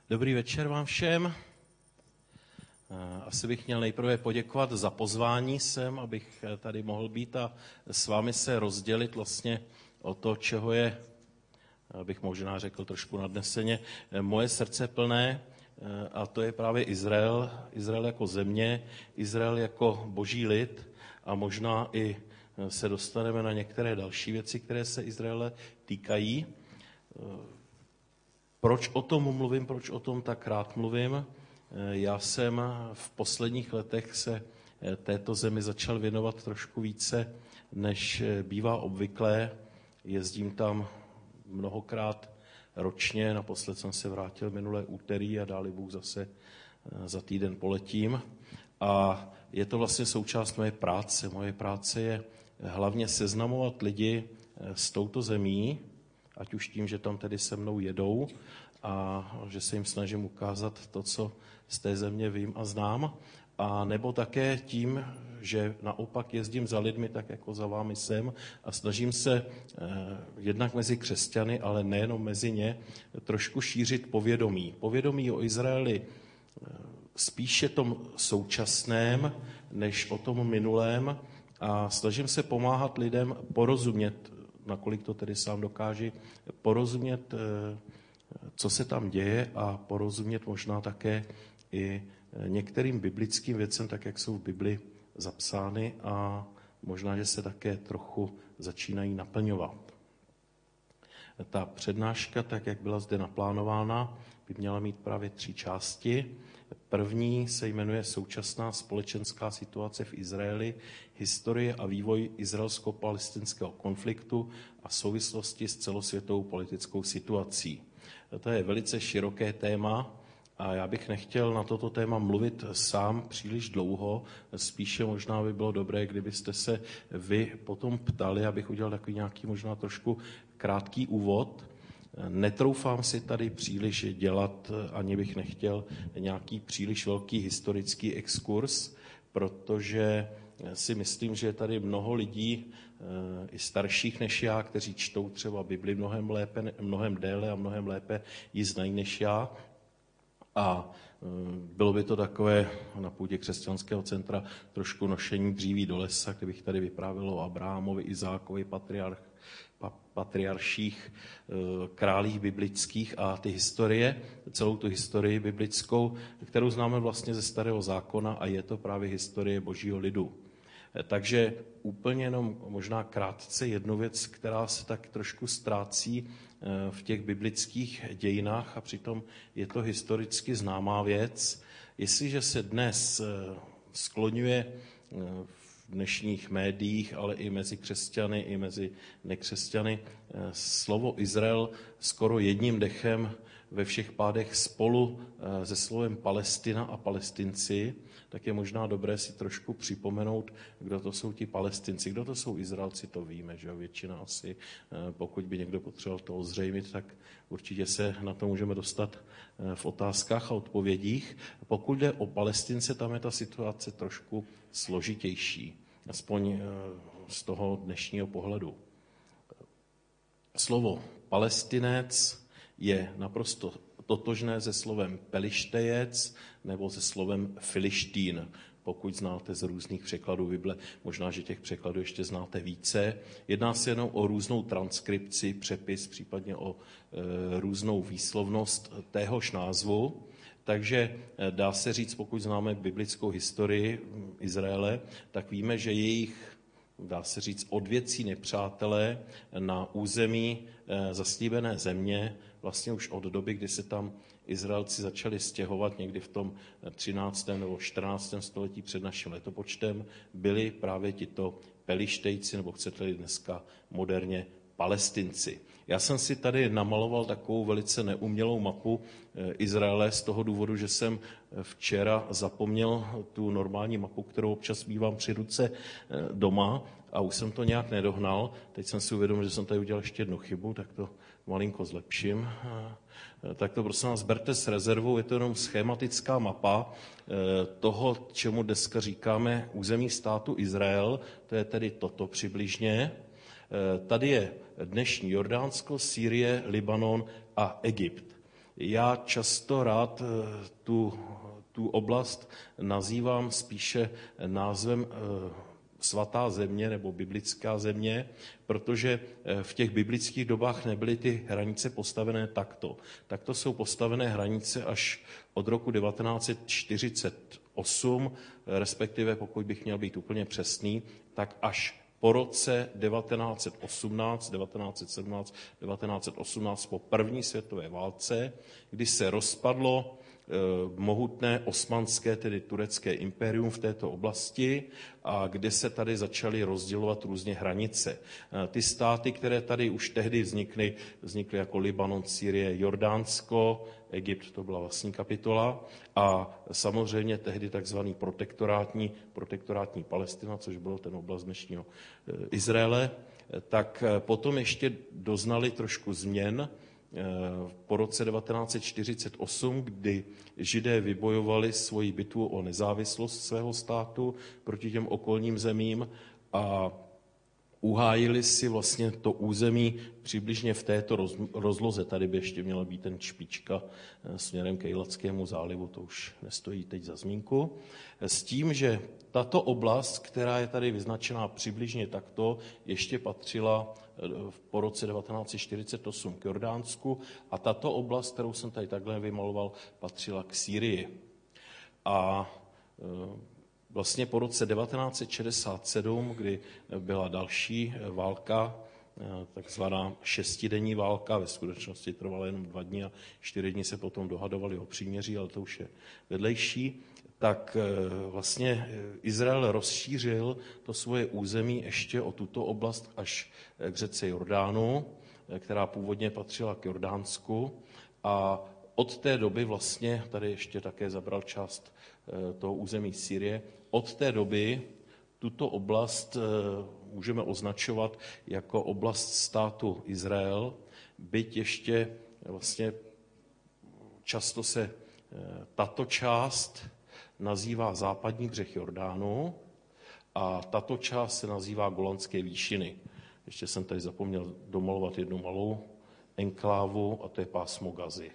Dobrý večer vám všem. Asi bych měl nejprve poděkovat za pozvání sem, abych tady mohl být a s vámi se rozdělit vlastně o to, čeho je, abych možná řekl trošku nadneseně, moje srdce plné, a to je právě Izrael. Izrael jako země, Izrael jako boží lid a možná i se dostaneme na některé další věci, které se Izraele týkají. Proč o tom mluvím, proč o tom tak rád mluvím? Já jsem v posledních letech se této zemi začal věnovat trošku více, než bývá obvyklé. Jezdím tam mnohokrát ročně, naposled jsem se vrátil minulé úterý a dáli Bůh zase za týden poletím. A je to vlastně součást mé práce. Moje práce je hlavně seznamovat lidi s touto zemí, ať už tím, že tam tedy se mnou jedou a že se jim snažím ukázat to, co z té země vím a znám, a nebo také tím, že naopak jezdím za lidmi, tak jako za vámi jsem, a snažím se jednak mezi křesťany, ale nejenom mezi ně, trošku šířit povědomí. Povědomí o Izraeli spíše tom současném, než o tom minulém, a snažím se pomáhat lidem porozumět, nakolik to tedy sám dokáže, porozumět, co se tam děje, a porozumět možná také i některým biblickým věcem, tak jak jsou v Bibli zapsány, a možná, že se také trochu začínají naplňovat. Ta přednáška, tak jak byla zde naplánována, by měla mít právě 3 části. První se jmenuje Současná společenská situace v Izraeli, historie a vývoj izraelsko-palestinského konfliktu a souvislosti s celosvětovou politickou situací. To je velice široké téma a já bych nechtěl na toto téma mluvit sám příliš dlouho. Spíše možná by bylo dobré, kdybyste se vy potom ptali, abych udělal takový nějaký možná trošku krátký úvod. Netroufám si tady příliš dělat, ani bych nechtěl nějaký příliš velký historický exkurs, protože si myslím, že je tady mnoho lidí, i starších než já, kteří čtou třeba Bibli mnohem déle a mnohem lépe ji znají než já. A bylo by to takové na půdě křesťanského centra trošku nošení dříví do lesa, kdybych tady vyprávěl o Abrahamovi, Izákovi, patriarších, králích biblických a ty historie, celou tu historii biblickou, kterou známe vlastně ze Starého zákona, a je to právě historie božího lidu. Takže úplně jenom možná krátce jednu věc, která se tak trošku ztrácí v těch biblických dějinách, a přitom je to historicky známá věc. Jestliže se dnes skloňuje v dnešních médiích, ale i mezi křesťany, i mezi nekřesťany, slovo Izrael skoro jedním dechem ve všech pádech spolu se slovem Palestina a Palestinci, tak je možná dobré si trošku připomenout, kdo to jsou ti Palestinci, kdo to jsou Izraelci, to víme, že většina asi, pokud by někdo potřeboval to ozřejmit, tak určitě se na to můžeme dostat v otázkách a odpovědích. Pokud jde o Palestince, tam je ta situace trošku složitější, aspoň z toho dnešního pohledu. Slovo Palestinec je naprosto totožné se slovem Pelištejec nebo se slovem Filištín, pokud znáte z různých překladů Bible. Možná, že těch překladů ještě znáte více. Jedná se jenom o různou transkripci, přepis, případně o různou výslovnost téhož názvu. Takže dá se říct, pokud známe biblickou historii Izraele, tak víme, že jejich, dá se říct, odvěcí nepřátelé na území zaslíbené země vlastně už od doby, kdy se tam Izraelci začali stěhovat někdy v tom 13. nebo 14. století před naším letopočtem, byli právě tito Pelištejci, nebo chcete-li dneska moderně Palestinci. Já jsem si tady namaloval takovou velice neumělou mapu Izraele z toho důvodu, že jsem včera zapomněl tu normální mapu, kterou občas mívám při ruce doma, a už jsem to nějak nedohnal. Teď jsem si uvědomil, že jsem tady udělal ještě jednu chybu, tak to malinko zlepším. Tak to prosím vás berte s rezervou, je to jenom schematická mapa toho, čemu dneska říkáme území státu Izrael, to je tedy toto přibližně. Tady je dnešní Jordánsko, Sýrie, Libanon a Egypt. Já často rád tu oblast nazývám spíše názvem svatá země nebo biblická země, protože v těch biblických dobách nebyly ty hranice postavené takto. Takto jsou postavené hranice až od roku 1948, respektive pokud bych měl být úplně přesný, tak až po roce 1918, 1917, 1918 po první světové válce, kdy se rozpadlo mohutné osmanské, tedy turecké impérium v této oblasti a kde se tady začaly rozdělovat různě hranice. Ty státy, které tady už tehdy vznikly jako Libanon, Sýrie, Jordánsko, Egypt, to byla vlastní kapitola, a samozřejmě tehdy takzvaný protektorátní Palestina, což bylo ten oblast dnešního Izraele, tak potom ještě doznali trošku změn po roce 1948, kdy Židé vybojovali svoji bitvu o nezávislost svého státu proti těm okolním zemím a uhájili si vlastně to území přibližně v této rozloze. Tady by ještě měla být ten špička směrem k Ejlatskému zálivu, to už nestojí teď za zmínku. S tím, že tato oblast, která je tady vyznačená přibližně takto, ještě patřila po roce 1948 k Jordánsku a tato oblast, kterou jsem tady takhle vymaloval, patřila k Sýrii. A vlastně po roce 1967, kdy byla další válka, takzvaná šestidenní válka, ve skutečnosti trvala jenom 2 dny a 4 dny se potom dohadovali o příměří, ale to už je vedlejší, tak vlastně Izrael rozšířil to svoje území ještě o tuto oblast až k řece Jordánu, která původně patřila k Jordánsku a od té doby vlastně, tady ještě také zabral část toho území Sýrie, od té doby tuto oblast můžeme označovat jako oblast státu Izrael, byť ještě vlastně často se tato část nazývá západní břeh Jordánu a tato část se nazývá Golanské výšiny. Ještě jsem tady zapomněl domalovat jednu malou enklávu a to je pásmo Gazy.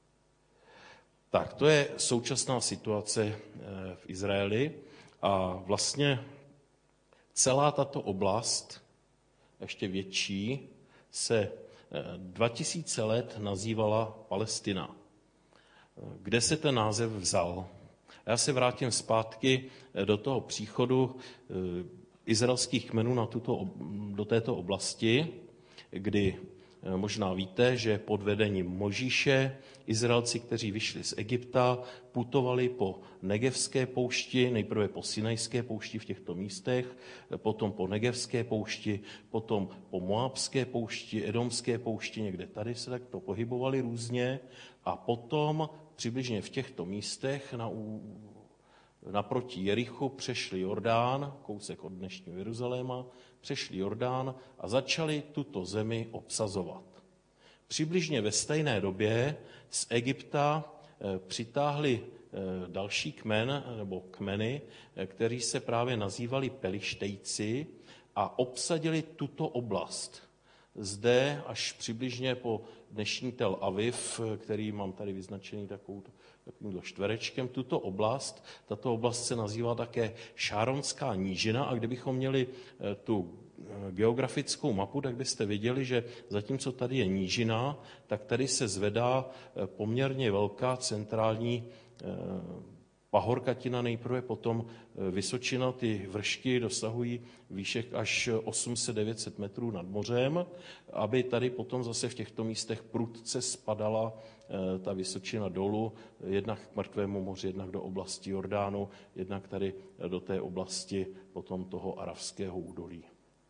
Tak, to je současná situace v Izraeli a vlastně celá tato oblast, ještě větší, se 2000 let nazývala Palestina. Kde se ten název vzal? Já se vrátím zpátky do toho příchodu izraelských kmenů do této oblasti, kdy možná víte, že pod vedením Možíše Izraelci, kteří vyšli z Egypta, putovali po Negevské poušti, nejprve po Sinajské poušti v těchto místech, potom po Negevské poušti, potom po Moabské poušti, Edomské poušti, někde tady se takto pohybovali různě a potom přibližně v těchto místech naproti Jerichu přešli Jordán, kousek od dnešního Jeruzaléma, přešli Jordán a začali tuto zemi obsazovat. Přibližně ve stejné době z Egypta přitáhli další kmen, nebo kmeny, kteří se právě nazývali Pelištejci a obsadili tuto oblast. Zde až přibližně po dnešní Tel Aviv, který mám tady vyznačený takovýmto čtverečkem, tato oblast se nazývá také Šáronská nížina a kdybychom měli tu geografickou mapu, tak byste viděli, že zatímco tady je nížina, tak tady se zvedá poměrně velká centrální pahorkatina nejprve, potom vysočina, ty vršky dosahují výšek až 800-900 metrů nad mořem, aby tady potom zase v těchto místech prudce spadala ta vysočina dolů, jednak k Mrtvému moři, jednak do oblasti Jordánu, jednak tady do té oblasti potom toho Aravského údolí.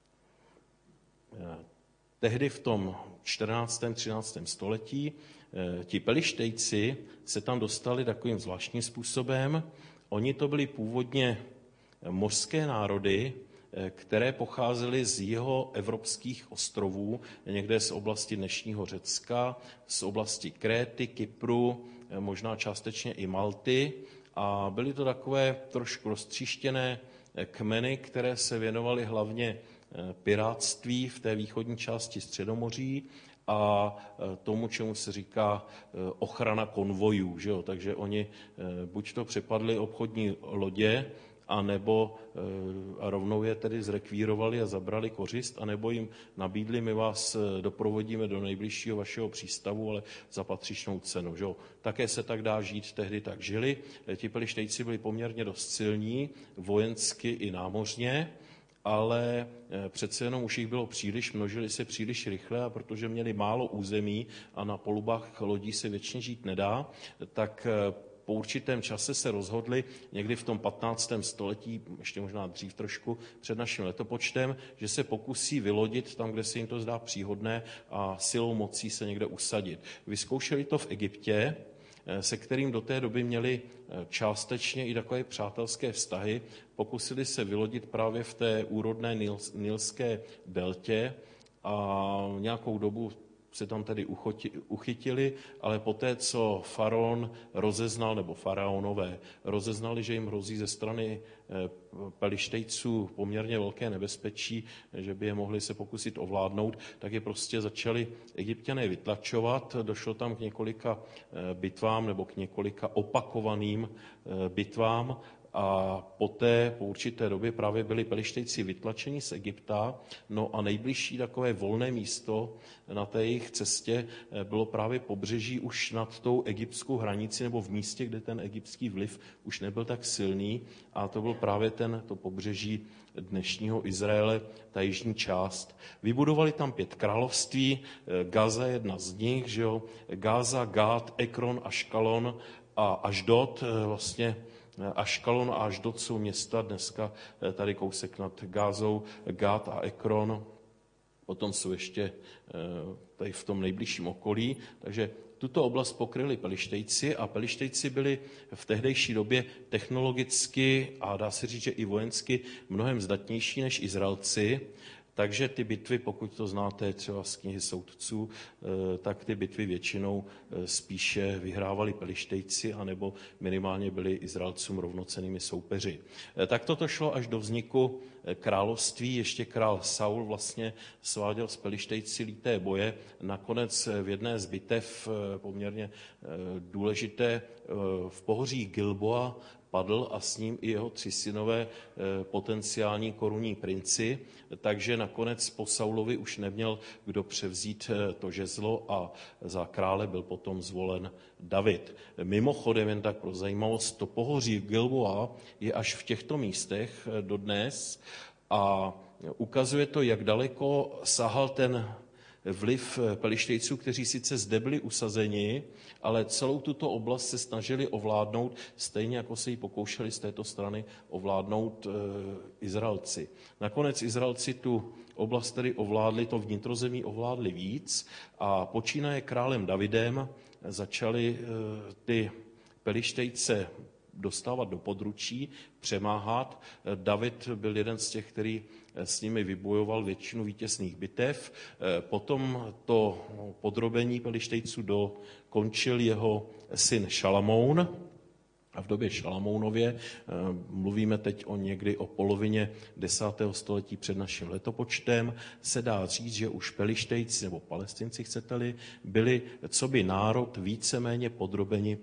Tehdy v tom 14. 13. století ti Pelištejci se tam dostali takovým zvláštním způsobem. Oni to byli původně mořské národy, které pocházely z jihoevropských ostrovů, někde z oblasti dnešního Řecka, z oblasti Kréty, Kypru, možná částečně i Malty. A byly to takové trošku roztříštěné kmeny, které se věnovaly hlavně pirátství v té východní části Středomoří a tomu, čemu se říká ochrana konvojů. Že jo? Takže oni buď to přepadli obchodní lodě, a nebo a rovnou je tedy zrekvírovali a zabrali kořist, anebo jim nabídli, my vás doprovodíme do nejbližšího vašeho přístavu, ale za patřičnou cenu. Že? Také se tak dá žít, tehdy tak žili. Ti Pelištejci byli poměrně dost silní, vojensky i námořně, ale přece jenom už jich bylo příliš, množili se příliš rychle a protože měli málo území a na polubách lodí se věčně žít nedá, tak po určitém čase se rozhodli někdy v tom 15. století, ještě možná dřív trošku před naším letopočtem, že se pokusí vylodit tam, kde se jim to zdá příhodné a silou mocí se někde usadit. Vyzkoušeli to v Egyptě, se kterým do té doby měli částečně i takové přátelské vztahy. Pokusili se vylodit právě v té úrodné nilské deltě a nějakou dobu se tam tedy uchytili, ale poté, co faraon rozeznal, nebo faraonové rozeznali, že jim hrozí ze strany Pelištejců poměrně velké nebezpečí, že by je mohli se pokusit ovládnout, tak je prostě začali Egypťané vytlačovat. Došlo tam k několika bitvám nebo k několika opakovaným bitvám a poté po určité době právě byli Pelištejci vytlačeni z Egypta. No a nejbližší takové volné místo na té jejich cestě bylo právě pobřeží už nad tou egyptskou hranici nebo v místě, kde ten egyptský vliv už nebyl tak silný a to byl právě to pobřeží dnešního Izraele, ta jižní část. Vybudovali tam 5 království, Gaza je jedna z nich, že jo? Gaza, Gát, Ekron, Aškalon a Ašdod, vlastně Aškalon a Ašdod jsou města dneska tady kousek nad Gázou, Gát a Ekron, potom jsou ještě tady v tom nejbližším okolí, takže tuto oblast pokryli Pelištejci a Pelištejci byli v tehdejší době technologicky a dá se říct, že i vojensky mnohem zdatnější než Izraelci. Takže ty bitvy, pokud to znáte třeba z knihy soudců, tak ty bitvy většinou spíše vyhrávali Pelištejci, anebo minimálně byli Izraelcům rovnocennými soupeři. Tak toto šlo až do vzniku království. Ještě král Saul vlastně sváděl s Pelištejci líté boje. Nakonec v jedné z bitev poměrně důležité v pohoří Gilboa padl a s ním i jeho 3 synové potenciální korunní princi, takže nakonec po Saulovi už neměl kdo převzít to žezlo a za krále byl potom zvolen David. Mimochodem, jen tak pro zajímavost, to pohoří Gilboa je až v těchto místech dodnes a ukazuje to, jak daleko sahal ten vliv Pelištejců, kteří sice zde byli usazeni, ale celou tuto oblast se snažili ovládnout, stejně jako se ji pokoušeli z této strany ovládnout Izraelci. Nakonec Izraelci tu oblast tedy ovládli, to vnitrozemí ovládli víc a počínaje králem Davidem začali ty Pelištejce dostávat do područí, přemáhat. David byl jeden z těch, který s nimi vybojoval většinu vítězných bitev. Potom to podrobení Pelištejců dokončil jeho syn Šalamoun. A v době Šalamounově, mluvíme teď někdy o polovině 10. století před naším letopočtem, se dá říct, že už Pelištejci, nebo Palestinci chcete-li, byli coby národ víceméně podrobeni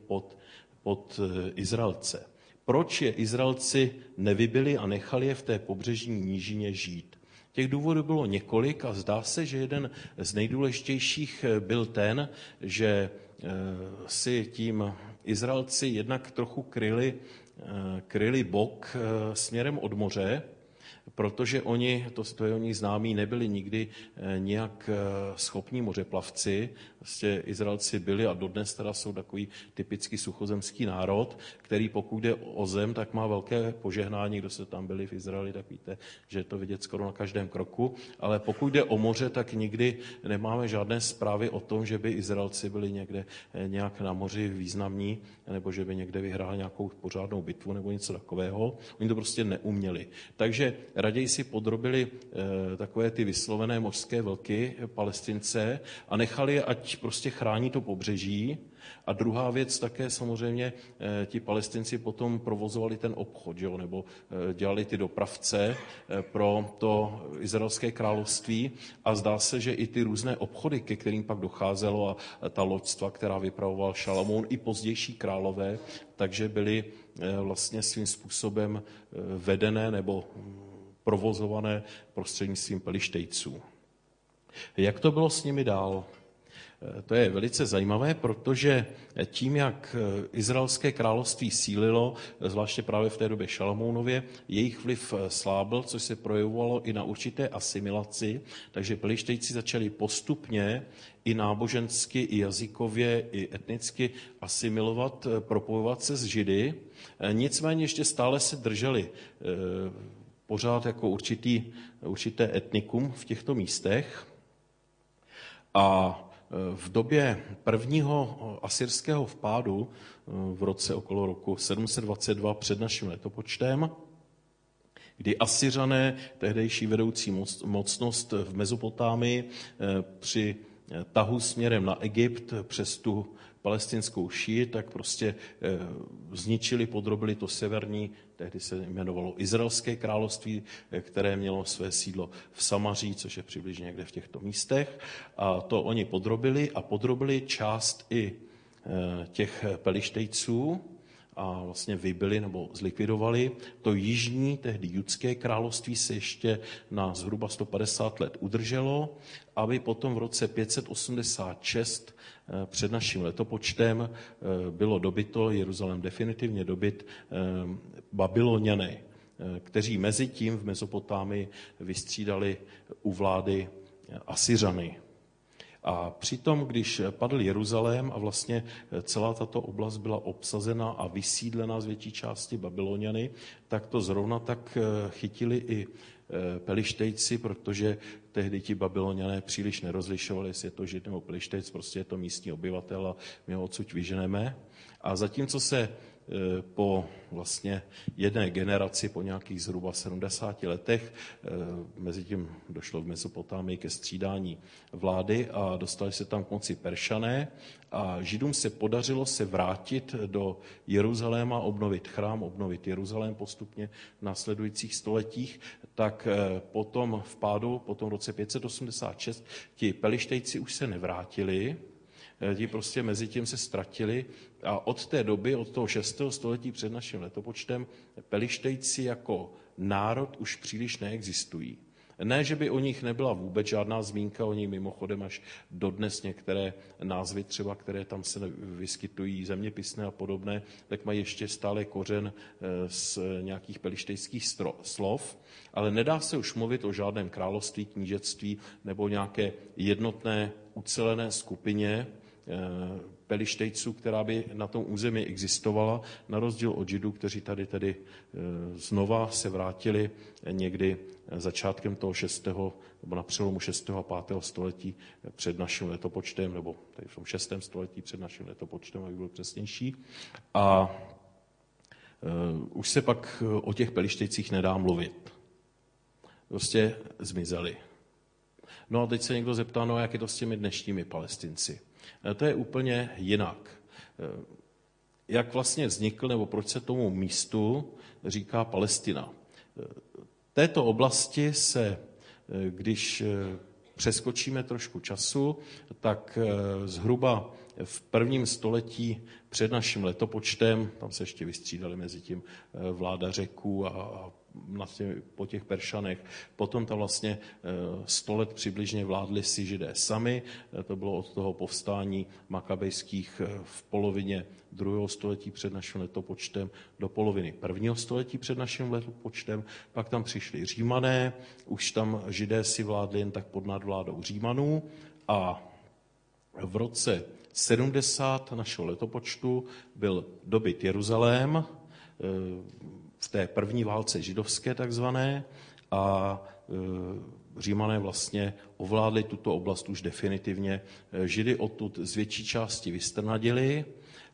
pod Izraelce. Proč je Izraelci nevybili a nechali je v té pobřežní nížině žít? Těch důvodů bylo několik a zdá se, že jeden z nejdůležitějších byl ten, že si tím Izraelci jednak trochu kryli bok směrem od moře, protože oni, to je o nich známí, nebyli nikdy nějak schopní mořeplavci. Vlastně Izraelci byli a dodnes teda jsou takový typický suchozemský národ, který pokud jde o zem, tak má velké požehnání. Kdo se tam byli v Izraeli, tak víte, že je to vidět skoro na každém kroku. Ale pokud jde o moře, tak nikdy nemáme žádné zprávy o tom, že by Izraelci byli někde nějak na moři významní, nebo že by někde vyhráli nějakou pořádnou bitvu nebo něco takového. Oni to prostě neuměli. Takže raději si podrobili takové ty vyslovené mořské vlky, Palestince, a nechali je, ať prostě chrání to pobřeží. A druhá věc také samozřejmě, ti Palestinci potom provozovali ten obchod, jo, nebo dělali ty dopravce pro to Izraelské království a zdá se, že i ty různé obchody, ke kterým pak docházelo a ta loďstva, která vypravoval Šalamoun i pozdější králové, takže byly vlastně svým způsobem vedené nebo provozované prostřednictvím Pelištejců. Jak to bylo s nimi dál? To je velice zajímavé, protože tím, jak Izraelské království sílilo, zvláště právě v té době Šalamounově, jejich vliv slábl, což se projevovalo i na určité asimilaci, takže Pelištejci začali postupně i nábožensky, i jazykově, i etnicky asimilovat, propojovat se s Židy. Nicméně ještě stále se drželi pořád jako určité etnikum v těchto místech. A v době prvního asyrského vpádu v roce okolo roku 722 před naším letopočtem, kdy Asyřané, tehdejší vedoucí mocnost v Mezopotámii, při tahu směrem na Egypt přes tu palestinskou šíji, tak prostě zničili, podrobili to severní, tehdy se jmenovalo Izraelské království, které mělo své sídlo v Samaří, což je přibližně někde v těchto místech. A to oni podrobili a podrobili část i těch Pelištejců a vlastně vybili nebo zlikvidovali. To jižní, tehdy judské království se ještě na zhruba 150 let udrželo, aby potom v roce 586 před naším letopočtem bylo dobyto, Jeruzalém definitivně dobyt Babyloniany, kteří mezi tím v Mezopotámii vystřídali u vlády Asyřany. A přitom, když padl Jeruzalém a vlastně celá tato oblast byla obsazena a vysídlena z větší části Babyloniany, tak to zrovna tak chytili i Pelištejci, protože tehdy ti Babyloniané příliš nerozlišovali, jestli je to Žid nebo Pelištejc, prostě je to místní obyvatel a my ho odsud vyženeme. A zatímco se po vlastně jedné generaci, po nějakých zhruba 70 letech, mezi tím došlo v Mezopotámii ke střídání vlády a dostali se tam k moci Peršané a Židům se podařilo se vrátit do Jeruzaléma, obnovit chrám, obnovit Jeruzalém postupně v následujících stoletích, tak po tom vpádu, po tom roce 586, ti Pelištejci už se nevrátili, ti prostě mezi tím se ztratili a od té doby, od toho 6. století před naším letopočtem, Pelištejci jako národ už příliš neexistují. Ne, že by o nich nebyla vůbec žádná zmínka, oni mimochodem až dodnes některé názvy třeba, které tam se vyskytují, zeměpisné a podobné, tak mají ještě stále kořen z nějakých pelištejských slov, ale nedá se už mluvit o žádném království, knížectví nebo nějaké jednotné ucelené skupině Pelištejců, která by na tom území existovala, na rozdíl od Židů, kteří tady tedy znova se vrátili někdy začátkem toho 6. nebo na přelomu 6. a 5. století před naším letopočtem, nebo tady v tom 6. století před naším letopočtem, aby byl přesnější. A už se pak o těch Pelištejcích nedá mluvit. Prostě zmizeli. No a teď se někdo zeptá, no jak je to s těmi dnešními Palestinci? To je úplně jinak. Jak vlastně vznikl, nebo proč se tomu místu říká Palestina? Této oblasti se, když přeskočíme trošku času, tak zhruba v 1. století před naším letopočtem, tam se ještě vystřídali mezi tím vláda Řeků a po těch Peršanech. Potom tam vlastně 100 let přibližně vládli si Židé sami. To bylo od toho povstání makabejských v polovině 2. století před naším letopočtem do poloviny 1. století před naším letopočtem. Pak tam přišli Římané, už tam Židé si vládli jen tak pod nadvládou Římanů a v roce 70 našeho letopočtu byl dobyt Jeruzalém v té první válce židovské takzvané a Římané vlastně ovládli tuto oblast už definitivně. Židy odtud z větší části vystrnadili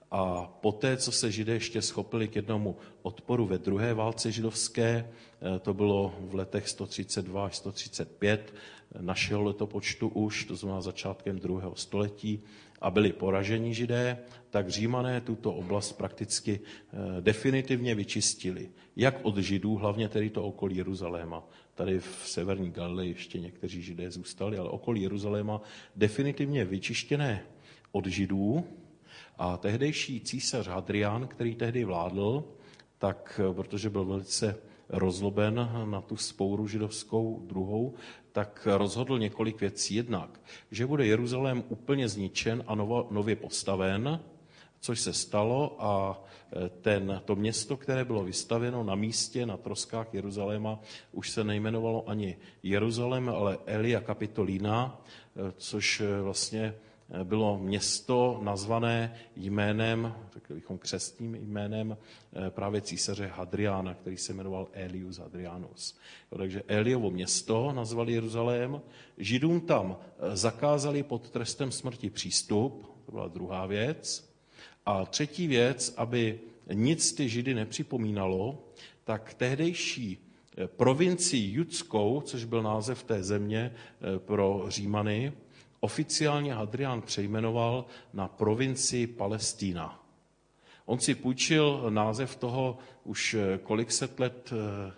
A poté, co se Židé ještě schopili k jednomu odporu ve druhé válce židovské, to bylo v letech 132 až 135 našeho letopočtu už, to znamená začátkem 2. století, a byli poraženi Židé, tak Římané tuto oblast prakticky definitivně vyčistili. Jak od Židů, hlavně tedy to okolí Jeruzaléma. Tady v severní Galileji ještě někteří Židé zůstali, ale okolí Jeruzaléma definitivně vyčištěné od Židů. A tehdejší císař Hadrián, který tehdy vládl, tak protože byl velice rozloben na tu vzpouru židovskou druhou, tak rozhodl několik věcí. Jednak, že bude Jeruzalém úplně zničen a nově postaven, což se stalo, a to město, které bylo vystavěno na místě, na troskách Jeruzaléma, už se nejmenovalo ani Jeruzalém, ale Aelia Capitolina, což vlastně bylo město nazvané jménem, řekli bychom křestním jménem právě císaře Hadriána, který se jmenoval Aelius Hadrianus. Takže Aeliovo město nazvali Jeruzalém. Židům tam zakázali pod trestem smrti přístup, to byla druhá věc. A třetí věc, aby nic ty Židy nepřipomínalo, tak tehdejší provincii judskou, což byl název té země pro Římany, oficiálně Hadrián přejmenoval na provincii Palestína. On si půjčil název toho už kolik set let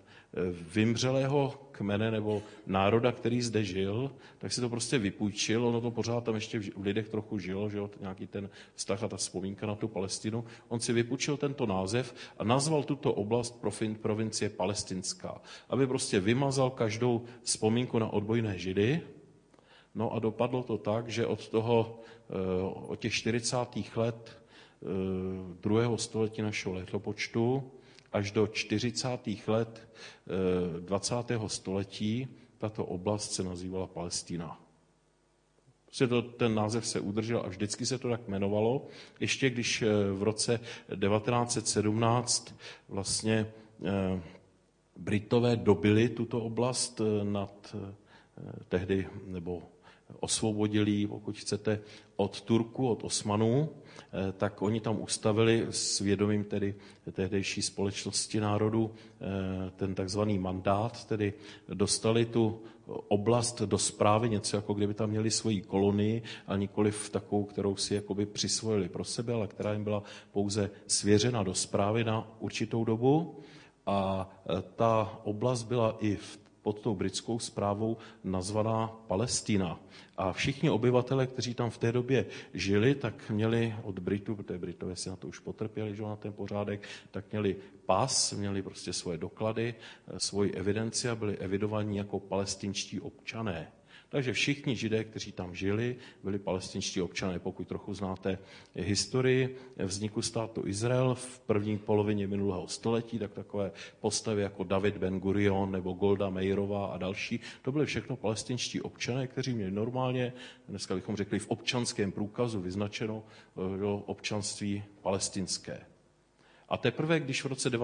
vymřelého kmene nebo národa, který zde žil, tak si to prostě vypůjčil, ono to pořád tam ještě v lidech trochu žilo, že jo, nějaký ten vztah a ta vzpomínka na tu Palestinu. On si vypůjčil tento název a nazval tuto oblast provincie Palestinská, aby prostě vymazal každou vzpomínku na odbojné Židy. No a dopadlo to tak, že od těch 40. let 2. století našeho letopočtu až do 40. let 20. století tato oblast se nazývala Palestina. Ten název se udržel a vždycky se to tak jmenovalo. Ještě když v roce 1917 vlastně Britové dobili tuto oblast nad tehdy, nebo osvobodili, pokud chcete, od Turků, od Osmanů, tak oni tam ustavili s vědomím tedy tehdejší společnosti národů ten takzvaný mandát, tedy dostali tu oblast do správy, něco jako kdyby tam měli svoji kolonii, a nikoliv takovou, kterou si jakoby přisvojili pro sebe, ale která jim byla pouze svěřena do správy na určitou dobu. A ta oblast byla i pod tou britskou správou nazvaná Palestina. A všichni obyvatele, kteří tam v té době žili, tak měli od Britů, protože Britové si na to už potrpěli, že na ten pořádek, tak měli pas, měli prostě svoje doklady, svoji evidenci a byli evidovaní jako palestinští občané. Takže všichni Židé, kteří tam žili, byli palestinští občané. Pokud trochu znáte historii vzniku státu Izrael v první polovině minulého století, tak takové postavy jako David Ben Gurion nebo Golda Meirová a další, to byly všechno palestinští občané, kteří měli normálně, dneska bychom řekli v občanském průkazu vyznačeno občanství palestinské. A teprve, když v roce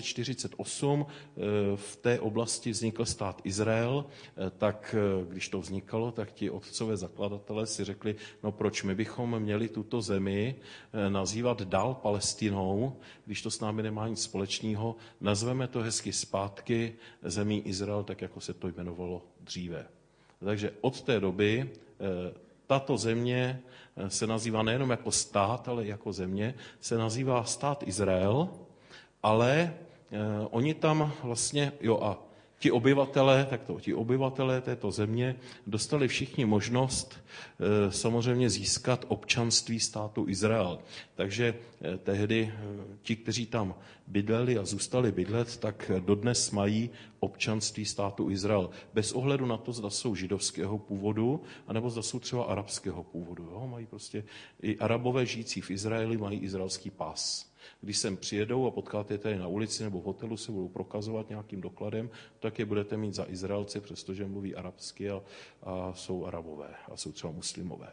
1948 v té oblasti vznikl stát Izrael, tak když to vznikalo, tak ti otcové zakladatelé si řekli, no proč my bychom měli tuto zemi nazývat dál Palestinou, když to s námi nemá nic společného, nazveme to hezky zpátky zemí Izrael, tak jako se to jmenovalo dříve. Takže od té doby tato země se nazývá nejenom jako stát, ale jako země, se nazývá stát Izrael, ale oni tam vlastně, a ti obyvatelé této země dostali všichni možnost samozřejmě získat občanství státu Izrael. Takže tehdy ti, kteří tam bydleli a zůstali bydlet, tak dodnes mají občanství státu Izrael. Bez ohledu na to, zda jsou židovského původu, anebo zda jsou třeba arabského původu. Jo? Mají prostě i Arabové žijící v Izraeli mají izraelský pas. Když sem přijedou a potkáte je tady na ulici nebo v hotelu, se budou prokazovat nějakým dokladem, tak je budete mít za Izraelce, přestože mluví arabsky a jsou Arabové a jsou třeba muslimové.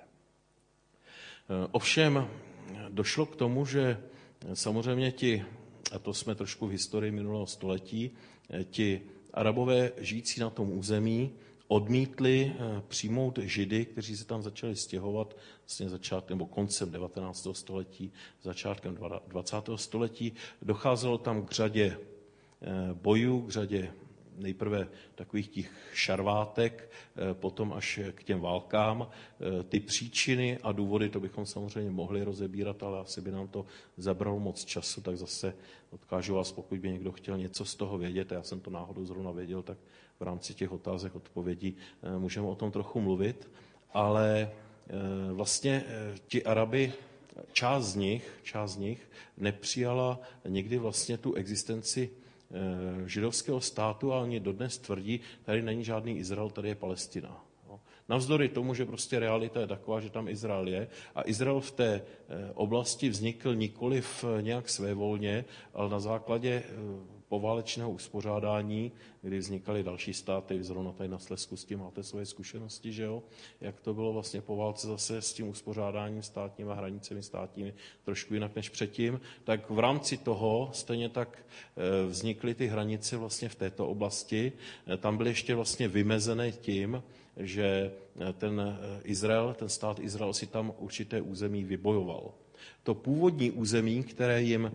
Ovšem došlo k tomu, že samozřejmě a to jsme trošku v historii minulého století, ti Arabové žijící na tom území, odmítli přijmout Židy, kteří se tam začali stěhovat vlastně začátkem nebo koncem 19. století, začátkem 20. století. Docházelo tam k řadě bojů, k řadě nejprve takových těch šarvátek, potom až k těm válkám. Ty příčiny a důvody, to bychom samozřejmě mohli rozebírat, ale asi by nám to zabralo moc času, tak zase odkážu vás, pokud by někdo chtěl něco z toho vědět, a já jsem to náhodou zrovna věděl, tak v rámci těch otázek, odpovědí můžeme o tom trochu mluvit. Ale vlastně ti Arabi, část z nich nepřijala nikdy vlastně tu existenci židovského státu a oni dodnes tvrdí, tady není žádný Izrael, tady je Palestina. Navzdory tomu, že prostě realita je taková, že tam Izrael je a Izrael v té oblasti vznikl nikoliv nějak svévolně, ale na základě poválečného uspořádání, kdy vznikaly další státy, zrovna tady na Slezsku s tím máte svoje zkušenosti, že jo? Jak to bylo vlastně po válce zase s tím uspořádáním státním a hranicemi státními trošku jinak než předtím, tak v rámci toho stejně tak vznikly ty hranice vlastně v této oblasti. Tam byly ještě vlastně vymezené tím, že ten stát Izrael si tam určité území vybojoval. To původní území, které jim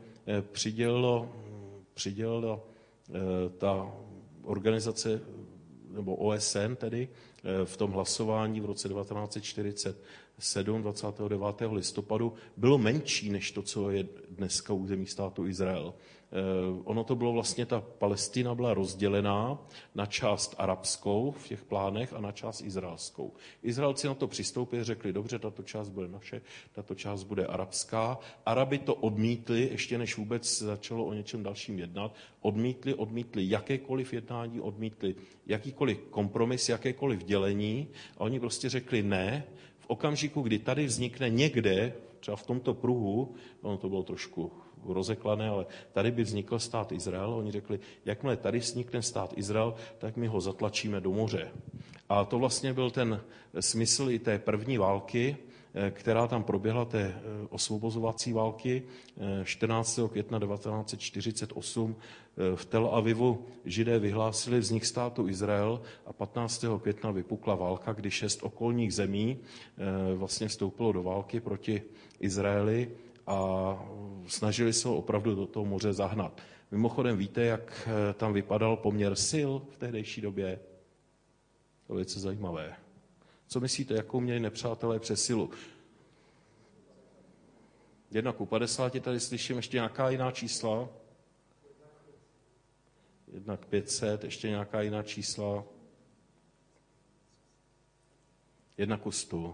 přidělila ta organizace, nebo OSN tedy, v tom hlasování v roce 1947, 29. listopadu, bylo menší než to, co je dneska území státu Izrael. Ono to bylo vlastně, ta Palestina byla rozdělená na část arabskou v těch plánech a na část izraelskou. Izraelci na to přistoupili, řekli, dobře, tato část bude naše, tato část bude arabská. Arabi to odmítli, ještě než vůbec začalo o něčem dalším jednat, odmítli jakékoliv jednání, odmítli jakýkoliv kompromis, jakékoliv dělení a oni prostě řekli ne. V okamžiku, kdy tady vznikne někde, třeba v tomto pruhu, ono to bylo trošku rozeklané, ale tady by vznikl stát Izrael. Oni řekli, jakmile tady vznikne stát Izrael, tak my ho zatlačíme do moře. A to vlastně byl ten smysl i té první války, která tam proběhla, té osvobozovací války 14. května 1948 v Tel Avivu Židé vyhlásili vznik státu Izrael a 15. května vypukla válka, kdy 6 okolních zemí vlastně vstoupilo do války proti Izraeli a snažili se ho opravdu do toho moře zahnat. Mimochodem víte, jak tam vypadal poměr sil v tehdejší době? To je velice zajímavé. Co myslíte, jakou měli nepřátelé přesilu? 1:50, tady slyším ještě nějaká jiná čísla. 1:500, ještě nějaká jiná čísla. 1:100.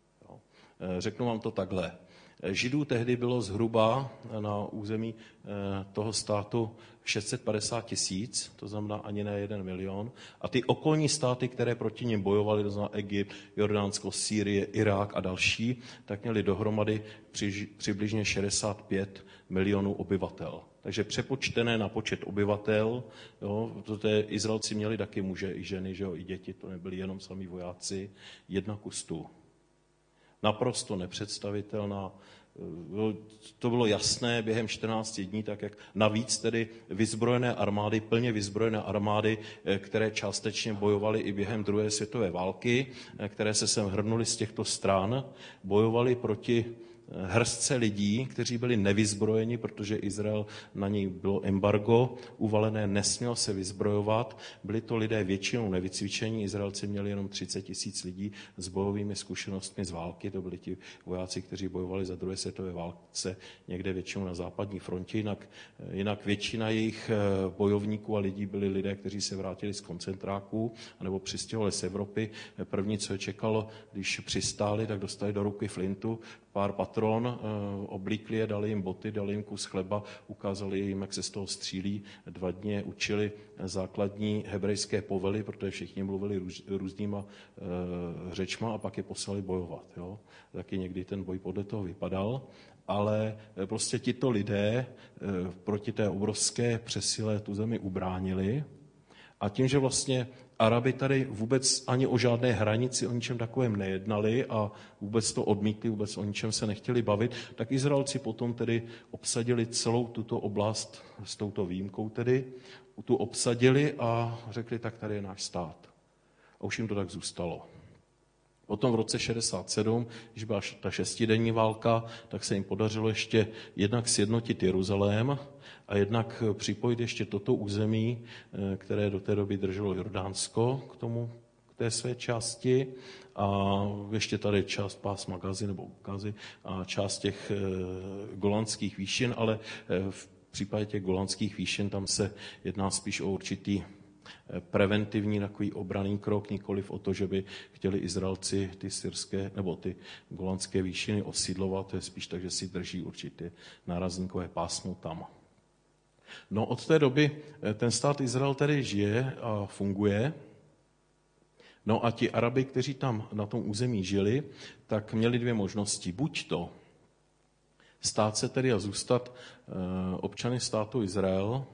Řeknu vám to takhle. Židů tehdy bylo zhruba na území toho státu 650 000, to znamená ani ne 1 milion. A ty okolní státy, které proti nim bojovaly, to znamená Egypt, Jordánsko, Sýrie, Irák a další, tak měli dohromady přibližně 65 milionů obyvatel. Takže přepočtené na počet obyvatel, jo, Izraelci měli taky muže i ženy, že jo, i děti, to nebyli jenom sami vojáci, 1:100. Naprosto nepředstavitelná. To bylo jasné během 14 dní, tak jak navíc tedy plně vyzbrojené armády, které částečně bojovaly i během druhé světové války, které se sem hrnuly z těchto stran, bojovaly proti hrstce lidí, kteří byli nevyzbrojeni, protože Izrael, na něj bylo embargo uvalené, nesměl se vyzbrojovat. Byli to lidé většinou nevycvičení, Izraelci měli jenom 30 000 lidí s bojovými zkušenostmi z války, to byli ti vojáci, kteří bojovali za druhé světové válce, někde většinou na západní frontě, jinak většina jejich bojovníků a lidí byli lidé, kteří se vrátili z koncentráků anebo přistěhovali z Evropy. První, co je čekalo, když přistáli, tak dostali do ruky flintu, pár patron, oblíkli je, dali jim boty, dali jim kus chleba, ukázali jim, jak se z toho střílí. 2 dny učili základní hebrejské povely, protože všichni mluvili různýma řečma a pak je poslali bojovat. Jo? Taky někdy ten boj podle toho vypadal. Ale prostě tito lidé proti té obrovské přesile tu zemi ubránili a tím, že vlastně Arabi tady vůbec ani o žádné hranici, o ničem takovém nejednali a vůbec to odmítli, vůbec o ničem se nechtěli bavit, tak Izraelci potom tedy obsadili celou tuto oblast s touto výjimkou tedy, tu obsadili a řekli, tak tady je náš stát. už jim to tak zůstalo. Potom v roce 67, když byla ta šestidenní válka, tak se jim podařilo ještě jednak sjednotit Jeruzalém a jednak připojit ještě toto území, které do té doby drželo Jordánsko k té své části a ještě tady část pásma Gazy nebo Gazy a část těch Golanských výšin, ale v případě těch Golanských výšin tam se jedná spíš o určitý preventivní takový obranný krok, nikoliv o to, že by chtěli Izraelci ty syrské nebo ty Golanské výšiny osídlovat, to je spíš tak, že si drží určitě nárazníkové pásmo tam. No od té doby ten stát Izrael tady žije a funguje. No a ti Arabi, kteří tam na tom území žili, tak měli dvě možnosti. Buď to stát se tedy a zůstat občany státu Izrael,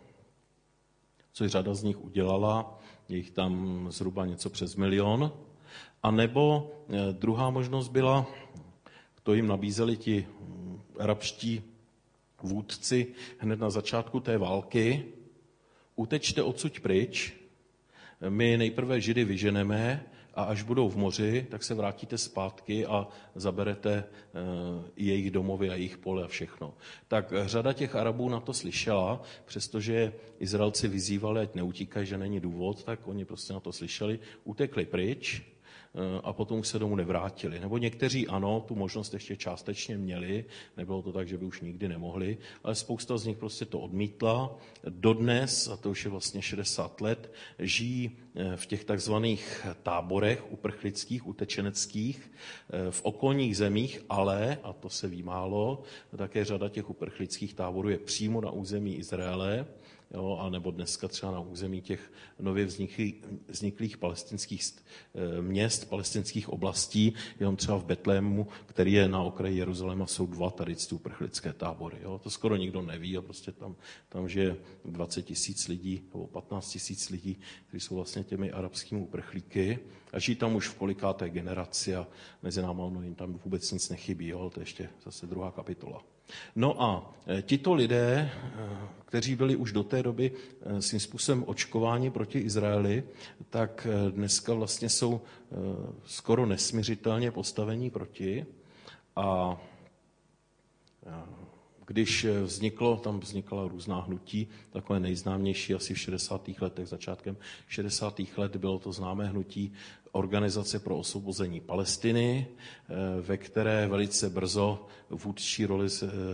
což řada z nich udělala, je jich tam zhruba něco přes 1 milion, a nebo druhá možnost byla, to jim nabízeli ti arabští vůdci hned na začátku té války, utečte odsud pryč, my nejprve Židy vyženeme a až budou v moři, tak se vrátíte zpátky a zaberete jejich domovy a jejich pole a všechno. Tak řada těch Arabů na to slyšela, přestože Izraelci vyzývali, ať neutíkají, že není důvod, tak oni prostě na to slyšeli, utekli pryč a potom už se domů nevrátili. Nebo někteří ano, tu možnost ještě částečně měli, nebylo to tak, že by už nikdy nemohli, ale spousta z nich prostě to odmítla. Dodnes, a to už je vlastně 60 let, žijí v těch takzvaných táborech uprchlických, utečeneckých, v okolních zemích, ale, a to se ví málo, také řada těch uprchlických táborů je přímo na území Izraele, jo, a nebo dneska třeba na území těch nově vzniklých palestinských měst, palestinských oblastí, jenom třeba v Betlému, který je na okraji Jeruzaléma, jsou 2 tady ty uprchlické tábory. Jo. To skoro nikdo neví a prostě tam žije 20 000 lidí nebo 15 000 lidí, kteří jsou vlastně těmi arabskými uprchlíky a žijí tam už v kolikáté generaci a mezi náma jim tam vůbec nic nechybí. Jo. To je ještě zase druhá kapitola. No a tito lidé, kteří byli už do té doby svým způsobem očkováni proti Izraeli, tak dneska vlastně jsou skoro nesmiřitelně postavení proti. A když tam vznikla různá hnutí, takové nejznámější asi v 60. letech, začátkem 60. let bylo to známé hnutí Organizace pro osvobození Palestiny, ve které velice brzo vůdčí roli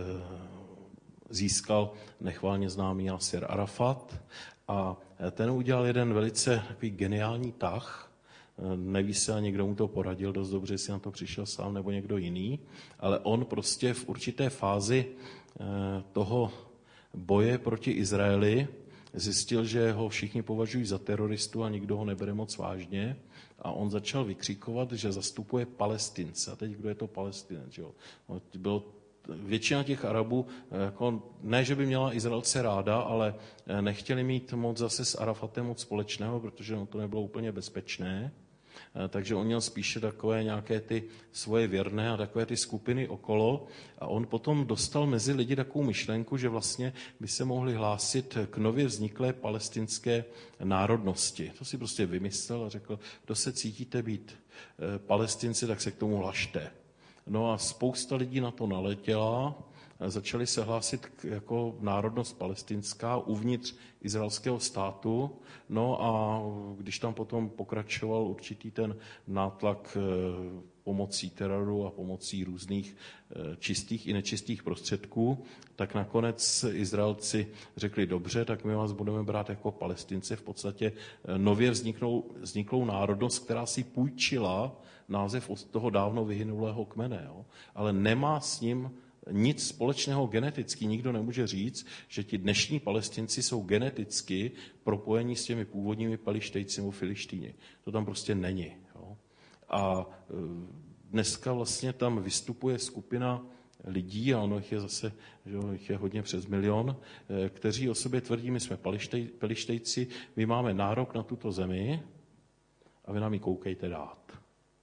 získal nechvalně známý Jasir Arafat a ten udělal jeden velice takový geniální tah. Neví se ani, kdo mu to poradil dost dobře, jestli na to přišel sám nebo někdo jiný, ale on prostě v určité fázi toho boje proti Izraeli zjistil, že ho všichni považují za teroristu a nikdo ho nebere moc vážně a on začal vykřikovat, že zastupuje Palestince. A teď kdo je to Palestinec? Většina těch Arabů, jako, ne, že by měla Izraelce ráda, ale nechtěli mít moc zase s Arafatem moc společného, protože to nebylo úplně bezpečné. Takže on měl spíše takové nějaké ty svoje věrné a takové ty skupiny okolo a on potom dostal mezi lidi takovou myšlenku, že vlastně by se mohli hlásit k nově vzniklé palestinské národnosti. To si prostě vymyslel a řekl, kdo se cítíte být Palestinci, tak se k tomu hlašte. No a spousta lidí na to naletěla, začali se hlásit jako národnost palestinská uvnitř izraelského státu. No a když tam potom pokračoval určitý ten nátlak pomocí teroru a pomocí různých čistých i nečistých prostředků, tak nakonec Izraelci řekli dobře, tak my vás budeme brát jako Palestince, v podstatě nově vzniklou národnost, která si půjčila název od toho dávno vyhynulého kmene, jo? Ale nemá s ním nic společného geneticky. Nikdo nemůže říct, že ti dnešní Palestinci jsou geneticky propojení s těmi původními Pelištejci nebo Filištíni. To tam prostě není. Jo? A dneska vlastně tam vystupuje skupina lidí, a ono jich je zase, že jich je hodně přes 1 milion, kteří o sobě tvrdí, my jsme Pelištejci, my máme nárok na tuto zemi a vy nám ji koukejte dát.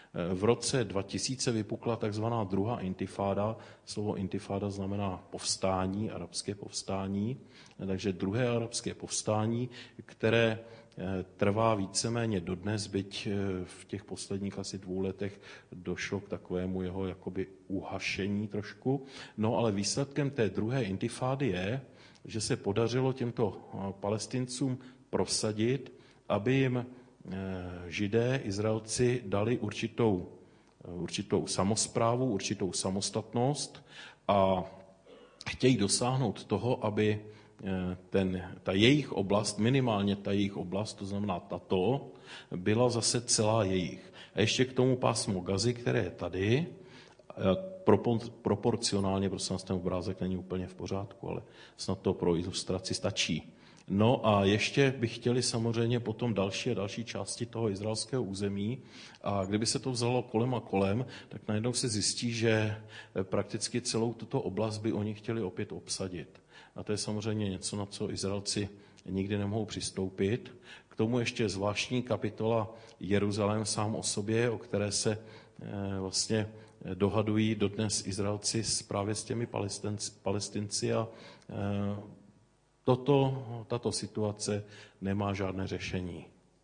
V roce 2000 vypukla takzvaná druhá intifáda. Slovo intifáda znamená povstání, arabské povstání. Takže druhé arabské povstání, které trvá víceméně dodnes, byť v těch posledních asi 2 letech došlo k takovému jeho jakoby uhašení trošku. No ale výsledkem té druhé intifády je, že se podařilo těmto Palestincům prosadit, aby jim Židé, Izraelci dali určitou samosprávu, určitou samostatnost a chtějí dosáhnout toho, aby ta jejich oblast, minimálně ta jejich oblast, to znamená tato, byla zase celá jejich. A ještě k tomu pásmo Gazy, které je tady, proporcionálně, prosím vás, ten obrázek není úplně v pořádku, ale snad to pro ilustraci stačí. No a ještě by chtěli samozřejmě potom další a další části toho izraelského území a kdyby se to vzalo kolem a kolem, tak najednou se zjistí, že prakticky celou tuto oblast by oni chtěli opět obsadit. A to je samozřejmě něco, na co Izraelci nikdy nemohou přistoupit. K tomu ještě zvláštní kapitola Jeruzalém sám o sobě, o které se vlastně dohadují dodnes Izraelci právě s těmi Palestinci a tato situace nemá žádné řešení.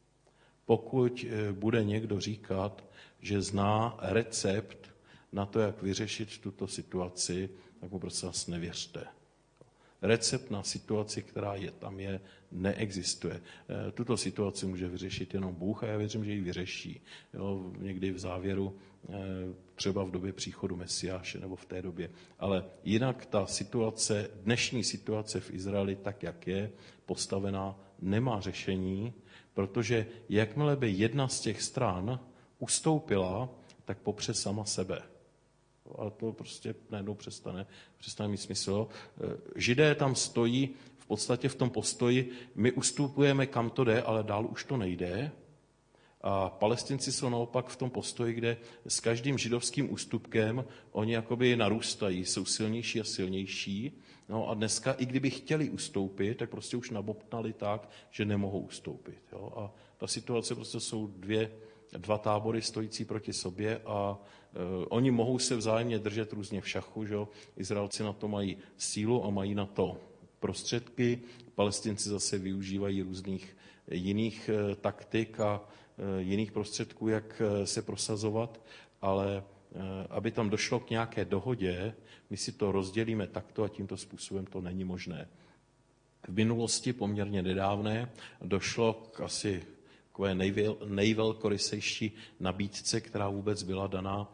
Pokud bude někdo říkat, že zná recept na to, jak vyřešit tuto situaci, tak mu prostě vás nevěřte. Recept na situaci, která tam je, neexistuje. Tuto situaci může vyřešit jenom Bůh a já věřím, že ji vyřeší. Jo, někdy v závěru, třeba v době příchodu Mesiáše nebo v té době. Ale jinak ta situace, dnešní situace v Izraeli, tak jak je postavená, nemá řešení, protože jakmile by jedna z těch stran ustoupila, tak popře sama sebe. Ale to prostě najednou přestane mít smysl. Židé tam stojí v podstatě v tom postoji, my ustupujeme, kam to jde, ale dál už to nejde. A Palestinci jsou naopak v tom postoji, kde s každým židovským ústupkem oni jakoby narůstají, jsou silnější a silnější. No a dneska, i kdyby chtěli ustoupit, tak prostě už nabobtnali tak, že nemohou ustoupit. Jo? A ta situace prostě jsou dva tábory stojící proti sobě a oni mohou se vzájemně držet různě v šachu, že? Izraelci na to mají sílu a mají na to prostředky, Palestinci zase využívají různých jiných taktik a jiných prostředků, jak se prosazovat, ale aby tam došlo k nějaké dohodě, my si to rozdělíme takto a tímto způsobem to není možné. V minulosti poměrně nedávné došlo k asi takové nejvelkorysejší nabídce, která vůbec byla daná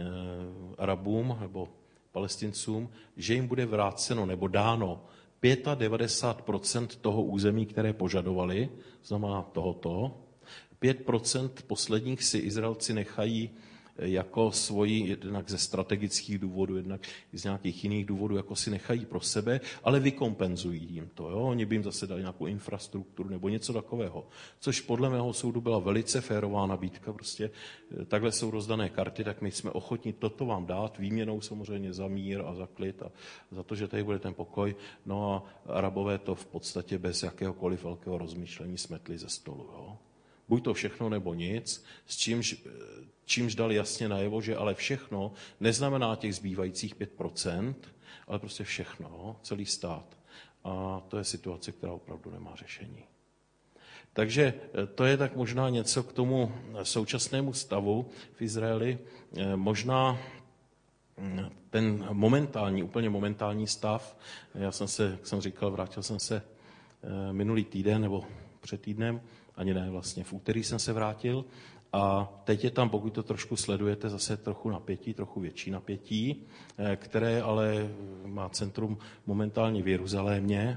Arabům nebo Palestincům, že jim bude vráceno nebo dáno 95% toho území, které požadovali, znamená tohoto. 5% posledních si Izraelci nechají jako svoji, jednak ze strategických důvodů, jednak i z nějakých jiných důvodů, jako si nechají pro sebe, ale vykompenzují jim to. Jo? Oni by jim zase dali nějakou infrastrukturu nebo něco takového. Což podle mého soudu byla velice férová nabídka. Prostě takhle jsou rozdané karty, tak my jsme ochotní toto vám dát, výměnou samozřejmě za mír a za klid a za to, že tady bude ten pokoj. No a Arabové to v podstatě bez jakéhokoliv velkého rozmýšlení smetli ze stolu. Jo? Buď to všechno nebo nic, s čímž dali jasně najevo, že ale všechno neznamená těch zbývajících 5%, ale prostě všechno, celý stát. A to je situace, která opravdu nemá řešení. Takže to je tak možná něco k tomu současnému stavu v Izraeli. Možná ten úplně momentální stav, já jsem se, jak jsem říkal, vrátil jsem se minulý týden nebo před týdnem, ani ne, vlastně v úterý jsem se vrátil a teď je tam, pokud to trošku sledujete, zase trochu napětí, trochu větší napětí, které ale má centrum momentálně v Jeruzalémě.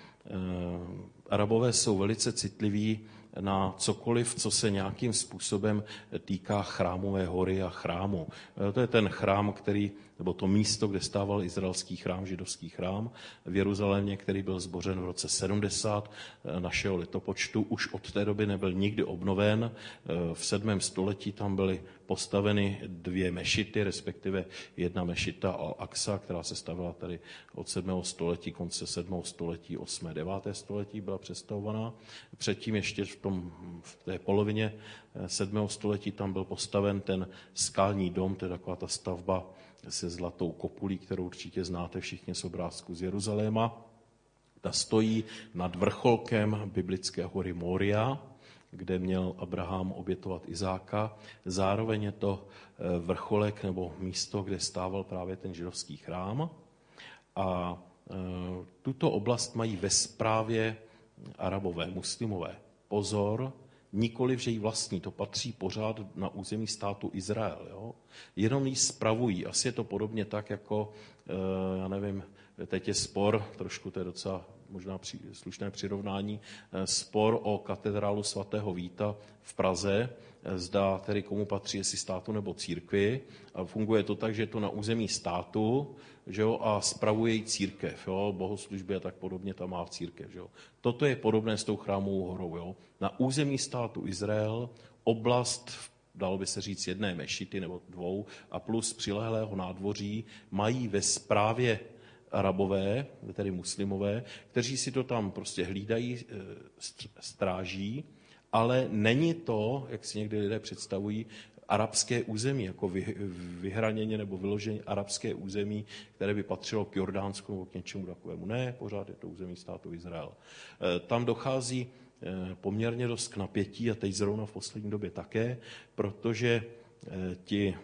Arabové jsou velice citliví na cokoliv, co se nějakým způsobem týká chrámové hory a chrámu. To je ten chrám, který nebo to místo, kde stával izraelský chrám, židovský chrám v Jeruzalémě, který byl zbořen v roce 70 našeho letopočtu, už od té doby nebyl nikdy obnoven. V 7. století tam byly postaveny 2 mešity, respektive jedna mešita Al-Aqsa, která se stavila tady od 7. století, konce 7. století, 8. 9. století byla přestavovaná. Předtím ještě v té polovině 7. století tam byl postaven ten skalní dom, to je taková ta stavba se zlatou kopulí, kterou určitě znáte všichni z obrázku z Jeruzaléma. Ta stojí nad vrcholkem biblické hory Moria, kde měl Abraham obětovat Izáka. Zároveň je to vrcholek nebo místo, kde stával právě ten židovský chrám. A tuto oblast mají ve správě Arabové, muslimové. Pozor, nikoliv, že ji vlastní, to patří pořád na území státu Izrael. Jo? Jenom ji spravují. Asi je to podobně tak, jako, já nevím, teď je spor, trošku to je docela možná slušné přirovnání, spor o katedrálu svatého Víta v Praze, zda tedy komu patří, jestli státu nebo církvi. A funguje to tak, že je to na území státu, že jo, a spravuje ji církev, jo, bohoslužby a tak podobně tam má v církev. Že jo. Toto je podobné s tou chrámovou horou. Jo. Na území státu Izrael oblast, dalo by se říct, 1 mešity nebo 2 a plus přilehlého nádvoří mají ve správě Arabové, tedy muslimové, kteří si to tam prostě hlídají, stráží, ale není to, jak si někdy lidé představují, arabské území, jako vyhraněně nebo vyloženě arabské území, které by patřilo k Jordánsku nebo k něčemu takovému. Ne, pořád je to území státu Izrael. Tam dochází poměrně dost k napětí a teď zrovna v poslední době také, protože ti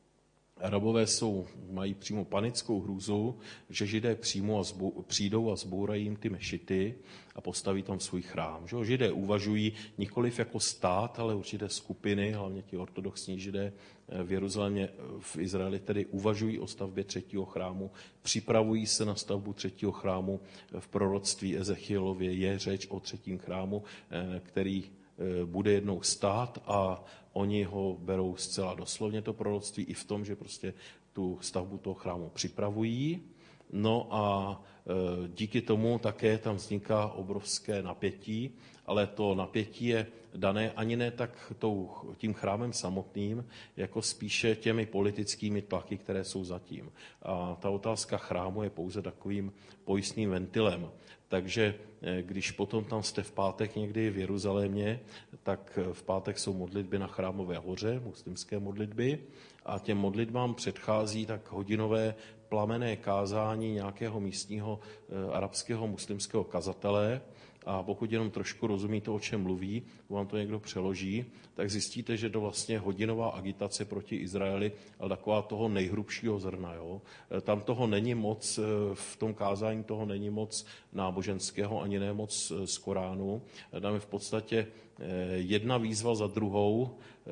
Arabové mají přímo panickou hrůzu, že Židé přijdou a zbourají jim ty mešity a postaví tam svůj chrám. Že? Židé uvažují nikoliv jako stát, ale určité skupiny, hlavně ti ortodoxní Židé v Jeruzalémě, v Izraeli, tedy uvažují o stavbě 3. chrámu, připravují se na stavbu 3. chrámu. V proroctví Ezechielově je řeč o 3. chrámu, který bude jednou stát a oni ho berou zcela doslovně, to proroctví, i v tom, že prostě tu stavbu toho chrámu připravují. No a díky tomu také tam vzniká obrovské napětí, ale to napětí je dané ani ne tak tím chrámem samotným, jako spíše těmi politickými tlaky, které jsou zatím. A ta otázka chrámu je pouze takovým pojistným ventilem. Takže když potom tam jste v pátek někdy v Jeruzalémě, tak v pátek jsou modlitby na Chrámové hoře, muslimské modlitby, a těm modlitbám předchází tak hodinové plamenné kázání nějakého místního arabského muslimského kazatele. A pokud jenom trošku rozumíte, o čem mluví, vám to někdo přeloží, tak zjistíte, že to vlastně hodinová agitace proti Izraeli, ale taková toho nejhrubšího zrna. Jo? Tam toho není moc, v tom kázání toho není moc náboženského, ani ne moc z Koránu. Tam je v podstatě jedna výzva za druhou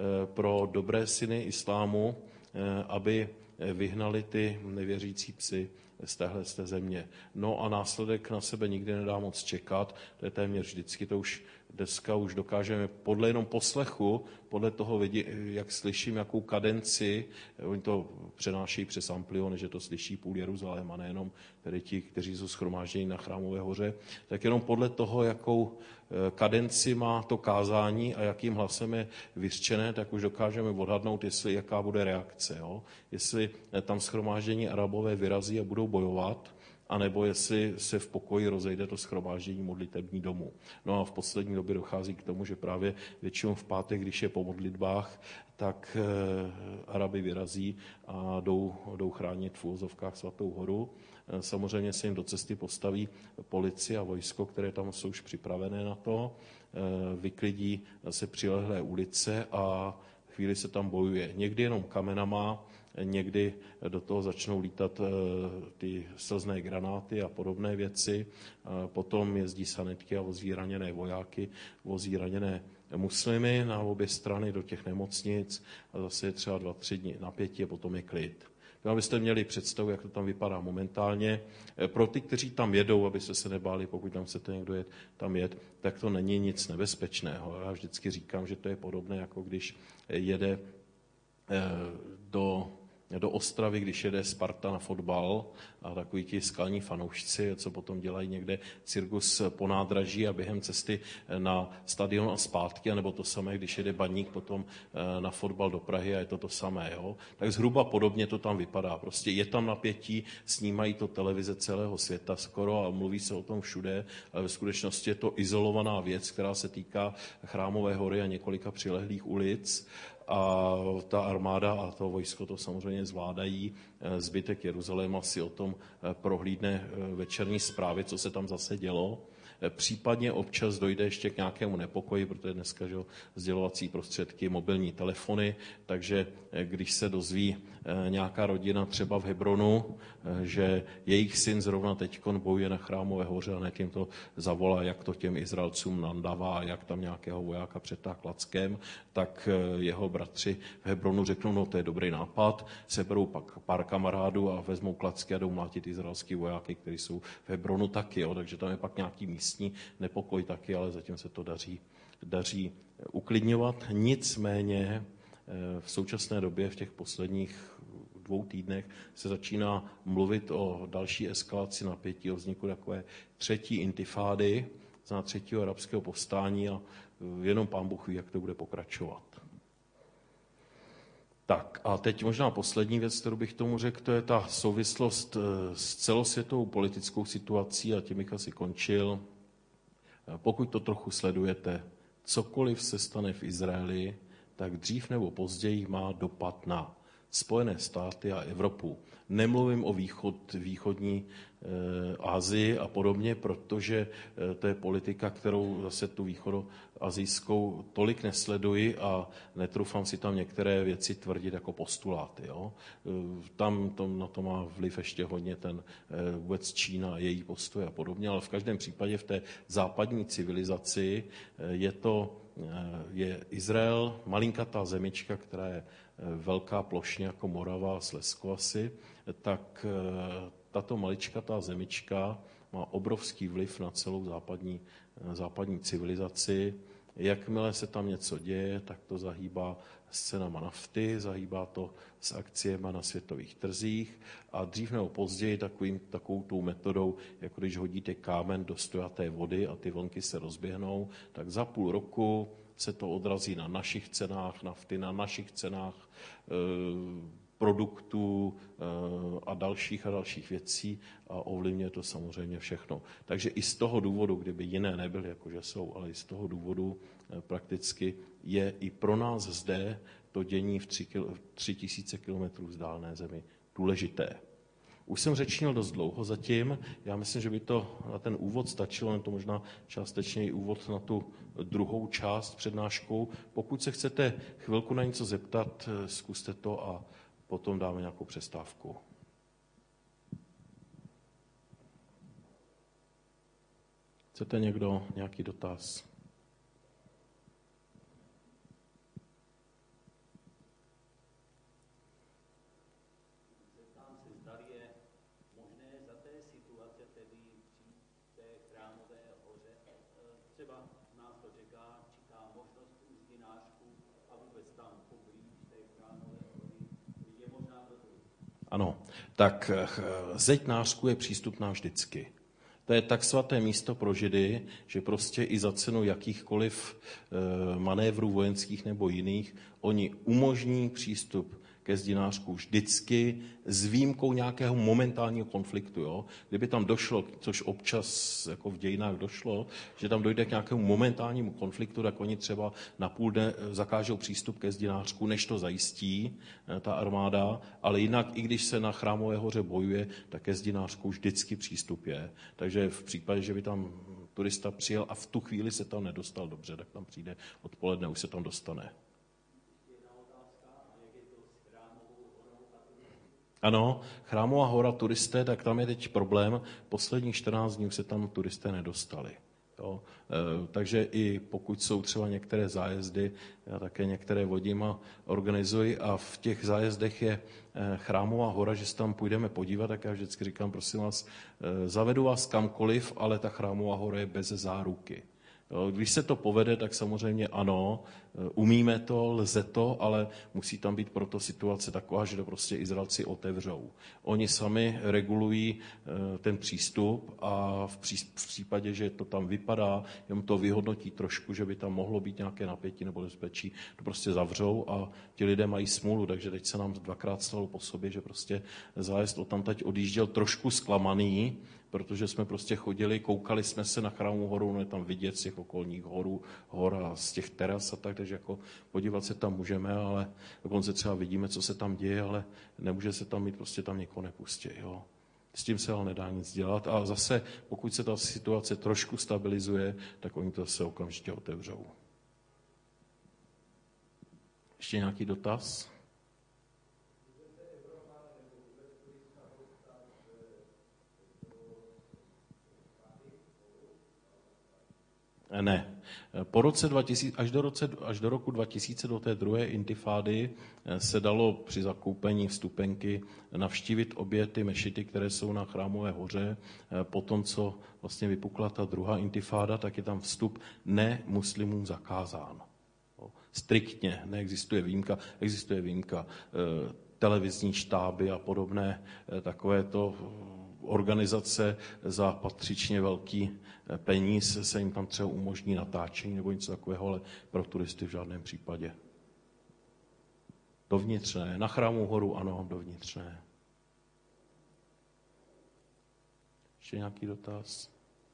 pro dobré syny islámu, aby vyhnali ty nevěřící psy z téhle země. No a následek na sebe nikdy nedá moc čekat, to je téměř vždycky, to už dneska už dokážeme podle jenom poslechu, podle toho, jak slyším, jakou kadenci, oni to přenášejí přes ampliony, že to slyší půl Jeruzalém a nejenom tedy ti, kteří jsou shromážděni na Chrámové hoře, tak jenom podle toho, jakou kadenci má to kázání a jakým hlasem je vyřčené, tak už dokážeme odhadnout, jaká bude reakce. Jo? Jestli tam shromáždění Arabové vyrazí a budou bojovat, anebo jestli se v pokoji rozejde to shromáždění modlitební domů. No a v poslední době dochází k tomu, že právě většinou v pátek, když je po modlitbách, tak Arabi vyrazí a jdou chránit v uvozovkách Svatou horu. Samozřejmě se jim do cesty postaví policie a vojsko, které tam jsou už připravené na to, vyklidí se přilehlé ulice a chvíli se tam bojuje. Někdy jenom kamenama, někdy do toho začnou lítat ty slzné granáty a podobné věci. Potom jezdí sanitky a vozí raněné vojáky, vozí raněné muslimy na obě strany do těch nemocnic a zase je třeba 2-3 dny napětí a potom je klid. No, abyste měli představu, jak to tam vypadá momentálně. Pro ty, kteří tam jedou, abyste se nebáli, pokud tam chcete někdo tam jet, tak to není nic nebezpečného. Já vždycky říkám, že to je podobné, jako když jede do do Ostravy, když jede Sparta na fotbal a takový ti skalní fanoušci, co potom dělají někde cirkus po nádraží a během cesty na stadion a zpátky, anebo to samé, když jede Baník potom na fotbal do Prahy a je to samé. Jo? Tak zhruba podobně to tam vypadá. Prostě je tam napětí, snímají to televize celého světa skoro a mluví se o tom všude, ale ve skutečnosti je to izolovaná věc, která se týká Chrámové hory a několika přilehlých ulic. A ta armáda a to vojsko to samozřejmě zvládají. Zbytek Jeruzaléma si o tom prohlídne večerní zprávy, co se tam zase dělo. Případně občas dojde ještě k nějakému nepokoji, protože dneska že, sdělovací prostředky, mobilní telefony, takže když se dozví nějaká rodina třeba v Hebronu, že jejich syn zrovna teďkon bojuje na Chrámové hoře a hned jim to zavolá, jak to těm Izraelcům nandává, jak tam nějakého vojáka přetáhl klackem, tak jeho bratři v Hebronu řeknou, no to je dobrý nápad, seberou pak pár kamarádů a vezmou klacky a jdou mlátit izraelský vojáky, kteří jsou v Hebronu taky, jo, takže tam je pak nějaký místní nepokoj taky, ale zatím se to daří uklidňovat. Nicméně v současné době, v těch posledních 2 týdnech, se začíná mluvit o další eskalaci napětí, o vzniku takové 3. intifády, za 3. arabského povstání a jenom Pán Bůh ví, jak to bude pokračovat. Tak a teď možná poslední věc, kterou bych tomu řekl, to je ta souvislost s celosvětovou politickou situací a tím bych asi končil. Pokud to trochu sledujete, cokoliv se stane v Izraeli, tak dřív nebo později má dopad na Spojené státy a Evropu. Nemluvím o východní Asii a podobně, protože to je politika, kterou zase tu východoazijskou tolik nesleduji a netrufám si tam některé věci tvrdit jako postuláty. Jo? Tam na to má vliv ještě hodně ten vůbec Čína a její postoj a podobně, ale v každém případě v té západní civilizaci je Izrael malinkatá zemička, která je velká plošně jako Morava a Slezsko asi, tak tato maličkatá zemička má obrovský vliv na celou západní civilizaci. Jakmile se tam něco děje, tak to zahýbá s cenama nafty, zahýbá to s akciemi na světových trzích a dřív nebo později takovou tou metodou, jako když hodíte kámen do stojaté vody a ty vlnky se rozběhnou, tak za půl roku se to odrazí na našich cenách nafty, na našich cenách produktů a dalších věcí a ovlivňuje to samozřejmě všechno. Takže i z toho důvodu, kdyby jiné nebyly, jakože jsou, ale i z toho důvodu prakticky je i pro nás zde to dění v 3000 kilometrů vzdálené zemi důležité. Už jsem řečnil dost dlouho zatím, já myslím, že by to na ten úvod stačilo, jen to možná částečně i úvod na tu druhou část přednáškou. Pokud se chcete chvilku na něco zeptat, zkuste to a potom dáme nějakou přestávku. Chcete někdo nějaký dotaz? Ano, tak zeď Nářků je přístupná vždycky. To je tak svaté místo pro Židy, že prostě i za cenu jakýchkoliv manévrů vojenských nebo jiných, oni umožní přístup ke zdi Nářků vždycky s výjimkou nějakého momentálního konfliktu. Jo? Kdyby tam došlo, což občas jako v dějinách došlo, že tam dojde k nějakému momentálnímu konfliktu, tak oni třeba na půl dne zakážou přístup ke zdi Nářků, než to zajistí ta armáda, ale jinak, i když se na Chrámové hoře bojuje, tak ke zdi Nářků vždycky přístup je. Takže v případě, že by tam turista přijel a v tu chvíli se tam nedostal dobře, tak tam přijde odpoledne, už se tam dostane. Ano, Chrámová hora turisté, tak tam je teď problém. Posledních 14 dní už se tam turisté nedostali. Jo. Takže i pokud jsou třeba některé zájezdy, já také některé vodím a organizuji a v těch zájezdech je Chrámová hora, že se tam půjdeme podívat, tak já vždycky říkám, prosím vás, zavedu vás kamkoliv, ale ta Chrámová hora je bez záruky. Když se to povede, tak samozřejmě ano, umíme to, lze to, ale musí tam být proto situace taková, že to prostě Izraelci otevřou. Oni sami regulují ten přístup a v případě, že to tam vypadá, jenom to vyhodnotí trošku, že by tam mohlo být nějaké napětí nebo nebezpečí, to prostě zavřou a ti lidé mají smůlu, takže teď se nám dvakrát stalo po sobě, že prostě zájezd odtamtať odjížděl trošku zklamaný, protože jsme prostě chodili, koukali jsme se na Chrámovou horu, no je tam vidět z těch okolních hor a z těch teras a tak, takže jako podívat se tam můžeme, ale dokonce třeba vidíme, co se tam děje, ale nemůže se tam mít, prostě tam někoho nepustí. Jo. S tím se ale nedá nic dělat a zase, pokud se ta situace trošku stabilizuje, tak oni to se okamžitě otevřou. Ještě nějaký dotaz? Ne. Po roce 2000, až do roku 2000, do té druhé intifády, se dalo při zakoupení vstupenky navštívit obě ty mešity, které jsou na Chrámové hoře. Po tom, co vlastně vypukla ta druhá intifáda, tak je tam vstup nemuslimům zakázán. Striktně, neexistuje výjimka, existuje výjimka. Televizní štáby a podobné takovéto organizace za patřičně velký peníz se jim tam třeba umožní natáčení nebo něco takového, ale pro turisty v žádném případě. Dovnitř ne. Na Chrámovou horu ano, dovnitř ne. Ještě nějaký dotaz?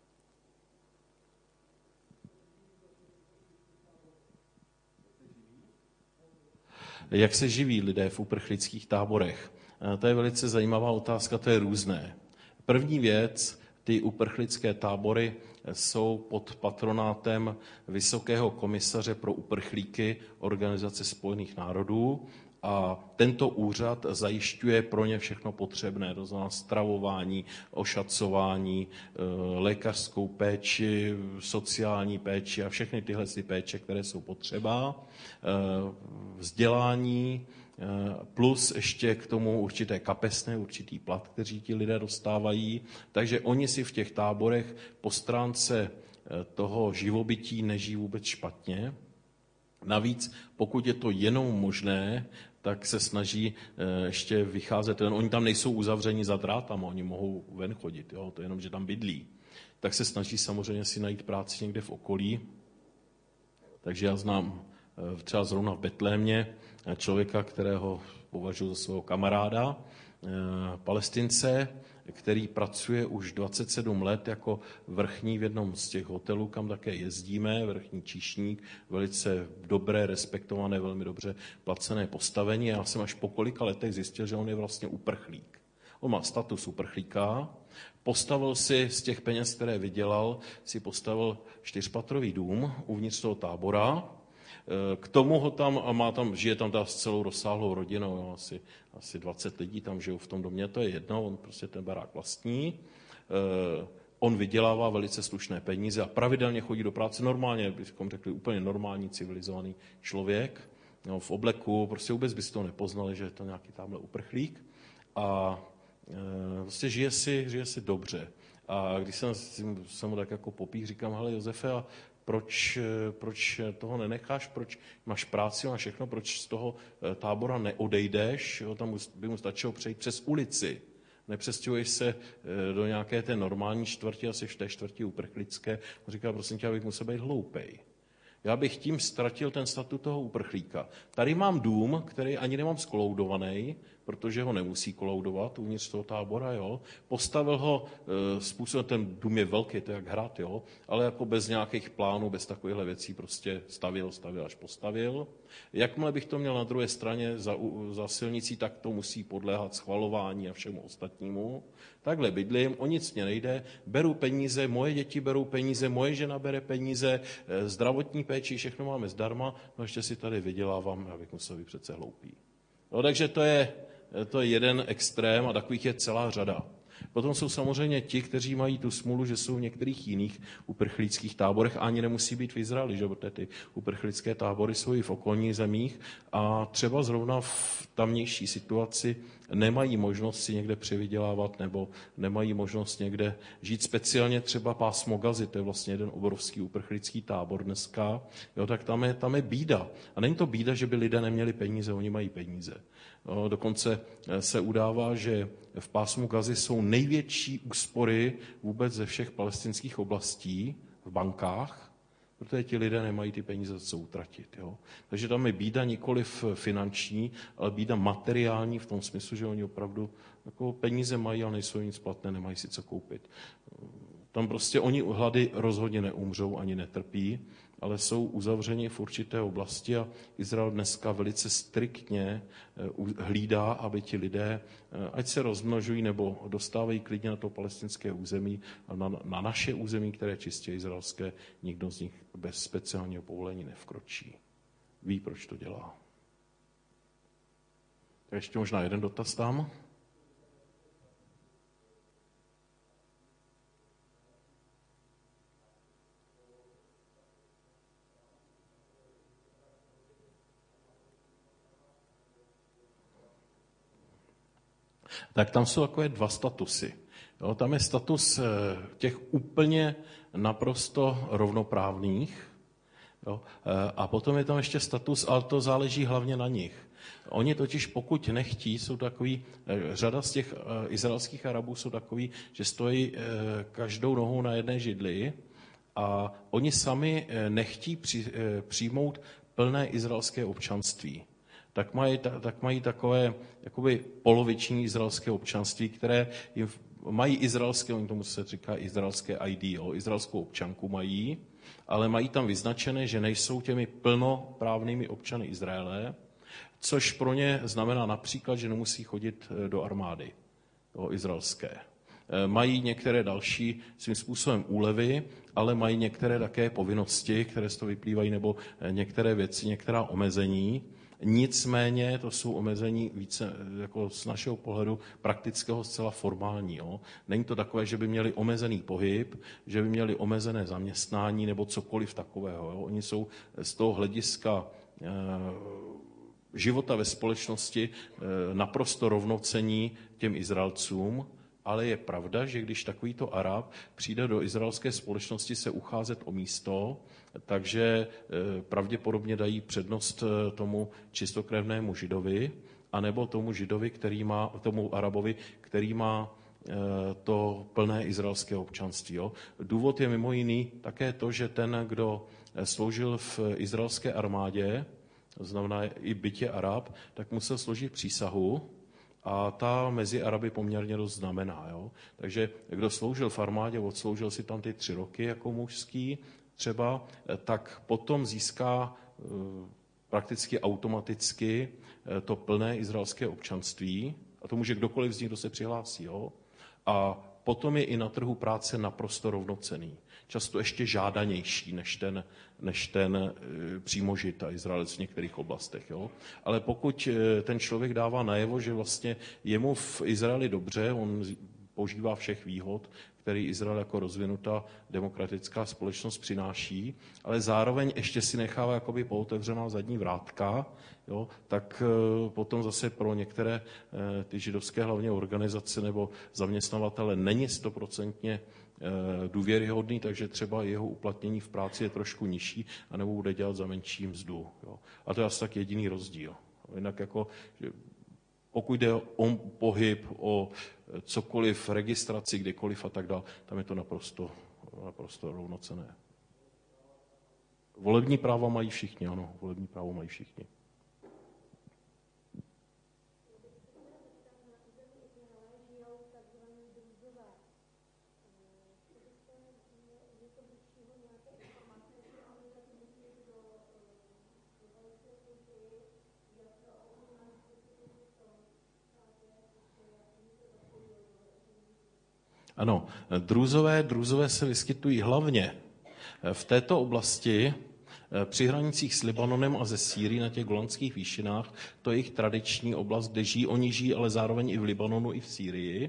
Jak se živí lidé v uprchlických táborech? To je velice zajímavá otázka, to je různé. První věc, ty uprchlické tábory jsou pod patronátem Vysokého komisaře pro uprchlíky Organizace spojených národů a tento úřad zajišťuje pro ně všechno potřebné, to znamená stravování, ošacování, lékařskou péči, sociální péči a všechny tyhle péče, které jsou potřeba, vzdělání, plus ještě k tomu určité kapesné, určitý plat, kteří ti lidé dostávají. Takže oni si v těch táborech po stránce toho živobytí nežijí vůbec špatně. Navíc, pokud je to jenom možné, tak se snaží ještě vycházet. Oni tam nejsou uzavřeni za drátama, oni mohou ven chodit, jo? To je jenom, že tam bydlí. Tak se snaží samozřejmě si najít práci někde v okolí. Takže já znám třeba zrovna v Betlémě člověka, kterého považuji za svého kamaráda, Palestince, který pracuje už 27 let jako vrchní v jednom z těch hotelů, kam také jezdíme, vrchní číšník, velice dobré, respektované, velmi dobře placené postavení. Já jsem až po kolika letech zjistil, že on je vlastně uprchlík. On má status uprchlíka, postavil si z těch peněz, které vydělal, si postavil 4patrový dům uvnitř toho tábora. K tomu ho tam, a žije tam s celou rozsáhlou rodinou, jo, asi 20 lidí tam žijou v tom domě, to je jedno, on prostě ten barák vlastní. On vydělává velice slušné peníze a pravidelně chodí do práce normálně, bychom řekli úplně normální, civilizovaný člověk, jo, v obleku, prostě vůbec byste to nepoznali, že je to nějaký tamhle uprchlík. A prostě žije si dobře. A když jsem mu tak jako popích, říkám, hele Josefe, a proč toho nenecháš, proč máš práci, máš všechno, proč z toho tábora neodejdeš, jo, tam by mu stačilo přejít přes ulici. Nepřestěhuješ se do nějaké té normální čtvrti, asi v té čtvrti uprchlické. On říká, prosím tě, abych musel být hloupej. Já bych tím ztratil ten statut toho uprchlíka. Tady mám dům, který ani nemám skoloudovaný, protože ho nemusí koloudovat uvnitř toho tábora, jo. Postavil ho způsobem, ten dům je velký, to je jak hrad, jo, ale jako bez nějakých plánů, bez takovýchhle věcí prostě stavil, až postavil. Jakmile bych to měl na druhé straně za silnicí, tak to musí podléhat schvalování a všemu ostatnímu. Takhle bydlím, o nic mě nejde, beru peníze, moje děti berou peníze, moje žena bere peníze, zdravotní péči, všechno máme zdarma, no ještě si tady vydělávám, abych musel být přece hloupý. No, takže to je jeden extrém a takových je celá řada. Potom jsou samozřejmě ti, kteří mají tu smůlu, že jsou v některých jiných uprchlických táborech a ani nemusí být v Izraeli, že? Protože ty uprchlické tábory jsou i v okolních zemích a třeba zrovna v tamnější situaci nemají možnost si někde přivydělávat nebo nemají možnost někde žít. Speciálně třeba pásmo Gazy, to je vlastně jeden obrovský uprchlický tábor dneska, jo, tak tam je bída. A není to bída, že by lidé neměli peníze, oni mají peníze. No, dokonce se udává, že v pásmu Gazy jsou největší úspory vůbec ze všech palestinských oblastí v bankách, protože ti lidé nemají ty peníze co utratit. Jo. Takže tam je bída nikoliv finanční, ale bída materiální v tom smyslu, že oni opravdu jako peníze mají, ale nejsou nic platné, nemají si co koupit. Tam prostě oni hlady rozhodně neumřou ani netrpí, ale jsou uzavřeni v určité oblasti a Izrael dneska velice striktně hlídá, aby ti lidé, ať se rozmnožují nebo dostávají klidně na to palestinské území, na naše území, které je čistě izraelské, nikdo z nich bez speciálního povolení nevkročí. Ví, proč to dělá. Tak ještě možná jeden dotaz tam. Tak tam jsou takové dva statusy. Jo, tam je status těch úplně naprosto rovnoprávných, jo, a potom je tam ještě status, ale to záleží hlavně na nich. Oni totiž pokud nechtí, jsou takový, řada z těch izraelských Arabů jsou takový, že stojí každou nohou na jedné židli a oni sami nechtí přijmout plné izraelské občanství. Tak mají takové jakoby poloviční izraelské občanství, které jim mají izraelské, oni tomu se říká izraelské ID, jo, izraelskou občanku mají, ale mají tam vyznačené, že nejsou těmi plnoprávnými občany Izraele, což pro ně znamená například, že nemusí chodit do armády izraelské. Mají některé další svým způsobem úlevy, ale mají některé také povinnosti, které z toho vyplývají, nebo některé věci, některá omezení. Nicméně to jsou omezení více jako z našeho pohledu praktického zcela formální. Jo. Není to takové, že by měli omezený pohyb, že by měli omezené zaměstnání nebo cokoliv takového. Jo. Oni jsou z toho hlediska života ve společnosti naprosto rovnocení těm Izraelcům, ale je pravda, že když takovýto Arab přijde do izraelské společnosti se ucházet o místo, takže pravděpodobně dají přednost tomu čistokrevnému Židovi, anebo tomu Židovi, tomu Arabovi, který má to plné izraelské občanství. Jo. Důvod je mimo jiný také to, že ten, kdo sloužil v izraelské armádě, to znamená i bytě Arab, tak musel složit přísahu, a ta mezi Araby poměrně dost znamená. Jo. Takže kdo sloužil v armádě, odsloužil si tam ty 3 roky jako mužský třeba, tak potom získá prakticky automaticky to plné izraelské občanství. A to může kdokoliv z nich, kdo se přihlásí. Jo. A potom je i na trhu práce naprosto rovnocenný. Často ještě žádanější než ten přímožit a Izraelec v některých oblastech. Jo? Ale pokud ten člověk dává najevo, že vlastně je mu v Izraeli dobře, on požívá všech výhod, který Izrael jako rozvinutá demokratická společnost přináší, ale zároveň ještě si nechává jakoby pootevřená zadní vrátka, jo, tak potom zase pro některé ty židovské hlavně organizace nebo zaměstnavatele není 100% důvěryhodný, takže třeba jeho uplatnění v práci je trošku nižší, anebo bude dělat za menší mzdu. Jo. A to je asi tak jediný rozdíl. Jinak jako, že pokud jde o pohyb, o cokoliv, registraci, kdekoliv a tak dále, tam je to naprosto rovnocenné. Volební práva mají všichni, ano, volební právo mají všichni. Ano, druzové se vyskytují hlavně v této oblasti, při hranicích s Libanonem a ze Sýrií na těch Golanských výšinách. To je jejich tradiční oblast, kde oni žijí, ale zároveň i v Libanonu, i v Sýrii.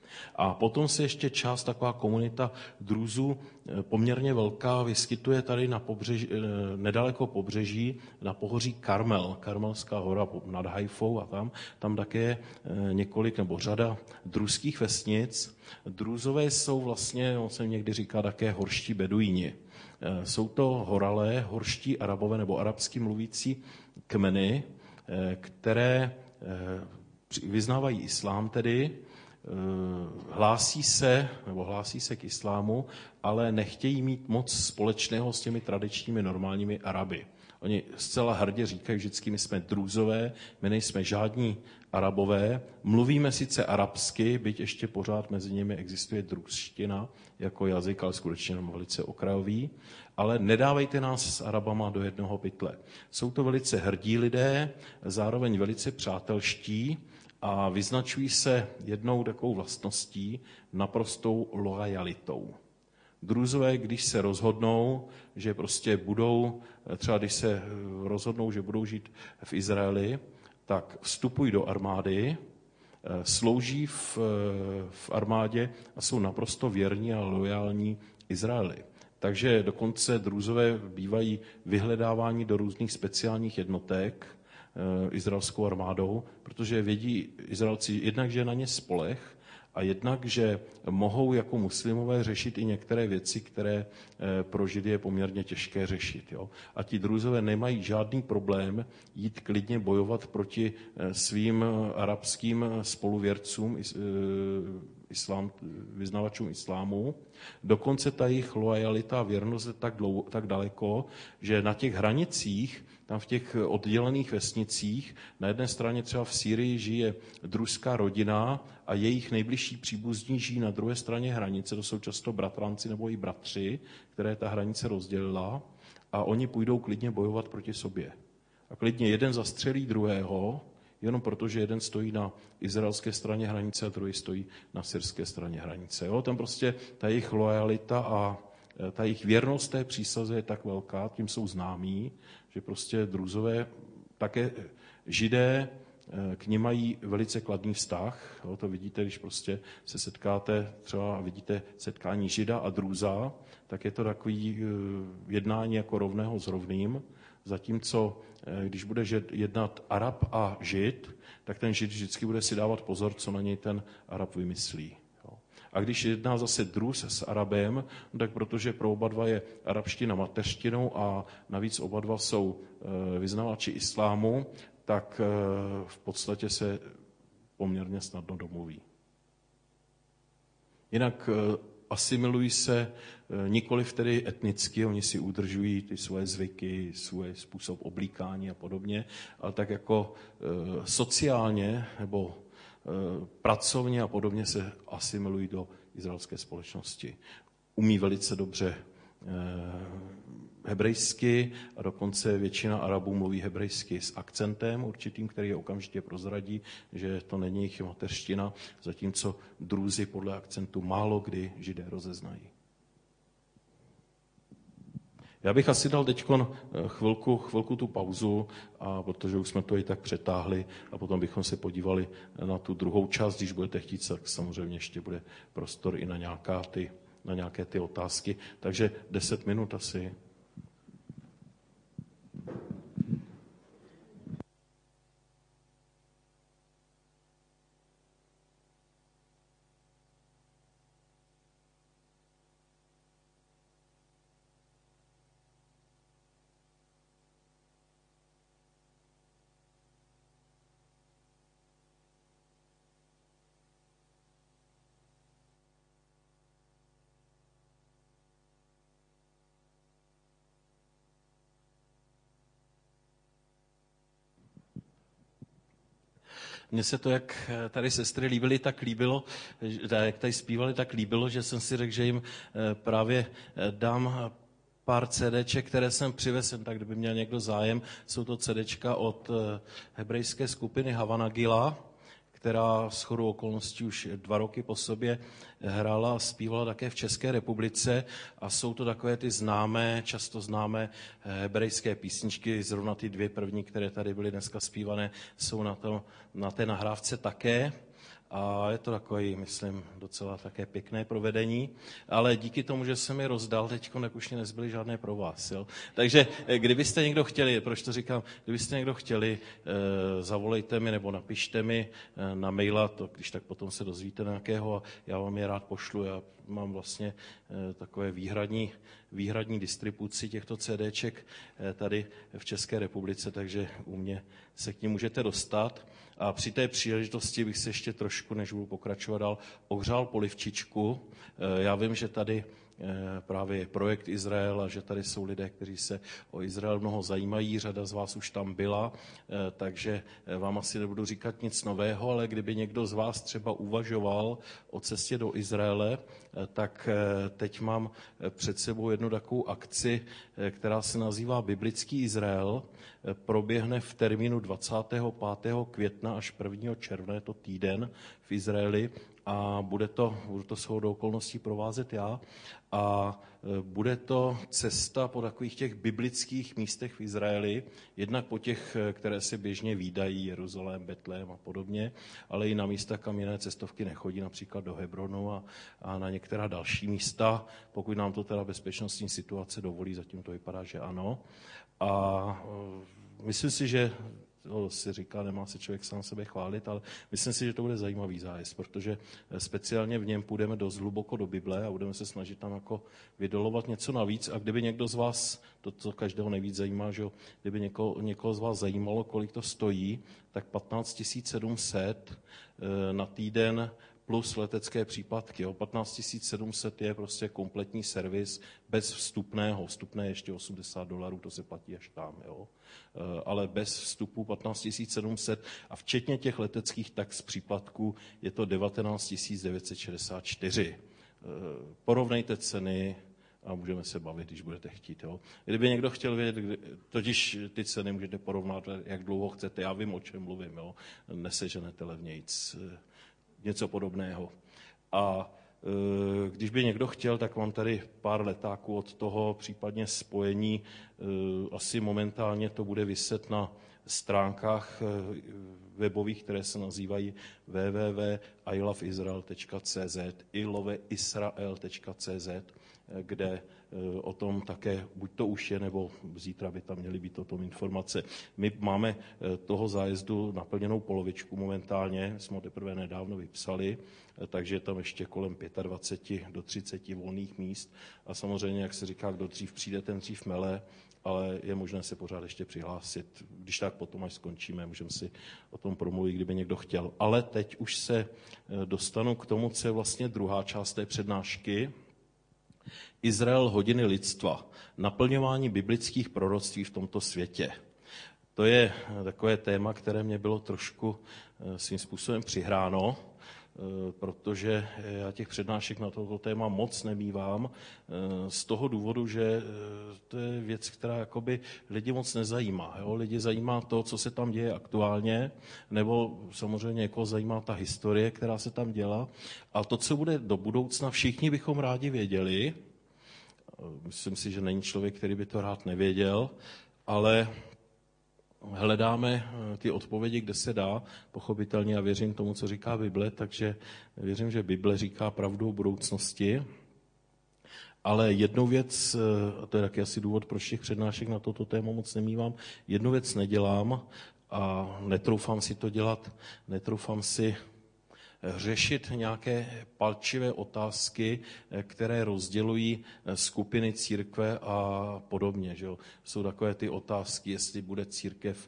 A potom se ještě část, taková komunita druzů, poměrně velká, vyskytuje tady na nedaleko pobřeží, na pohoří Karmel, Karmelská hora nad Haifou, a tam také je několik nebo řada druzských vesnic. Druzové jsou vlastně, on se někdy říká také horští beduíni. Jsou to horalé, horští Arabové nebo arabsky mluvící kmeny, které vyznávají islám tedy, hlásí se k islámu, ale nechtějí mít moc společného s těmi tradičními normálními Araby. Oni zcela hrdě říkají vždycky, my jsme druzové, my nejsme žádní Arabové, mluvíme sice arabsky, byť ještě pořád mezi nimi existuje druzština jako jazyk, ale skutečně velice okrajový, ale nedávejte nás s Arabama do jednoho pytle. Jsou to velice hrdí lidé, zároveň velice přátelští, a vyznačují se jednou takovou vlastností, naprostou loajalitou. Druzové, když se rozhodnou, že prostě budou, třeba když se rozhodnou, že budou žít v Izraeli, tak vstupují do armády, slouží v armádě a jsou naprosto věrní a loajální Izraeli. Takže dokonce druzové bývají vyhledáváni do různých speciálních jednotek izraelskou armádou, protože vědí Izraelci jednak, že je na ně spoleh, a jednak, že mohou jako muslimové řešit i některé věci, které pro Židy je poměrně těžké řešit. Jo? A ti druzové nemají žádný problém jít klidně bojovat proti svým arabským spoluvěrcům, vyznavačům islámu. Dokonce ta jejich loajalita a věrnost je tak daleko, že na těch hranicích, tam v těch oddělených vesnicích, na jedné straně třeba v Sýrii žije druzská rodina a jejich nejbližší příbuzní žijí na druhé straně hranice, to jsou často bratranci nebo i bratři, které ta hranice rozdělila, a oni půjdou klidně bojovat proti sobě. A klidně jeden zastřelí druhého, jenom protože jeden stojí na izraelské straně hranice a druhý stojí na syrské straně hranice. Jo? Tam prostě ta jejich loajalita a ta jejich věrnost té přísaze je tak velká, tím jsou známí, že prostě druzové, také Židé, k nim mají velice kladný vztah. Jo? To vidíte, když prostě se setkáte, třeba vidíte setkání Žida a druza, tak je to takový jednání jako rovného s rovným. Zatímco, když bude jednat Arab a Žid, tak ten Žid vždycky bude si dávat pozor, co na něj ten Arab vymyslí. A když jedná zase druz s Arabem, tak protože pro oba dva je arabština mateřštinou a navíc oba dva jsou vyznavači islámu, tak v podstatě se poměrně snadno domluví. Jinak asimilují se nikoliv tedy etnicky, oni si udržují ty svoje zvyky, svůj způsob oblíkání a podobně, ale tak jako sociálně nebo pracovně a podobně se asimilují do izraelské společnosti. Umí velice dobře hebrejsky a dokonce většina Arabů mluví hebrejsky s akcentem určitým, který je okamžitě prozradí, že to není jejich mateřština, zatímco druzi podle akcentu málo kdy Židé rozeznají. Já bych asi dal teď chvilku tu pauzu, protože už jsme to i tak přetáhli, a potom bychom se podívali na tu druhou část. Když budete chtít, tak samozřejmě ještě bude prostor i na nějaké ty otázky. Takže 10 minut asi. Mně se to, jak tady sestry jak tady zpívali, tak líbilo, že jsem si řekl, že jim právě dám pár CDček, které jsem přivez, tak kdyby měl někdo zájem. Jsou to CDčka od hebrejské skupiny Havana Gila, která shodou okolností už 2 roky po sobě hrála a zpívala také v České republice, a jsou to takové ty často známé hebrejské písničky, zrovna ty 2 první, které tady byly dneska zpívané, jsou na té nahrávce také. a je to takový, myslím, docela také pěkné provedení, ale díky tomu, že jsem je rozdal teďko, tak už nezbyly žádné pro vás. Jo? Takže kdybyste někdo chtěli, proč to říkám, kdybyste někdo chtěli, zavolejte mi nebo napište mi na maila, to, když tak potom se dozvíte nějakého a já vám je rád pošlu. Já mám vlastně takové výhradní distribuci těchto CDček tady v České republice, takže u mě se k nim můžete dostat. A při té příležitosti bych se ještě trošku, než budu pokračovat dál, ohřál polivčičku. Já vím, že tady právě je projekt Izrael a že tady jsou lidé, kteří se o Izrael mnoho zajímají, řada z vás už tam byla, takže vám asi nebudu říkat nic nového, ale kdyby někdo z vás třeba uvažoval o cestě do Izraele, tak teď mám před sebou jednu takovou akci, která se nazývá Biblický Izrael. Proběhne v termínu 25. května až 1. června, je to týden v Izraeli, a budu to shodou okolností provázet já. A bude to cesta po takových těch biblických místech v Izraeli, jednak po těch, které se běžně vídají, Jeruzalém, Betlém a podobně, ale i na místa, kam jiné cestovky nechodí, například do Hebronu a na některá další místa, pokud nám to teda bezpečnostní situace dovolí, zatím to vypadá, že ano. A myslím si, že to si říká, nemá se člověk sám sebe chválit, ale myslím si, že to bude zajímavý zájezd, protože speciálně v něm půjdeme dost hluboko do Bible a budeme se snažit tam jako vydolovat něco navíc. A kdyby někdo z vás, to, co každého nejvíc zajímá, že kdyby někoho z vás zajímalo, kolik to stojí, tak 15 700 na týden plus letecké příplatky. 15 700 je prostě kompletní servis bez vstupného. Vstupné ještě $80, to se platí až tam. Jo. Ale bez vstupu 15 700 a včetně těch leteckých tax příplatků je to 19 964. Porovnejte ceny a můžeme se bavit, když budete chtít. Jo. Kdyby někdo chtěl vědět, totiž ty ceny můžete porovnat, jak dlouho chcete, já vím, o čem mluvím, jo. Neseženete levnějc, něco podobného. A když by někdo chtěl, tak mám tady pár letáků od toho, případně spojení. Asi momentálně to bude viset na stránkách webových, které se nazývají www.iloveisrael.cz, iloveisrael.cz, kde o tom také, buď to už je, nebo zítra by tam měly být o tom informace. My máme toho zájezdu naplněnou polovičku momentálně, jsme ho teprve nedávno vypsali, takže je tam ještě kolem 25 do 30 volných míst a samozřejmě, jak se říká, kdo dřív přijde, ten dřív mele, ale je možné se pořád ještě přihlásit. Když tak potom, až skončíme, můžeme si o tom promluvit, kdyby někdo chtěl. Ale teď už se dostanu k tomu, co je vlastně druhá část té přednášky. Izrael hodiny lidstva. Naplňování biblických proroctví v tomto světě. To je takové téma, které mě bylo trošku svým způsobem přihráno, protože já těch přednášek na toto téma moc nemívám, z toho důvodu, že to je věc, která jakoby lidi moc nezajímá. Jo? Lidi zajímá to, co se tam děje aktuálně, nebo samozřejmě někoho zajímá ta historie, která se tam dělá. A to, co bude do budoucna, všichni bychom rádi věděli. Myslím si, že není člověk, který by to rád nevěděl, ale hledáme ty odpovědi, kde se dá, pochopitelně a věřím tomu, co říká Bible, takže věřím, že Bible říká pravdu o budoucnosti. Ale jednu věc, a to je taky asi důvod, proč těch přednášek na toto téma moc nemívám, jednu věc nedělám a netroufám si to dělat, netroufám si řešit nějaké palčivé otázky, které rozdělují skupiny církve a podobně. Že jo? Jsou takové ty otázky, jestli bude církev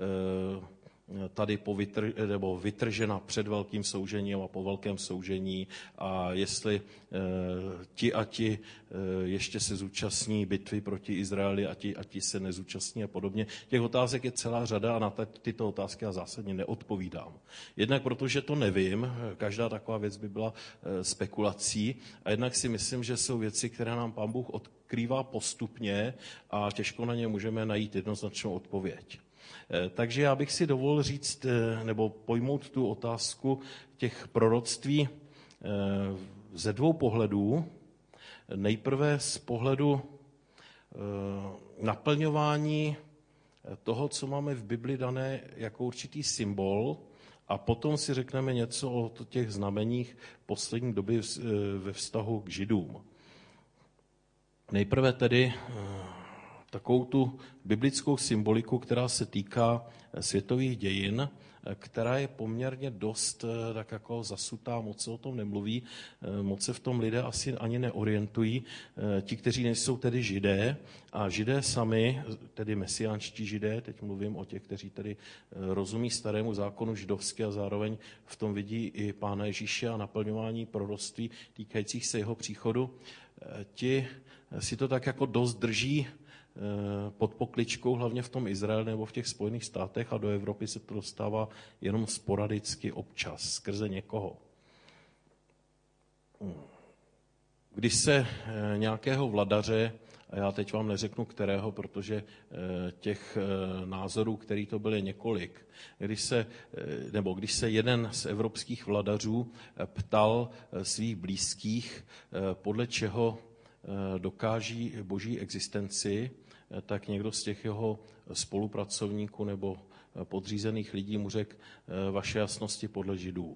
tady vytržena před velkým soužením a po velkém soužení a jestli ti a ti ještě se zúčastní bitvy proti Izraeli a ti se nezúčastní a podobně. Těch otázek je celá řada a na tyto otázky já zásadně neodpovídám. Jednak protože to nevím, každá taková věc by byla spekulací a jednak si myslím, že jsou věci, které nám Pán Bůh odkrývá postupně a těžko na ně můžeme najít jednoznačnou odpověď. Takže já bych si dovolil říct, nebo pojmout tu otázku těch proroctví ze dvou pohledů. Nejprve z pohledu naplňování toho, co máme v Bibli dané jako určitý symbol, A potom si řekneme něco o těch znameních poslední doby ve vztahu k Židům. Nejprve tedy takovou tu biblickou symboliku, která se týká světových dějin, která je poměrně dost tak jako zasutá, moc se o tom nemluví, moc se v tom lidé asi ani neorientují. Ti, kteří nejsou tedy Židé, a Židé sami, tedy mesiánští Židé, teď mluvím o těch, kteří tedy rozumí starému zákonu židovsky a zároveň v tom vidí i Pána Ježíše a naplňování proroctví týkajících se jeho příchodu, ti si to tak jako dost drží pod pokličkou, hlavně v tom Izraeli nebo v těch Spojených státech, a do Evropy se to dostává jenom sporadicky občas, skrze někoho. Když se nějakého vladaře, a já teď vám neřeknu kterého, protože těch názorů, který to byly několik, když se jeden z evropských vladařů ptal svých blízkých, podle čeho dokáží boží existenci, tak někdo z těch jeho spolupracovníků nebo podřízených lidí mu řekl vaše jasnosti podle Židů.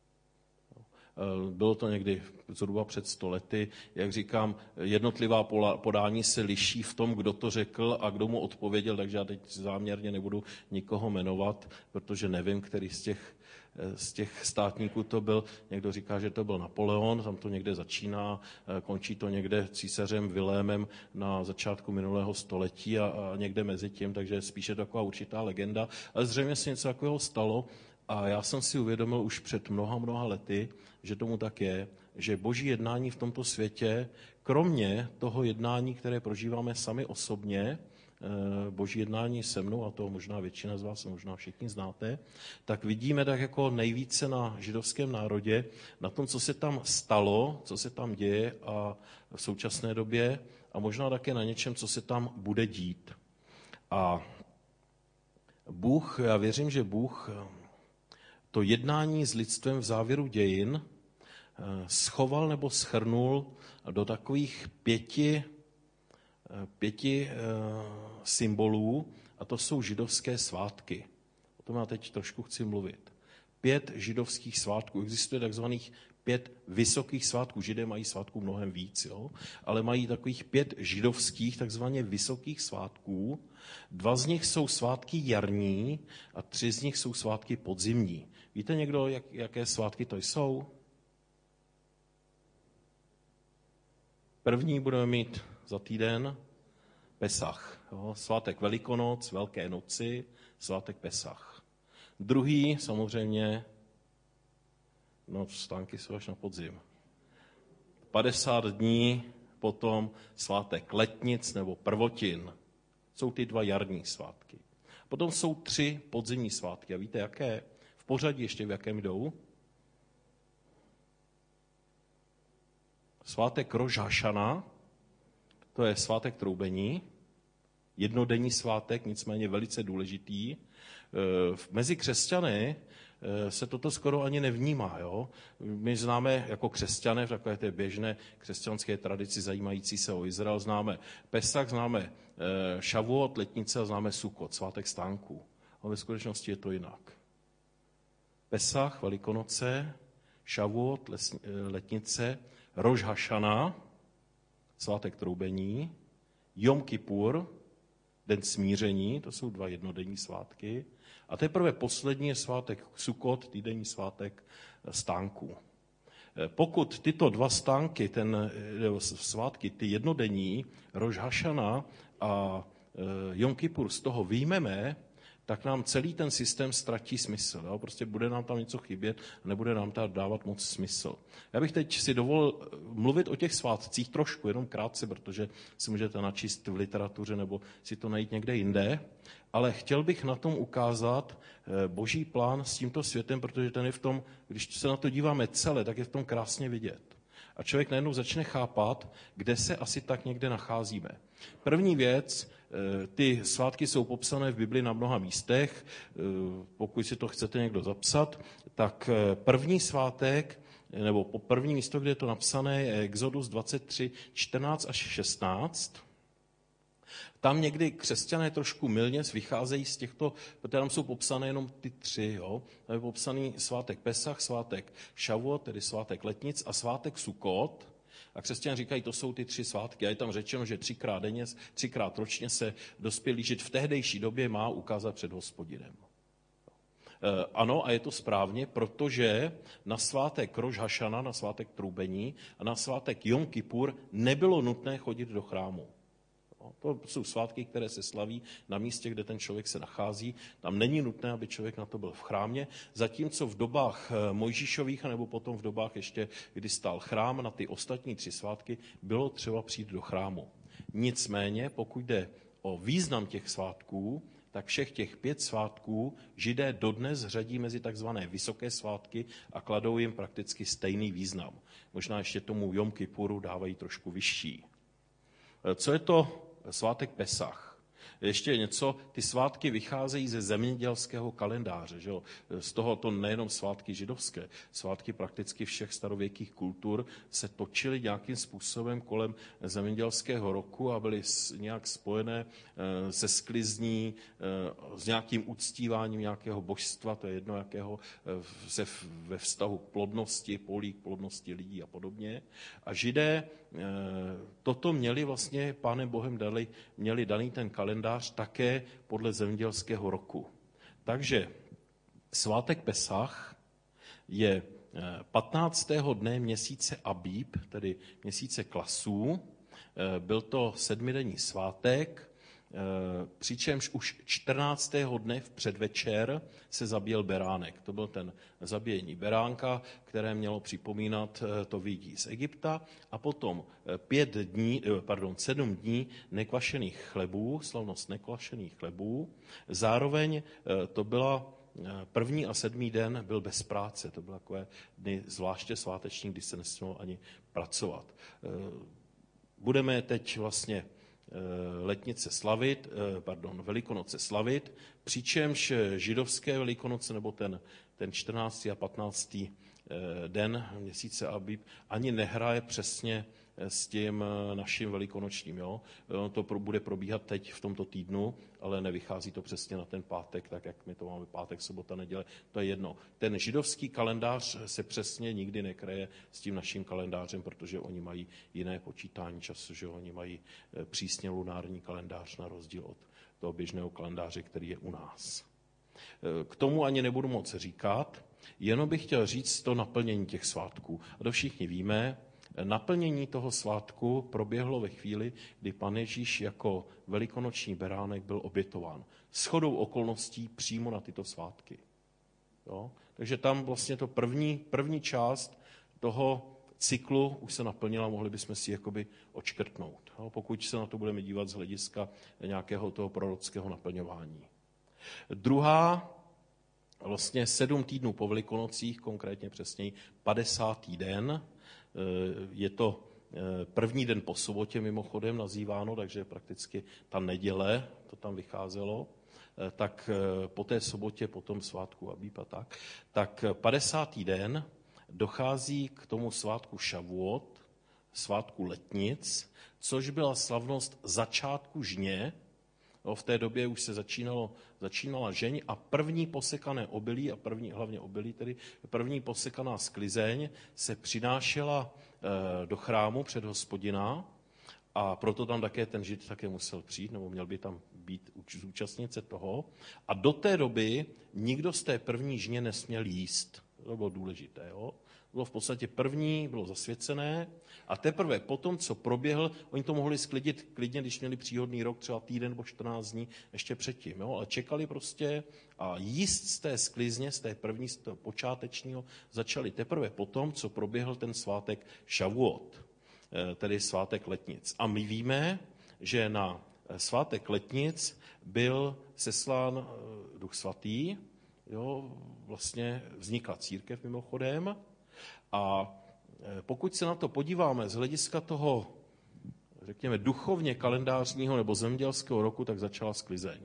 Bylo to někdy zhruba před 100 lety. Jak říkám, jednotlivá podání se liší v tom, kdo to řekl a kdo mu odpověděl, takže já teď záměrně nebudu nikoho jmenovat, protože nevím, který z těch státníků to byl. Někdo říká, že to byl Napoleon, tam to někde začíná, končí to někde císařem Vilémem na začátku minulého století a někde mezi tím, takže spíše taková určitá legenda. Ale zřejmě se něco takového stalo a já jsem si uvědomil už před mnoha lety, že tomu tak je, že boží jednání v tomto světě, kromě toho jednání, které prožíváme sami osobně, boží jednání se mnou, a to možná většina z vás, možná všichni znáte, tak vidíme tak jako nejvíce na židovském národě, na tom, co se tam stalo, co se tam děje a v současné době a možná také na něčem, co se tam bude dít. A Bůh, já věřím, že Bůh to jednání s lidstvem v závěru dějin schoval nebo shrnul do takových pěti symbolů, a to jsou židovské svátky. O tom já teď trošku chci mluvit. 5 židovských svátků. Existuje takzvaných 5 vysokých svátků. Židé mají svátků mnohem víc, jo? Ale mají takových 5 židovských, takzvaně vysokých svátků. 2 z nich jsou svátky jarní a 3 z nich jsou svátky podzimní. Víte někdo, jaké svátky to jsou? První budeme mít za týden Pesach. Jo? Svátek Velikonoc, Velké noci, svátek Pesach. Druhý samozřejmě, stánky jsou až na podzim. 50 dní potom svátek Letnic nebo Prvotin. Jsou ty 2 jarní svátky. Potom jsou 3 podzimní svátky. A víte, jaké? V pořadí ještě v jakém jdou? Svátek Roš Hašana, to je svátek troubení, jednodenní svátek, nicméně velice důležitý. Mezi křesťany se toto skoro ani nevnímá. Jo? My známe jako křesťané v takové té běžné křesťanské tradici zajímající se o Izrael, známe Pesach, známe Šavuot, Letnice a známe Sukot, svátek stánků. Ale ve skutečnosti je to jinak. Pesach, Velikonoce, Šavuot, Letnice, Roš Hašana, svátek troubení, Jom Kippur, den smíření, to jsou 2 jednodenní svátky. A teprve poslední je svátek Sukot, týdenní svátek stánků. Pokud tyto 2 stánky, svátky, ty jednodenní, Roš Hašana a Jom Kippur z toho vyjmeme, tak nám celý ten systém ztratí smysl. Jo? Prostě bude nám tam něco chybět a nebude nám tam dávat moc smysl. Já bych teď si dovolil mluvit o těch svátcích trošku, jenom krátce, protože si můžete načíst v literatuře nebo si to najít někde jinde, ale chtěl bych na tom ukázat boží plán s tímto světem, protože ten je v tom, když se na to díváme celé, tak je v tom krásně vidět. A člověk najednou začne chápat, kde se asi tak někde nacházíme. První věc, ty svátky jsou popsané v Bibli na mnoha místech, pokud si to chcete někdo zapsat, tak první svátek, nebo první místo, kde je to napsané, je Exodus 23, 14 až 16. Tam někdy křesťané trošku mylně vycházejí z těchto, protože tam jsou popsané jenom ty 3. Jo? Tam je popsaný svátek Pesach, svátek Šavuot, tedy svátek Letnic a svátek Sukot. A křesťané říkají, to jsou ty 3 svátky. A je tam řečeno, že 3krát denně, 3krát ročně se dospělý žid v tehdejší době má ukázat před Hospodinem. Ano, a je to správně, protože na svátek Roš Hašana, na svátek Trubení a na svátek Jom Kipur nebylo nutné chodit do chrámu. To jsou svátky, které se slaví na místě, kde ten člověk se nachází. Tam není nutné, aby člověk na to byl v chrámě. Zatímco v dobách Mojžíšových, nebo potom v dobách ještě, kdy stál chrám, na ty ostatní 3 svátky bylo třeba přijít do chrámu. Nicméně, pokud jde o význam těch svátků, tak všech těch 5 svátků Židé dodnes řadí mezi takzvané vysoké svátky a kladou jim prakticky stejný význam. Možná ještě tomu Jom Kipuru dávají trošku vyšší. Co je to svátek Pesach? Ještě něco, ty svátky vycházejí ze zemědělského kalendáře. Že jo? Z toho to nejenom svátky židovské, svátky prakticky všech starověkých kultur se točily nějakým způsobem kolem zemědělského roku a byly nějak spojené se sklizní, s nějakým uctíváním nějakého božstva, to je jedno jakého, ve vztahu k plodnosti, polí k plodnosti lidí a podobně. A Židé toto měli vlastně, Pánem Bohem měli daný ten kalendář také podle zemědělského roku. Takže svátek Pesach je 15. dne měsíce Abíb, tedy měsíce Klasů. Byl to 7denní svátek, přičemž už 14. dne v předvečer se zabíjel beránek. To byl ten zabíjení beránka, které mělo připomínat to vyjití z Egypta. A potom 7 dní nekvašených chlebů, slavnost nekvašených chlebů. Zároveň to byla 1. a 7. den byl bez práce. To byly takové dny zvláště sváteční, kdy se nesmělo ani pracovat. Budeme teď vlastně Velikonoce slavit, přičemž židovské Velikonoce, nebo ten 14. a 15. den měsíce Abíb, ani nehraje přesně s tím naším velikonočním. Jo? To bude probíhat teď v tomto týdnu, ale nevychází to přesně na ten pátek, tak jak my to máme pátek, sobota, neděle, to je jedno. Ten židovský kalendář se přesně nikdy nekraje s tím naším kalendářem, protože oni mají jiné počítání času, že oni mají přísně lunární kalendář na rozdíl od toho běžného kalendáře, který je u nás. K tomu ani nebudu moc říkat, jenom bych chtěl říct to naplnění těch svátků. A to všichni víme, naplnění toho svátku proběhlo ve chvíli, kdy Pan Ježíš jako velikonoční beránek byl obětován. Shodou okolností přímo na tyto svátky. Jo? Takže tam vlastně to první část toho cyklu už se naplnila, mohli bychom si jakoby odškrtnout. Jo? Pokud se na to budeme dívat z hlediska nějakého toho prorockého naplňování. Druhá, vlastně 7 týdnů po Velikonocích, konkrétně přesněji 50. den, je to první den po sobotě mimochodem nazýváno, takže prakticky ta neděle, to tam vycházelo, tak po té sobotě, po tom svátku Abíb a tak 50. den dochází k tomu svátku Šavuot, svátku Letnic, což byla slavnost začátku žně. V té době už se začínala žeň a první posekané obilí, a hlavně obilí, tedy první posekaná sklizeň se přinášela do chrámu před Hospodina a proto tam také ten žid také musel přijít, nebo měl by tam být zúčastnit se toho. A do té doby nikdo z té první žně nesměl jíst. To bylo důležité. Jo? Bylo v podstatě první, bylo zasvěcené a teprve potom, co proběhl, oni to mohli sklidit klidně, když měli příhodný rok, třeba týden nebo 14 dní ještě předtím. Jo? Ale čekali prostě a jíst z té sklizně, z té první, z toho počátečního, začali teprve potom, co proběhl ten svátek Šavuot, tedy svátek Letnic. A my víme, že na svátek Letnic byl seslán Duch Svatý, jo? Vlastně vznikla církev mimochodem. A pokud se na to podíváme z hlediska toho, řekněme, duchovně kalendářního nebo zemědělského roku, tak začala sklizeň.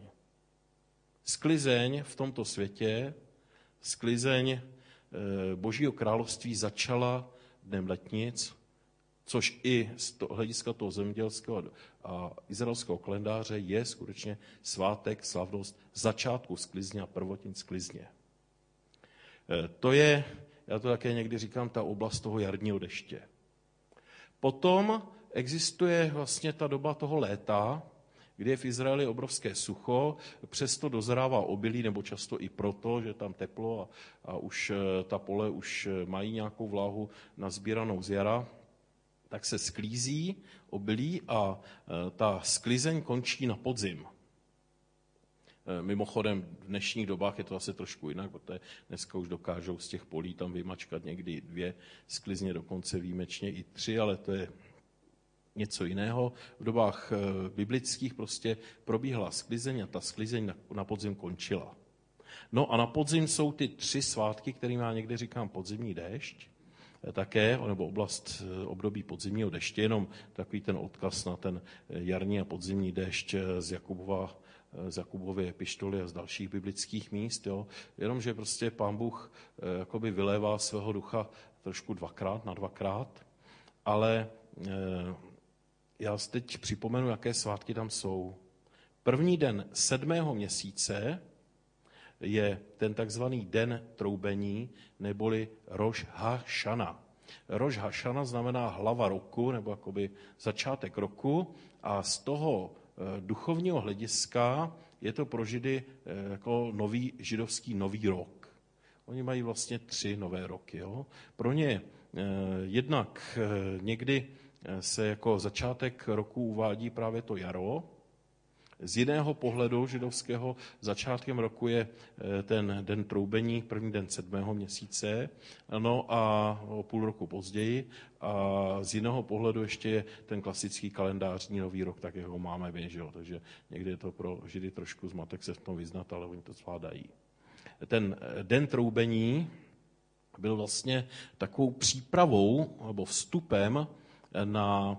Sklizeň v tomto světě, sklizeň Božího království začala dnem Letnic Což i z hlediska toho zemědělského a izraelského kalendáře je skutečně svátek, slavnost začátku sklizně a prvotin sklizně. To je, já to také někdy říkám, ta oblast toho jarního deště. Potom existuje vlastně ta doba toho léta, kdy je v Izraeli obrovské sucho, přesto dozrává obilí, nebo často i proto, že tam teplo a už ta pole už mají nějakou vláhu nazbíranou z jara, tak se sklízí obilí a ta sklizeň končí na podzim. Mimochodem v dnešních dobách je to asi trošku jinak, protože dneska už dokážou z těch polí tam vymačkat někdy 2 sklizně, dokonce výjimečně i 3, ale to je něco jiného. V dobách biblických prostě probíhala sklizeň a ta sklizeň na podzim končila. No a na podzim jsou ty 3 svátky, kterým já někdy říkám podzimní déšť, také, nebo oblast období podzimního deště, jenom takový ten odkaz na ten jarní a podzimní déšť z Jakubovy epištoly a z dalších biblických míst. Jo. Jenomže prostě Pán Bůh jakoby vylévá svého ducha trošku 2krát, na 2krát, ale já teď připomenu, jaké svátky tam jsou. První den 7. měsíce je ten takzvaný den troubení, neboli Roš Hašana. Roš Hašana znamená hlava roku, nebo jakoby začátek roku, a z toho duchovního hlediska je to pro Židy jako nový židovský nový rok. Oni mají vlastně 3 nové roky. Jo? Pro ně jednak někdy se jako začátek roku uvádí právě to jaro. Z jiného pohledu židovského začátkem roku je ten den troubení, první den 7. měsíce, no a o půl roku později. A z jiného pohledu ještě je ten klasický kalendářní nový rok, tak jak ho máme my, že jo? Takže někdy je to pro Židy trošku zmatek se v tom vyznat, ale oni to zvládají. Ten den troubení byl vlastně takovou přípravou nebo vstupem na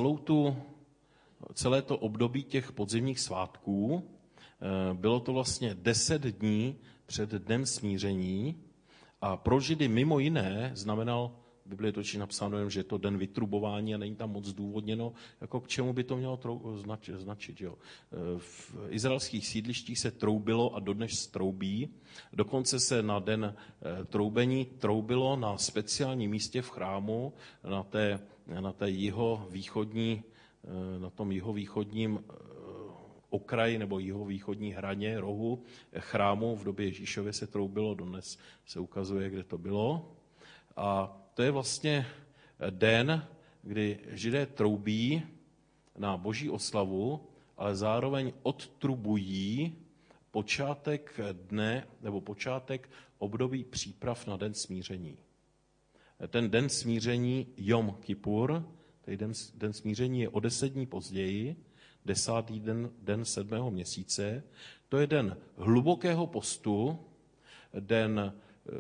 celé to období těch podzimních svátků. Bylo to vlastně 10 dní před dnem smíření a pro Židy mimo jiné znamenal, v Biblii je totiž napsáno, že je to den vytrubování a není tam moc zdůvodněno, jako k čemu by to mělo značit. Jo. V izraelských sídlištích se troubilo a dodnes troubí. Dokonce se na den troubení troubilo na speciálním místě v chrámu, na tom jihovýchodním okraji nebo jihovýchodní hraně rohu chrámu. V době Ježíšově se troubilo, dodnes se ukazuje, kde to bylo. A to je vlastně den, kdy Židé troubí na boží oslavu, ale zároveň odtrubují počátek dne nebo počátek období příprav na den smíření. Ten den smíření Jom Kippur, den smíření je o 10 dní později, 10. den 7. měsíce. To je den hlubokého postu, den,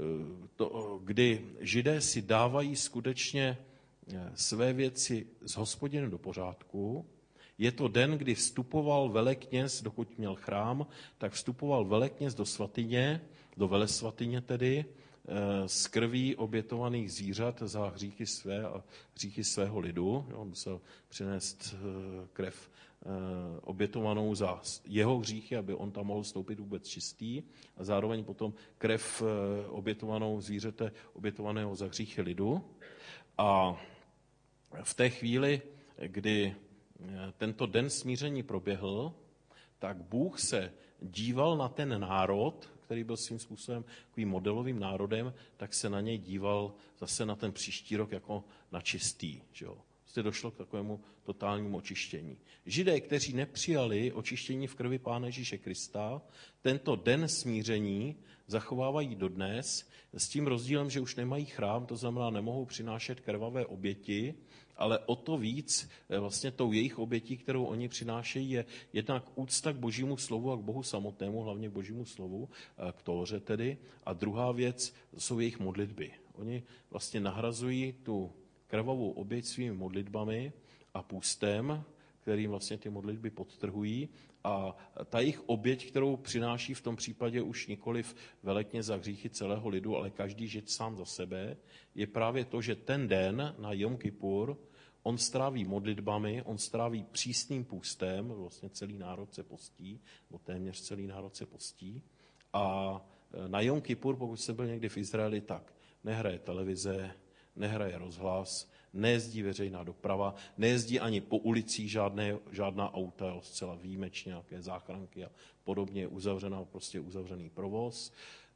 kdy Židé si dávají skutečně své věci s Hospodinem do pořádku. Je to den, kdy vstupoval velekněz, dokud měl chrám, tak vstupoval velekněz do svatyně, do velesvatyně tedy, z krví obětovaných zvířat za hříchy své a hříchy svého lidu. On musel přinést krev obětovanou za jeho hříchy, aby on tam mohl vstoupit vůbec čistý, a zároveň potom krev obětovanou zvířete, obětovaného za hříchy lidu. A v té chvíli, kdy tento den smíření proběhl, tak Bůh se díval na ten národ, který byl svým způsobem takovým modelovým národem, tak se na něj díval zase na ten příští rok jako na čistý. Že jo? Prostě došlo k takovému totálnímu očištění. Židé, kteří nepřijali očištění v krvi Pána Ježíše Krista, tento den smíření zachovávají dodnes, s tím rozdílem, že už nemají chrám, to znamená, nemohou přinášet krvavé oběti, ale o to víc vlastně tou jejich obětí, kterou oni přinášejí, je jednak úcta k božímu slovu a k Bohu samotnému, hlavně k božímu slovu, k Tóře tedy. A druhá věc jsou jejich modlitby. Oni vlastně nahrazují tu krvavou oběť svými modlitbami a půstem, kterým vlastně ty modlitby podtrhují. A ta jejich oběť, kterou přináší v tom případě už nikoliv velekně za hříchy celého lidu, ale každý Žid sám za sebe, je právě to, že ten den na Jom Kippur on stráví modlitbami, on stráví přísným půstem, vlastně celý národ se postí, nebo téměř celý národ se postí. A na Jom Kipur, pokud jste byl někdy v Izraeli, tak nehraje televize, nehraje rozhlas, nejezdí veřejná doprava, nejezdí ani po ulicích žádná auta, zcela výjimečně nějaké záchranky a podobně, prostě uzavřený provoz.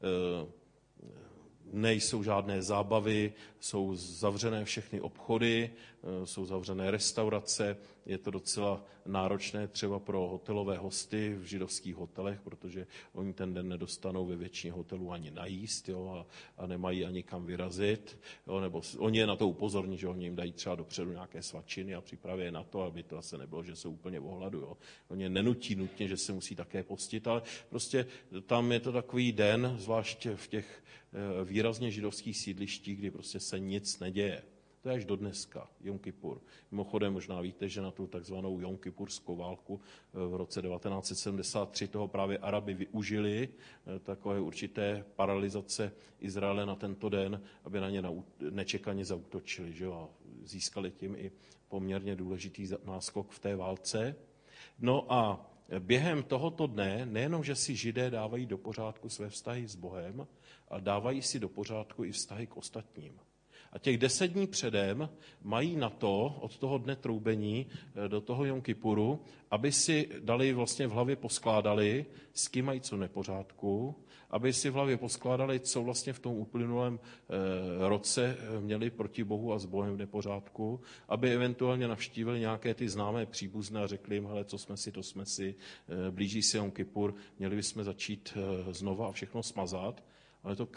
Nejsou žádné zábavy, jsou zavřené všechny obchody, jsou zavřené restaurace, je to docela náročné třeba pro hotelové hosty v židovských hotelech, protože oni ten den nedostanou ve většině hotelů ani najíst, jo, a nemají ani kam vyrazit, jo, nebo oni je na to upozorní, že oni jim dají třeba dopředu nějaké svačiny a připraví je na to, aby to asi nebylo, že jsou úplně v ohladu. Jo. Oni je nenutí nutně, že se musí také postit, ale prostě tam je to takový den, zvlášť v těch výrazně židovských sídlištích, kdy prostě se nic neděje. To je až do dneska, Jom Kipur. Mimochodem možná víte, že na tu takzvanou Jom Kipurskou válku v roce 1973 toho právě Arabi využili takové určité paralizace Izraele na tento den, aby na ně nečekaně zaútočili, že jo, a získali tím i poměrně důležitý náskok v té válce. No a během tohoto dne nejenom, že si Židé dávají do pořádku své vztahy s Bohem, ale dávají si do pořádku i vztahy k ostatním. A těch 10 dní předem mají na to, od toho dne troubení do toho Jom Kipuru, aby si dali vlastně v hlavě poskládali, s kým mají co nepořádku, aby si v hlavě poskládali, co vlastně v tom uplynulém roce měli proti Bohu a s Bohem v nepořádku, aby eventuálně navštívili nějaké ty známé příbuzné a řekli jim, hele, co jsme si, to jsme si, blíží se Jom Kipur, měli bychom začít znova a všechno smazat, ale je to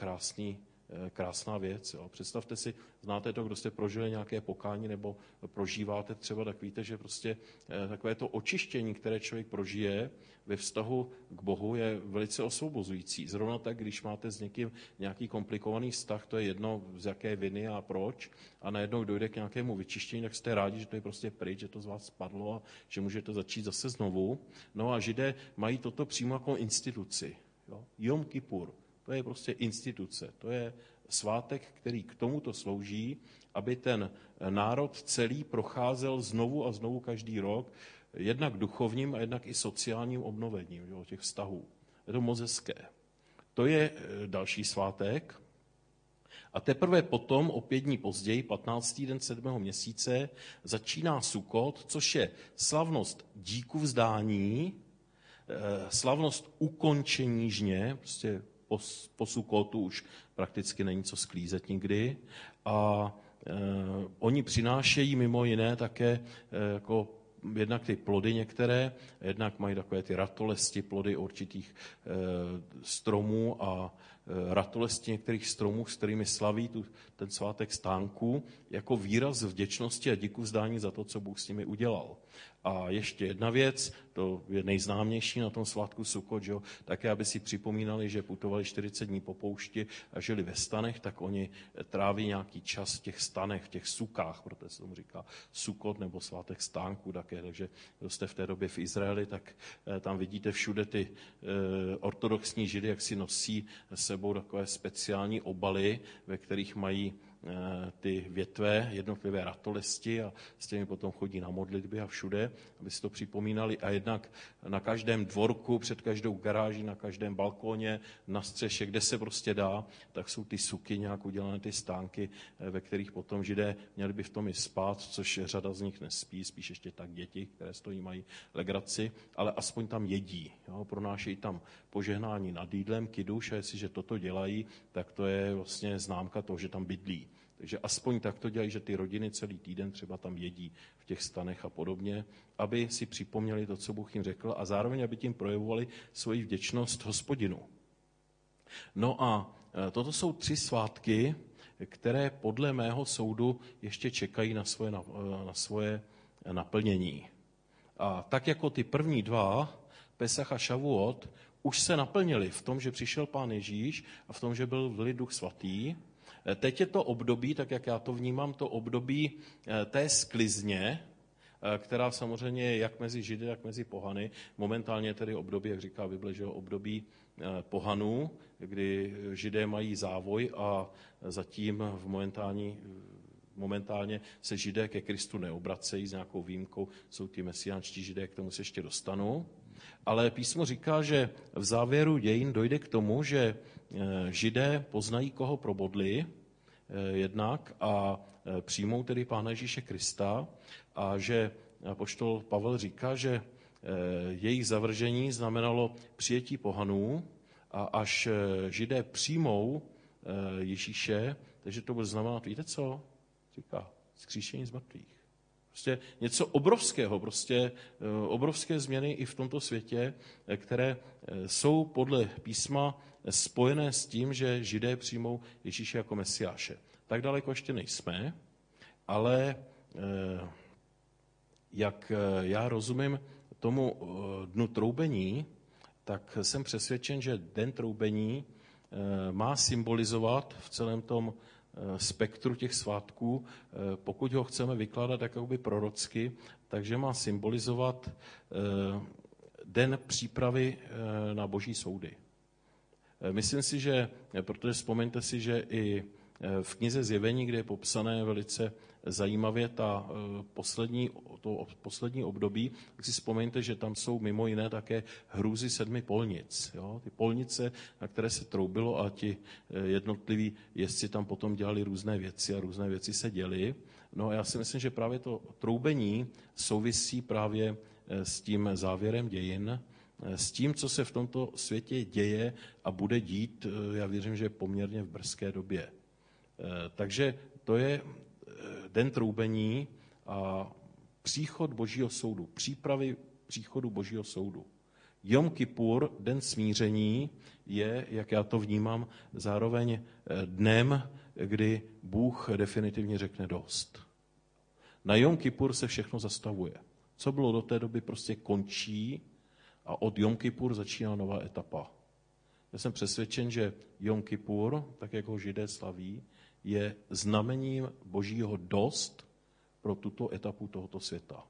krásná věc. Jo. Představte si, znáte to, kdo jste prožili nějaké pokání nebo prožíváte třeba, tak víte, že prostě takové to očištění, které člověk prožije ve vztahu k Bohu, je velice osvobozující. Zrovna tak, když máte s někým nějaký komplikovaný vztah, to je jedno, z jaké viny a proč, a najednou dojde k nějakému vyčištění, tak jste rádi, že to je prostě pryč, že to z vás spadlo a že můžete začít zase znovu. No a Židé mají toto přímo jako instituci. Jo. Jom Kipur. To je prostě instituce, to je svátek, který k tomuto slouží, aby ten národ celý procházel znovu a znovu každý rok, jednak duchovním a jednak i sociálním obnovením, jo, těch vztahů. Je to moc hezké. To je další svátek. A teprve potom, o 5 dní později, 15. den 7. měsíce, začíná Sukot, což je slavnost díku vzdání, slavnost ukončení žně, prostě po Sukotu už prakticky není co sklízet nikdy. A oni přinášejí mimo jiné také jako jednak ty plody některé, jednak mají takové ty ratolesti, plody určitých stromů a ratolesti některých stromů, s kterými slaví ten svátek stánku, jako výraz vděčnosti a díkuvzdání za to, co Bůh s nimi udělal. A ještě jedna věc, to je nejznámější na tom svátku Sukot, že jo, také, aby si připomínali, že putovali 40 dní po poušti a žili ve stanech, tak oni tráví nějaký čas v těch stanech, v těch sukách, protože se tomu říká Sukot nebo svátek stánku také. Takže kdo jste v té době v Izraeli, tak tam vidíte všude ty ortodoxní Židy, jak si nosí s sebou takové speciální obaly, ve kterých mají ty větve, jednotlivé ratolesti a s těmi potom chodí na modlitby a všude, aby si to připomínali. A jednak na každém dvorku, před každou garáží, na každém balkóně, na střeše, kde se prostě dá, tak jsou ty suky nějak udělané, ty stánky, ve kterých potom Židé měli by v tom i spát, což řada z nich nespí, spíš ještě tak děti, které stojí mají legraci, ale aspoň tam jedí. Jo? Pronášejí tam požehnání nad jídlem, kiduš, a jestliže toto dělají, tak to je vlastně známka toho, že tam bydlí. Takže aspoň tak to dělají, že ty rodiny celý týden třeba tam jedí v těch stanech a podobně, aby si připomněli to, co Bůh jim řekl a zároveň, aby tím projevovali svoji vděčnost Hospodinu. No a toto jsou 3 svátky, které podle mého soudu ještě čekají na svoje naplnění. A tak jako ty první 2, Pesach a Šavuot, už se naplnili v tom, že přišel Pán Ježíš a v tom, že byl Duch Svatý. Teď je to období, tak jak já to vnímám, to období té sklizně, která samozřejmě je jak mezi Židy, tak mezi pohany. Momentálně je tedy období, jak říká Bible, že období pohanů, kdy Židé mají závoj a zatím v momentální Momentálně se Židé ke Kristu neobracejí s nějakou výjimkou, jsou ty mesiánští Židé, k tomu se ještě dostanu. Ale písmo říká, že v závěru dějin dojde k tomu, že Židé poznají, koho probodli jednak a přijmou tedy Pána Ježíše Krista a že apoštol Pavel říká, že jejich zavržení znamenalo přijetí pohanů a až Židé přijmou Ježíše, takže to bude znamenat, víte co? Říká, vzkříšení z mrtvých. Prostě něco obrovského, prostě obrovské změny i v tomto světě, které jsou podle písma spojené s tím, že Židé přijmou Ježíše jako Mesiáše. Tak daleko ještě nejsme, ale jak já rozumím tomu dnu troubení, tak jsem přesvědčen, že den troubení má symbolizovat v celém tom spektru těch svátků, pokud ho chceme vykládat jakoby prorocky, takže má symbolizovat den přípravy na boží soudy. Myslím si, že, protože vzpomeňte si, že i v knize Zjevení, kde je popsané velice zajímavě to poslední období, tak si vzpomeňte, že tam jsou mimo jiné také hrůzy 7 polnic. Jo? Ty polnice, na které se troubilo a ti jednotliví jezdci tam potom dělali různé věci a různé věci se děly. No a já si myslím, že právě to troubení souvisí právě s tím závěrem dějin, s tím, co se v tomto světě děje a bude dít, já věřím, že poměrně v brzké době. Takže to je den troubení a příchod Božího soudu, přípravy příchodu Božího soudu. Jom Kippur, den smíření, je, jak já to vnímám, zároveň dnem, kdy Bůh definitivně řekne dost. Na Jom Kippur se všechno zastavuje. Co bylo do té doby, prostě končí a od Jom Kippur začíná nová etapa. Já jsem přesvědčen, že Jom Kippur, tak jak ho Židé slaví, je znamením Božího dost pro tuto etapu tohoto světa.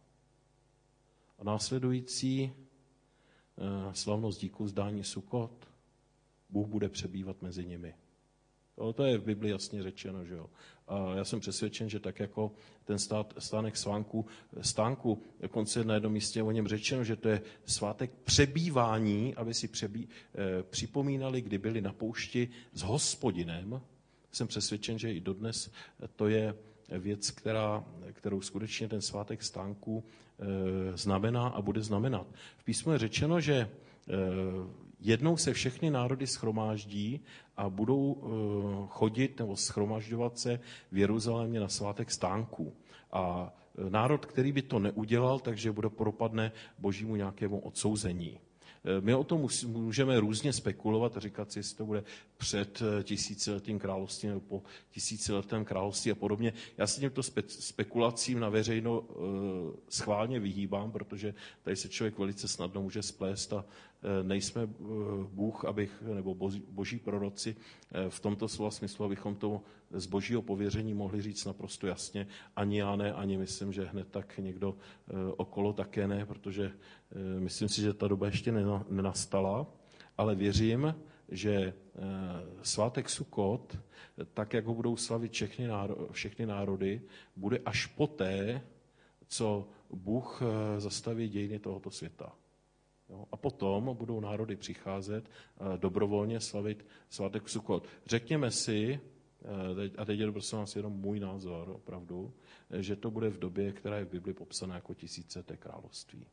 A následující slavnost díku vzdání Sukot, Bůh bude přebývat mezi nimi. To je v Bibli jasně řečeno, že jo. A já jsem přesvědčen, že tak jako ten stánek stánku, dokonce na jednom místě o něm řečeno, že to je svátek přebývání, aby si připomínali, kdy byli na poušti s Hospodinem. Jsem přesvědčen, že i dodnes to je věc, kterou skutečně ten svátek stánku znamená a bude znamenat. V písmu je řečeno, že jednou se všechny národy shromáždí a budou chodit nebo shromažďovat se v Jeruzalémě na svátek stánků. A národ, který by to neudělal, takže bude propadne Božímu nějakému odsouzení. My o tom můžeme různě spekulovat a říkat si, jestli to bude před tisíciletým královstvím nebo po tisíciletém království a podobně. Já se těmto spekulacím na veřejno schválně vyhýbám, protože tady se člověk velice snadno může splést a nejsme Bůh, nebo boží proroci v tomto slova smyslu, abychom to z božího pověření mohli říct naprosto jasně. Ani já ne, ani myslím, že hned tak někdo okolo také ne, protože myslím si, že ta doba ještě nenastala, ale věřím, že svátek Sukot, tak jak ho budou slavit všechny národy, bude až poté, co Bůh zastaví dějiny tohoto světa. Jo? A potom budou národy přicházet dobrovolně slavit svátek Sukot. Řekněme si, a teď je prosím vás jenom můj názor, opravdu, že to bude v době, která je v Bibli popsaná jako tisícileté království.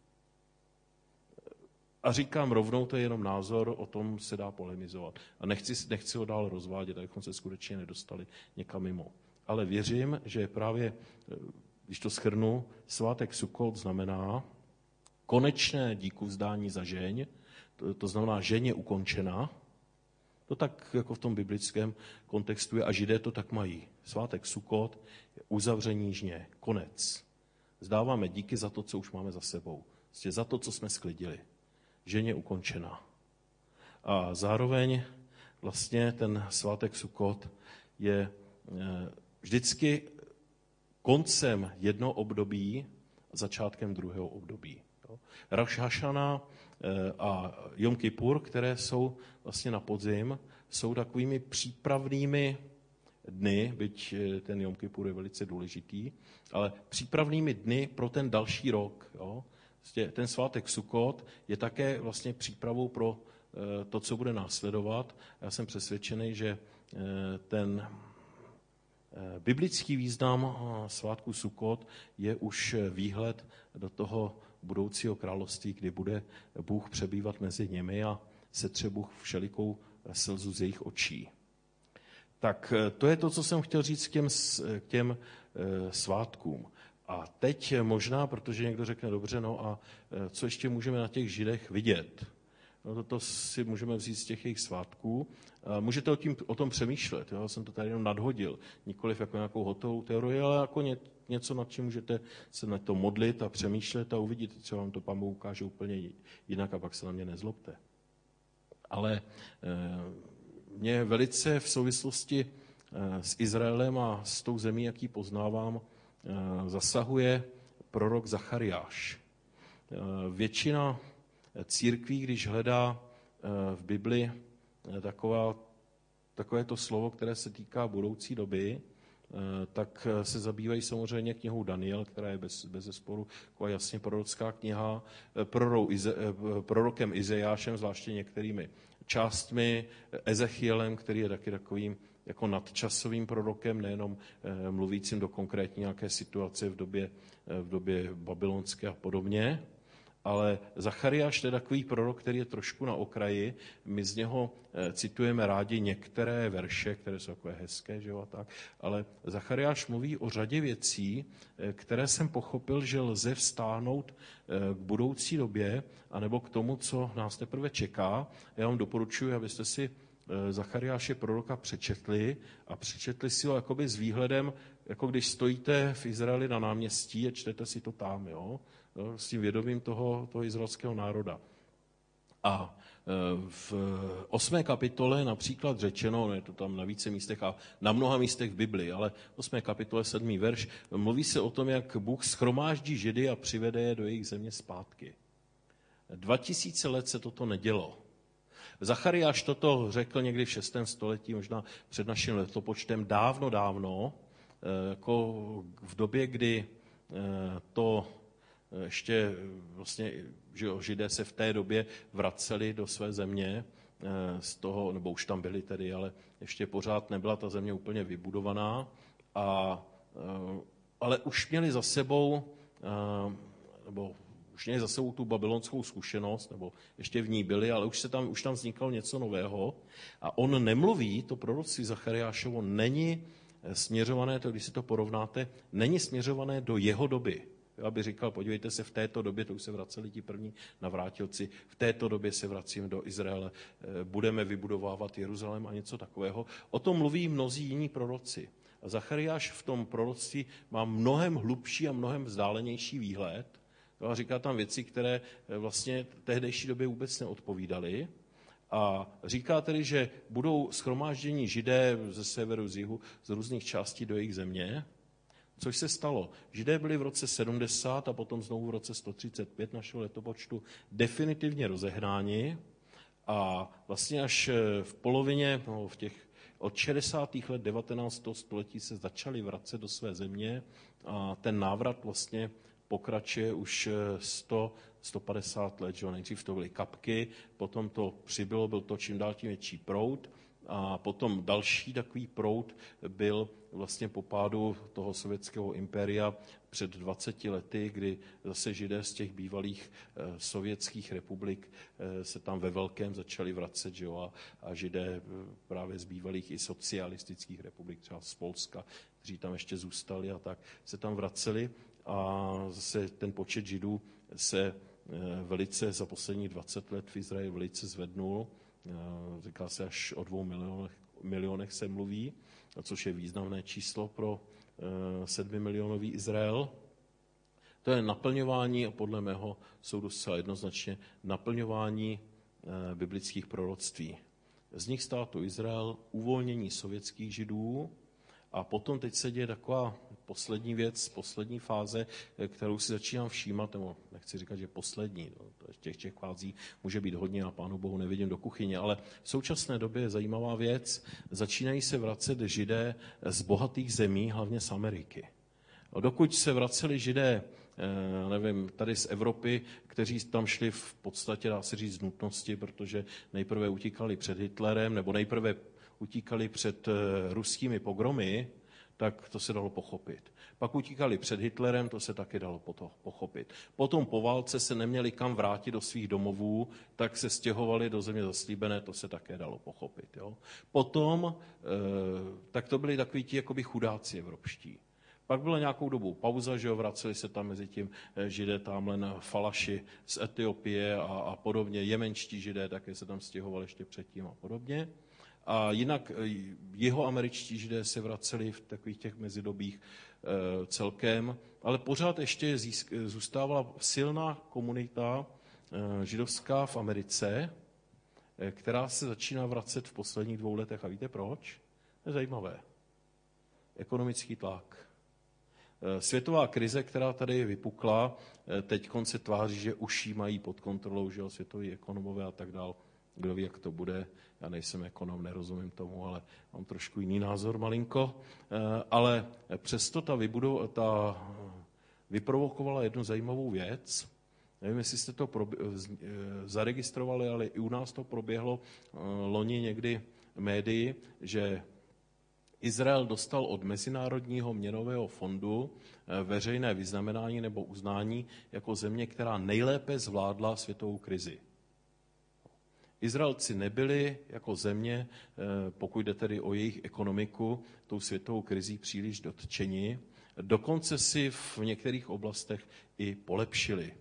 A říkám rovnou, to je jenom názor, o tom se dá polemizovat. A nechci ho dál rozvádět, abychom se skutečně nedostali někam mimo. Ale věřím, že právě, když to shrnu, svátek Sukot znamená konečné díkuvzdání za žeň, to znamená, žeň je ukončena. To tak jako v tom biblickém kontextu je a Židé to tak mají. Svátek Sukot je uzavření žně, konec. Zdáváme díky za to, co už máme za sebou. Prostě za to, co jsme sklidili. Žeň je ukončena. A zároveň vlastně ten svátek Sukot je vždycky koncem jednoho období a začátkem druhého období. Roš Hašana a Jom Kippur, které jsou vlastně na podzim, jsou takovými přípravnými dny, byť ten Jom Kipur je velice důležitý, ale přípravnými dny pro ten další rok. Jo. Ten svátek Sukot je také vlastně přípravou pro to, co bude následovat. Já jsem přesvědčený, že ten biblický význam svátku Sukot je už výhled do toho budoucího království, kdy bude Bůh přebývat mezi nimi a setře Bůh všelikou slzu z jejich očí. Tak to je to, co jsem chtěl říct k těm svátkům. A teď možná, protože někdo řekne, dobře, no a co ještě můžeme na těch Židech vidět? No to si můžeme vzít z těch jejich svátků. Můžete o tom přemýšlet, jo? Já jsem to tady jenom nadhodil. Nikoliv jako nějakou hotovou teorii, ale jako něco, nad čím můžete se na to modlit a přemýšlet a uvidíte, co vám to Pán Bůh ukáže úplně jinak a pak se na mě nezlobte. Ale mě velice v souvislosti s Izraelem a s tou zemí, jaký poznávám, zasahuje prorok Zachariáš. Většina církví, když hledá v Bibli takové to slovo, které se týká budoucí doby, tak se zabývají samozřejmě knihou Daniel, která je bez zesporu taková jasně prorocká kniha, prorokem Izajášem, zvláště některými částmi, Ezechielem, který je taky takovým jako nadčasovým prorokem, nejenom mluvícím do konkrétní nějaké situace v době babylonské a podobně. Ale Zachariáš je takový prorok, který je trošku na okraji. My z něho citujeme rádi některé verše, které jsou takové hezké, že jo, a tak. Ale Zachariáš mluví o řadě věcí, které jsem pochopil, že lze vztáhnout k budoucí době, anebo k tomu, co nás teprve čeká. Já vám doporučuji, abyste si Zachariáše proroka přečetli a přečetli si ho jakoby s výhledem, jako když stojíte v Izraeli na náměstí a čtete si to tam, jo? S tím vědomím toho izraelského národa. A v 8. kapitole například řečeno, no je to tam na více místech a na mnoha místech v Biblii, ale v 8. kapitole 7. verš, mluví se o tom, jak Bůh shromáždí Židy a přivede je do jejich země zpátky. 2000 let se toto nedělo. Zachariáš toto řekl někdy v 6. století, možná před naším letopočtem, dávno, jako v době, kdy to ještě vlastně, že Židé se v té době vraceli do své země z toho, nebo už tam byli tedy, ale ještě pořád nebyla ta země úplně vybudovaná, ale už měli za sebou, tu babylonskou zkušenost, nebo ještě v ní byli, ale už tam vznikalo něco nového. A on nemluví, to proroctví Zachariášovo není směřované, to když si to porovnáte, není směřované do jeho doby. Aby říkal, podívejte se, v této době, to už se vraceli ti první navrátilci, v této době se vracíme do Izraele, budeme vybudovávat Jeruzalém a něco takového. O tom mluví mnozí jiní proroci. A Zachariáš v tom proroctví má mnohem hlubší a mnohem vzdálenější výhled. A říká tam věci, které vlastně tehdejší době vůbec neodpovídaly. A říká tedy, že budou shromáždění Židé ze severu, z jihu, z různých částí do jejich země. Což se stalo. Židé byli v roce 70 a potom znovu v roce 135 našeho letopočtu definitivně rozehnáni a vlastně až v polovině, od 60. let 19. století se začali vracet do své země a ten návrat vlastně pokračuje už 150 let. Že? Nejdřív to byly kapky, potom to přibylo, byl to čím dál tím větší proud a potom další takový proud byl vlastně po pádu toho sovětského impéria před 20 lety, kdy zase Židé z těch bývalých sovětských republik se tam ve velkém začali vracet, že jo, a Židé právě z bývalých i socialistických republik, třeba z Polska, kteří tam ještě zůstali a tak, se tam vraceli a zase ten počet Židů se velice za posledních 20 let v Izraeli velice zvednul. Říká se až o 2 milionech se mluví, což je významné číslo pro 7milionový Izrael. To je naplňování, a podle mého soudu zcela jednoznačně, naplňování biblických proroctví. Z nich státu Izrael, uvolnění sovětských Židů A potom teď se děje taková poslední věc, poslední fáze, kterou si začínám všímat, nebo nechci říkat, že poslední, těch fází může být hodně a Pánu Bohu nevidím do kuchyně, ale v současné době je zajímavá věc, začínají se vracet Židé z bohatých zemí, hlavně z Ameriky. Dokud se vraceli Židé, nevím, tady z Evropy, kteří tam šli v podstatě, dá se říct, z nutnosti, protože nejprve utíkali před Hitlerem, nebo nejprve utíkali před ruskými pogromy, tak to se dalo pochopit. Pak utíkali před Hitlerem, to se taky dalo pochopit. Potom po válce se neměli kam vrátit do svých domovů, tak se stěhovali do země zaslíbené, to se také dalo pochopit. Jo. Potom, tak to byli takoví ti jakoby chudáci evropští. Pak byla nějakou dobu pauza, že jo, vraceli se tam mezi tím Židé, tamhle na Falaši z Etiopie a podobně, jemenští Židé také se tam stěhovali ještě předtím a podobně. A jinak jihoameričtí Židé se vraceli v takových těch mezidobích celkem, ale pořád ještě zůstávala silná komunita židovská v Americe, která se začíná vracet v posledních 2 letech. A víte proč? To je zajímavé. Ekonomický tlak. Světová krize, která tady vypukla, teď se tváří, že už ji mají pod kontrolou, že jo, světoví ekonomové a tak dál. Kdo ví, jak to bude. Já nejsem ekonom, nerozumím tomu, ale mám trošku jiný názor malinko. Ale přesto ta vyprovokovala jednu zajímavou věc. Nevím, jestli jste to zaregistrovali, ale i u nás to proběhlo loni někdy médii, že Izrael dostal od Mezinárodního měnového fondu veřejné vyznamenání nebo uznání jako země, která nejlépe zvládla světovou krizi. Izraelci nebyli jako země, pokud jde tedy o jejich ekonomiku, tou světovou krizí příliš dotčeni. Dokonce si v některých oblastech i polepšili.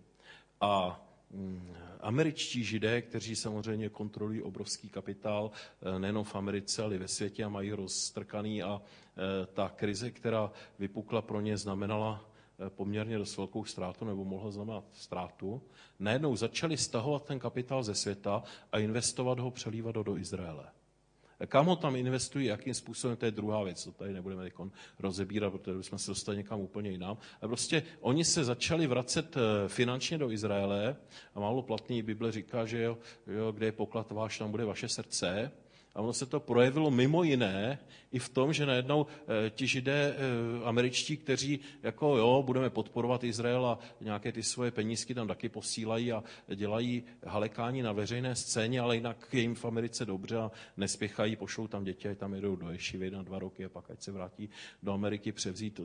A američtí Židé, kteří samozřejmě kontrolují obrovský kapitál, nejenom v Americe, ale i ve světě a mají rozstrkaný a ta krize, která vypukla pro ně, znamenala poměrně dost velkou ztrátu, nebo mohla znamenat ztrátu, najednou začali stahovat ten kapitál ze světa a investovat ho, přelívat ho do Izraele. Kam ho tam investují, jakým způsobem, to je druhá věc, to tady nebudeme rozebírat, protože bychom se dostali někam úplně jinam. A prostě oni se začali vracet finančně do Izraele a málo platný Bible říká, že jo, kde je poklad váš, tam bude vaše srdce. A ono se to projevilo mimo jiné i v tom, že najednou ti Židé američtí, kteří jako jo, budeme podporovat Izrael a nějaké ty svoje penízky tam taky posílají a dělají halekání na veřejné scéně, ale jinak je jim v Americe dobře a nespěchají, pošlou tam děti a tam jedou do ješivy na 2 roky a pak ať se vrátí do Ameriky převzít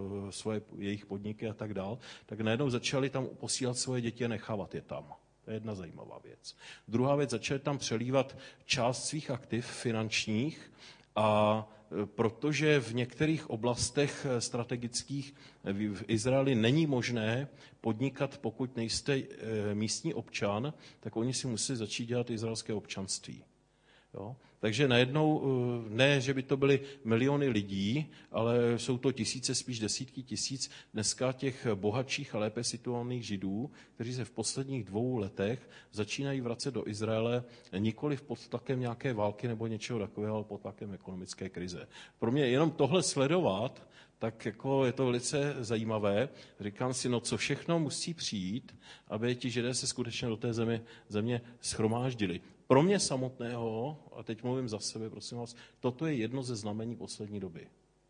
jejich podniky a tak dál, tak najednou začali tam posílat svoje děti a nechávat je tam. To je jedna zajímavá věc. Druhá věc, začali tam přelívat část svých aktiv finančních a protože v některých oblastech strategických v Izraeli není možné podnikat, pokud nejste místní občan, tak oni si musí začít dělat izraelské občanství. Jo? Takže najednou, ne, že by to byly miliony lidí, ale jsou to tisíce, spíš desítky tisíc dneska těch bohatších a lépe situovaných Židů, kteří se v posledních 2 letech začínají vracet do Izraele nikoli pod tlakem nějaké války nebo něčeho takového, ale pod tlakem ekonomické krize. Pro mě jenom tohle sledovat, tak jako je to velice zajímavé. Říkám si, no co všechno musí přijít, aby ti Židé se skutečně do té země shromáždili. Pro mě samotného, a teď mluvím za sebe, prosím vás, toto je jedno ze znamení poslední doby.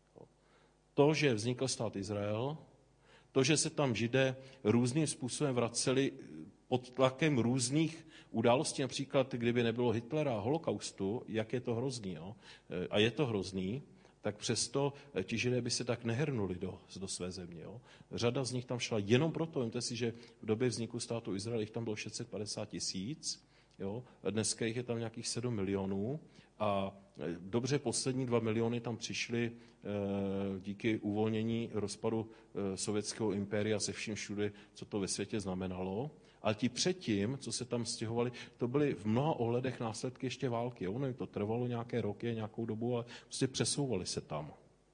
To, že vznikl stát Izrael, to, že se tam Židé různým způsobem vraceli pod tlakem různých událostí, například kdyby nebylo Hitlera a holokaustu, jak je to hrozný, jo? A je to hrozný, tak přesto ti Židé by se tak nehrnuli do své země. Jo? Řada z nich tam šla jenom proto, vemte si, že v době vzniku státu Izrael jich tam bylo 650 000, jo? Dneska jich je tam nějakých 7 milionů a dobře poslední 2 miliony tam přišly díky uvolnění rozpadu sovětského impéria se vším všude, co to ve světě znamenalo. Ale ti předtím, co se tam stěhovali, to byly v mnoha ohledech následky ještě války. Jo? Ono to trvalo nějaké roky, nějakou dobu, ale prostě přesouvali se tam.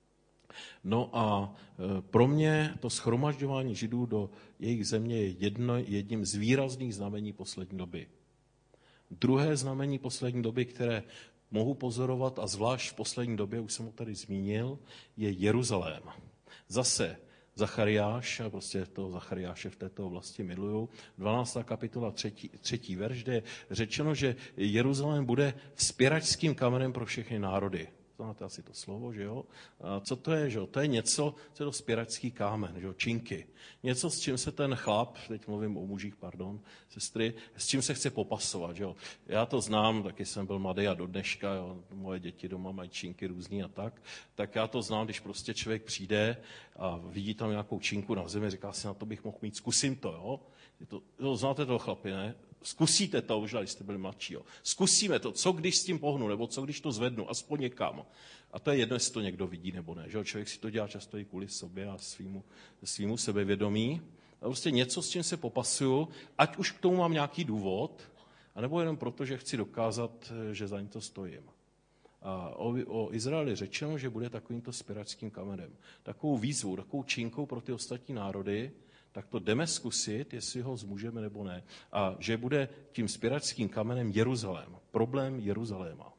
No a pro mě to shromažďování Židů do jejich země je jedním z výrazných znamení poslední doby. Druhé znamení poslední doby, které mohu pozorovat, a zvlášť v poslední době, už jsem ho tady zmínil, je Jeruzalém. Zase Zachariáš, a prostě toho Zachariáše v této oblasti miluju, 12. kapitola 3. verš, kde je řečeno, že Jeruzalém bude vzpěračským kamenem pro všechny národy. Znáte asi to slovo, že jo? A co to je, že jo? To je něco, co je to vzpěračský kámen, že jo? Činky. Něco, s čím se ten chlap, teď mluvím o mužích, pardon, sestry, s čím se chce popasovat, že jo? Já to znám, taky jsem byl mladý a do dneška, jo? Moje děti doma mají činky různý a tak já to znám, když prostě člověk přijde a vidí tam nějakou činku na zemi, říká si, na to bych mohl mít, zkusím to, jo? Znáte toho chlapi, ne? Zkusíte to, možná, když jste byli mladší. Jo. Zkusíme to, co když s tím pohnu, nebo co když to zvednu, aspoň někam. A to je jedno, jestli to někdo vidí nebo ne. Že? Člověk si to dělá často i kvůli sobě a svýmu sebevědomí. A prostě něco, s čím se popasuju, ať už k tomu mám nějaký důvod, anebo jenom proto, že chci dokázat, že za ní to stojím. A o Izraeli řečeno, že bude takovýmto vzpěračským kamenem. Takovou výzvou, takovou činkou pro ty ostatní národy, tak to jdeme zkusit, jestli ho zmůžeme nebo ne. A že bude tím vzpěračským kamenem Jeruzalém. Problém Jeruzaléma.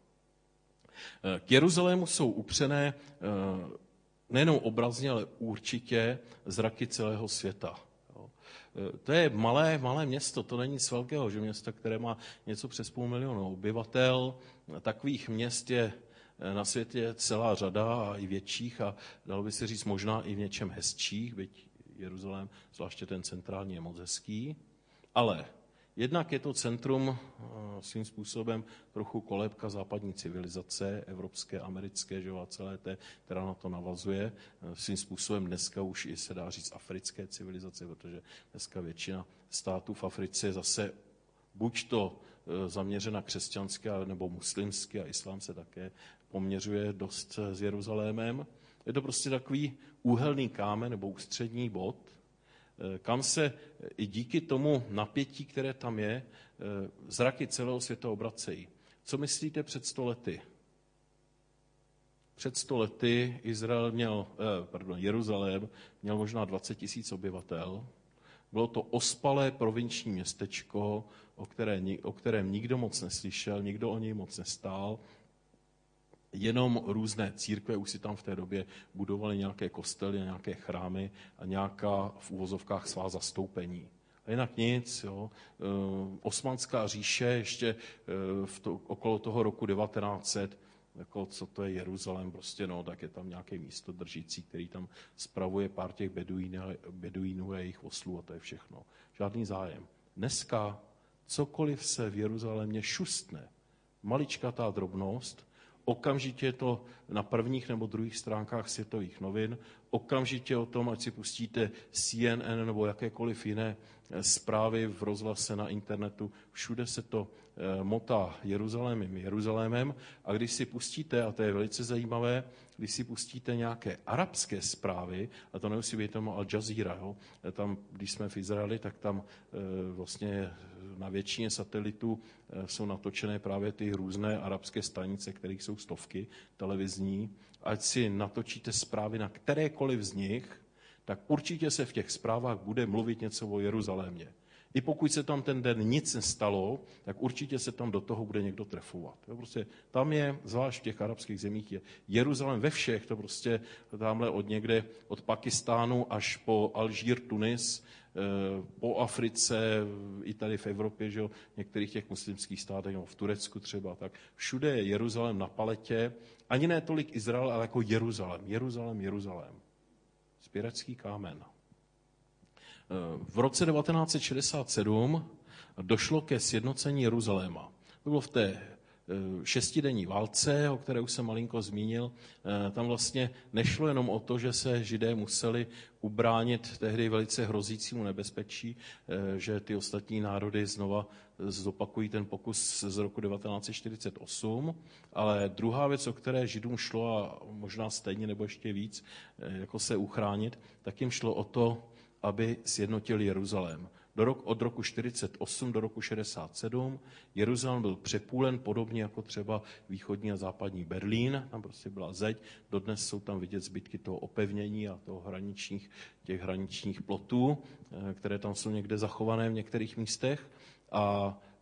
K Jeruzalému jsou upřené nejenom obrazně, ale určitě zraky celého světa. To je malé město, to není nic velkého, že město, které má něco přes 500 000 obyvatel. Takových měst je na světě celá řada a i větších a dalo by se říct možná i v něčem hezčích, byť Jeruzalém, zvláště ten centrální, je moc hezký, ale jednak je to centrum svým způsobem trochu kolébka západní civilizace, evropské, americké, že a celé té, která na to navazuje. Svým způsobem dneska už i se dá říct africké civilizace, protože dneska většina států v Africe je zase buď to zaměřena křesťanské, nebo muslimsky a islám se také poměřuje dost s Jeruzalémem. Je to prostě takový úhelný kámen nebo ústřední bod, kam se i díky tomu napětí, které tam je, zraky celého světa obracejí. Co myslíte před 100 lety? Před 100 lety Jeruzalém měl možná 20 000 obyvatel. Bylo to ospalé provinční městečko, o kterém nikdo moc neslyšel, nikdo o něj moc nestál. Jenom různé církve už si tam v té době budovaly nějaké kostely, nějaké chrámy a nějaká v uvozovkách svá zastoupení. A jinak nic. Jo. Osmanská říše ještě okolo toho roku 1900, jako co to je Jeruzalém, prostě no, tak je tam nějaké místo držící, který tam spravuje pár těch beduínů a jejich oslů a to je všechno. Žádný zájem. Dneska cokoliv se v Jeruzalémě šustne, maličkatá drobnost, okamžitě je to na prvních nebo druhých stránkách světových novin, okamžitě o tom, ať si pustíte CNN nebo jakékoliv jiné zprávy v rozhlase na internetu, všude se to motá Jeruzalémem a když si pustíte, a to je velice zajímavé, když si pustíte nějaké arabské zprávy, a to nemusí být tomu Al Jazeera, jo, tam, když jsme v Izraeli, tak tam vlastně na většině satelitů jsou natočené právě ty různé arabské stanice, kterých jsou stovky televizní. Ať si natočíte zprávy na kterékoliv z nich, tak určitě se v těch zprávách bude mluvit něco o Jeruzalémě. I pokud se tam ten den nic nestalo, tak určitě se tam do toho bude někdo trefovat. Jo, prostě tam je, zvlášť v těch arabských zemích, je Jeruzalém ve všech, to prostě tamhle od někde, od Pakistánu až po Alžír, Tunis, po Africe, i tady v Evropě, že jo, v některých těch muslimských státech, nebo v Turecku třeba, tak všude je Jeruzalém na paletě, ani ne tolik Izrael, ale jako Jeruzalém. Vzpěračský kámen. V roce 1967 došlo ke sjednocení Jeruzaléma. To bylo v té 6denní válce, o které už jsem malinko zmínil. Tam vlastně nešlo jenom o to, že se Židé museli ubránit tehdy velice hrozícímu nebezpečí, že ty ostatní národy znova zopakují ten pokus z roku 1948, ale druhá věc, o které Židům šlo, a možná stejně nebo ještě víc, jako se uchránit, tak jim šlo o to, aby sjednotili Jeruzalém. Od roku 1948 do roku 1967 Jeruzalém byl přepůlen podobně jako třeba východní a západní Berlín. Tam prostě byla zeď. Dodnes jsou tam vidět zbytky toho opevnění a toho těch hraničních plotů, které tam jsou někde zachované v některých místech. A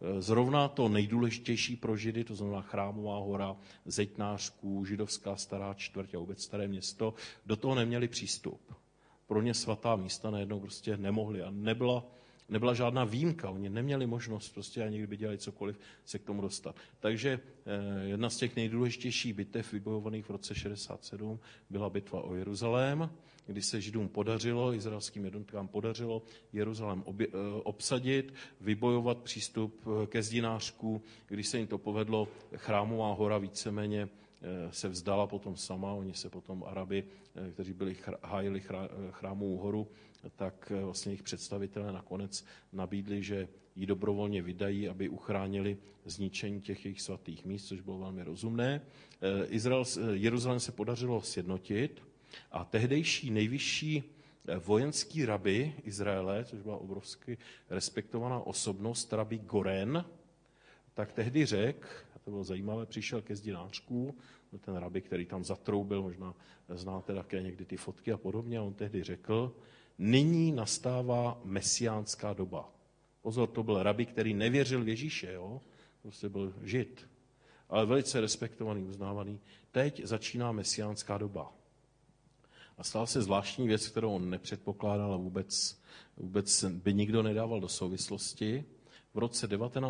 zrovna to nejdůležitější pro Židy, to znamená Chrámová hora, Zeitnářků, židovská stará čtvrť a vůbec staré město, do toho neměli přístup. Pro ně svatá místa najednou prostě nemohli a nebyla žádná výjimka. Oni neměli možnost prostě ani kdyby dělali cokoliv se k tomu dostat. Takže jedna z těch nejdůležitějších bitev vybojovaných v roce 67 byla bitva o Jeruzalém, kdy se Židům podařilo, izraelským jednotkám podařilo Jeruzalém obsadit, vybojovat přístup ke Zdinářku. Když se jim to povedlo, Chrámová hora víceméně se vzdala potom sama, oni se potom Arabi, kteří hájili Chrámovou horu, tak vlastně jejich představitelé nakonec nabídli, že ji dobrovolně vydají, aby uchránili zničení těch jejich svatých míst, což bylo velmi rozumné. Jeruzalém se podařilo sjednotit a tehdejší nejvyšší vojenský rabi Izraele, což byla obrovsky respektovaná osobnost, rabi Goren, tak tehdy řekl, a to bylo zajímavé, přišel ke Zdinářku, ten rabi, který tam zatroubil, možná znáte také někdy ty fotky a podobně, a on tehdy řekl, nyní nastává mesiánská doba. Pozor, to byl rabi, který nevěřil v Ježíše, jo? Prostě byl Žid, ale velice respektovaný, uznávaný. Teď začíná mesiánská doba. A stala se zvláštní věc, kterou on nepředpokládal a vůbec by nikdo nedával do souvislosti. V roce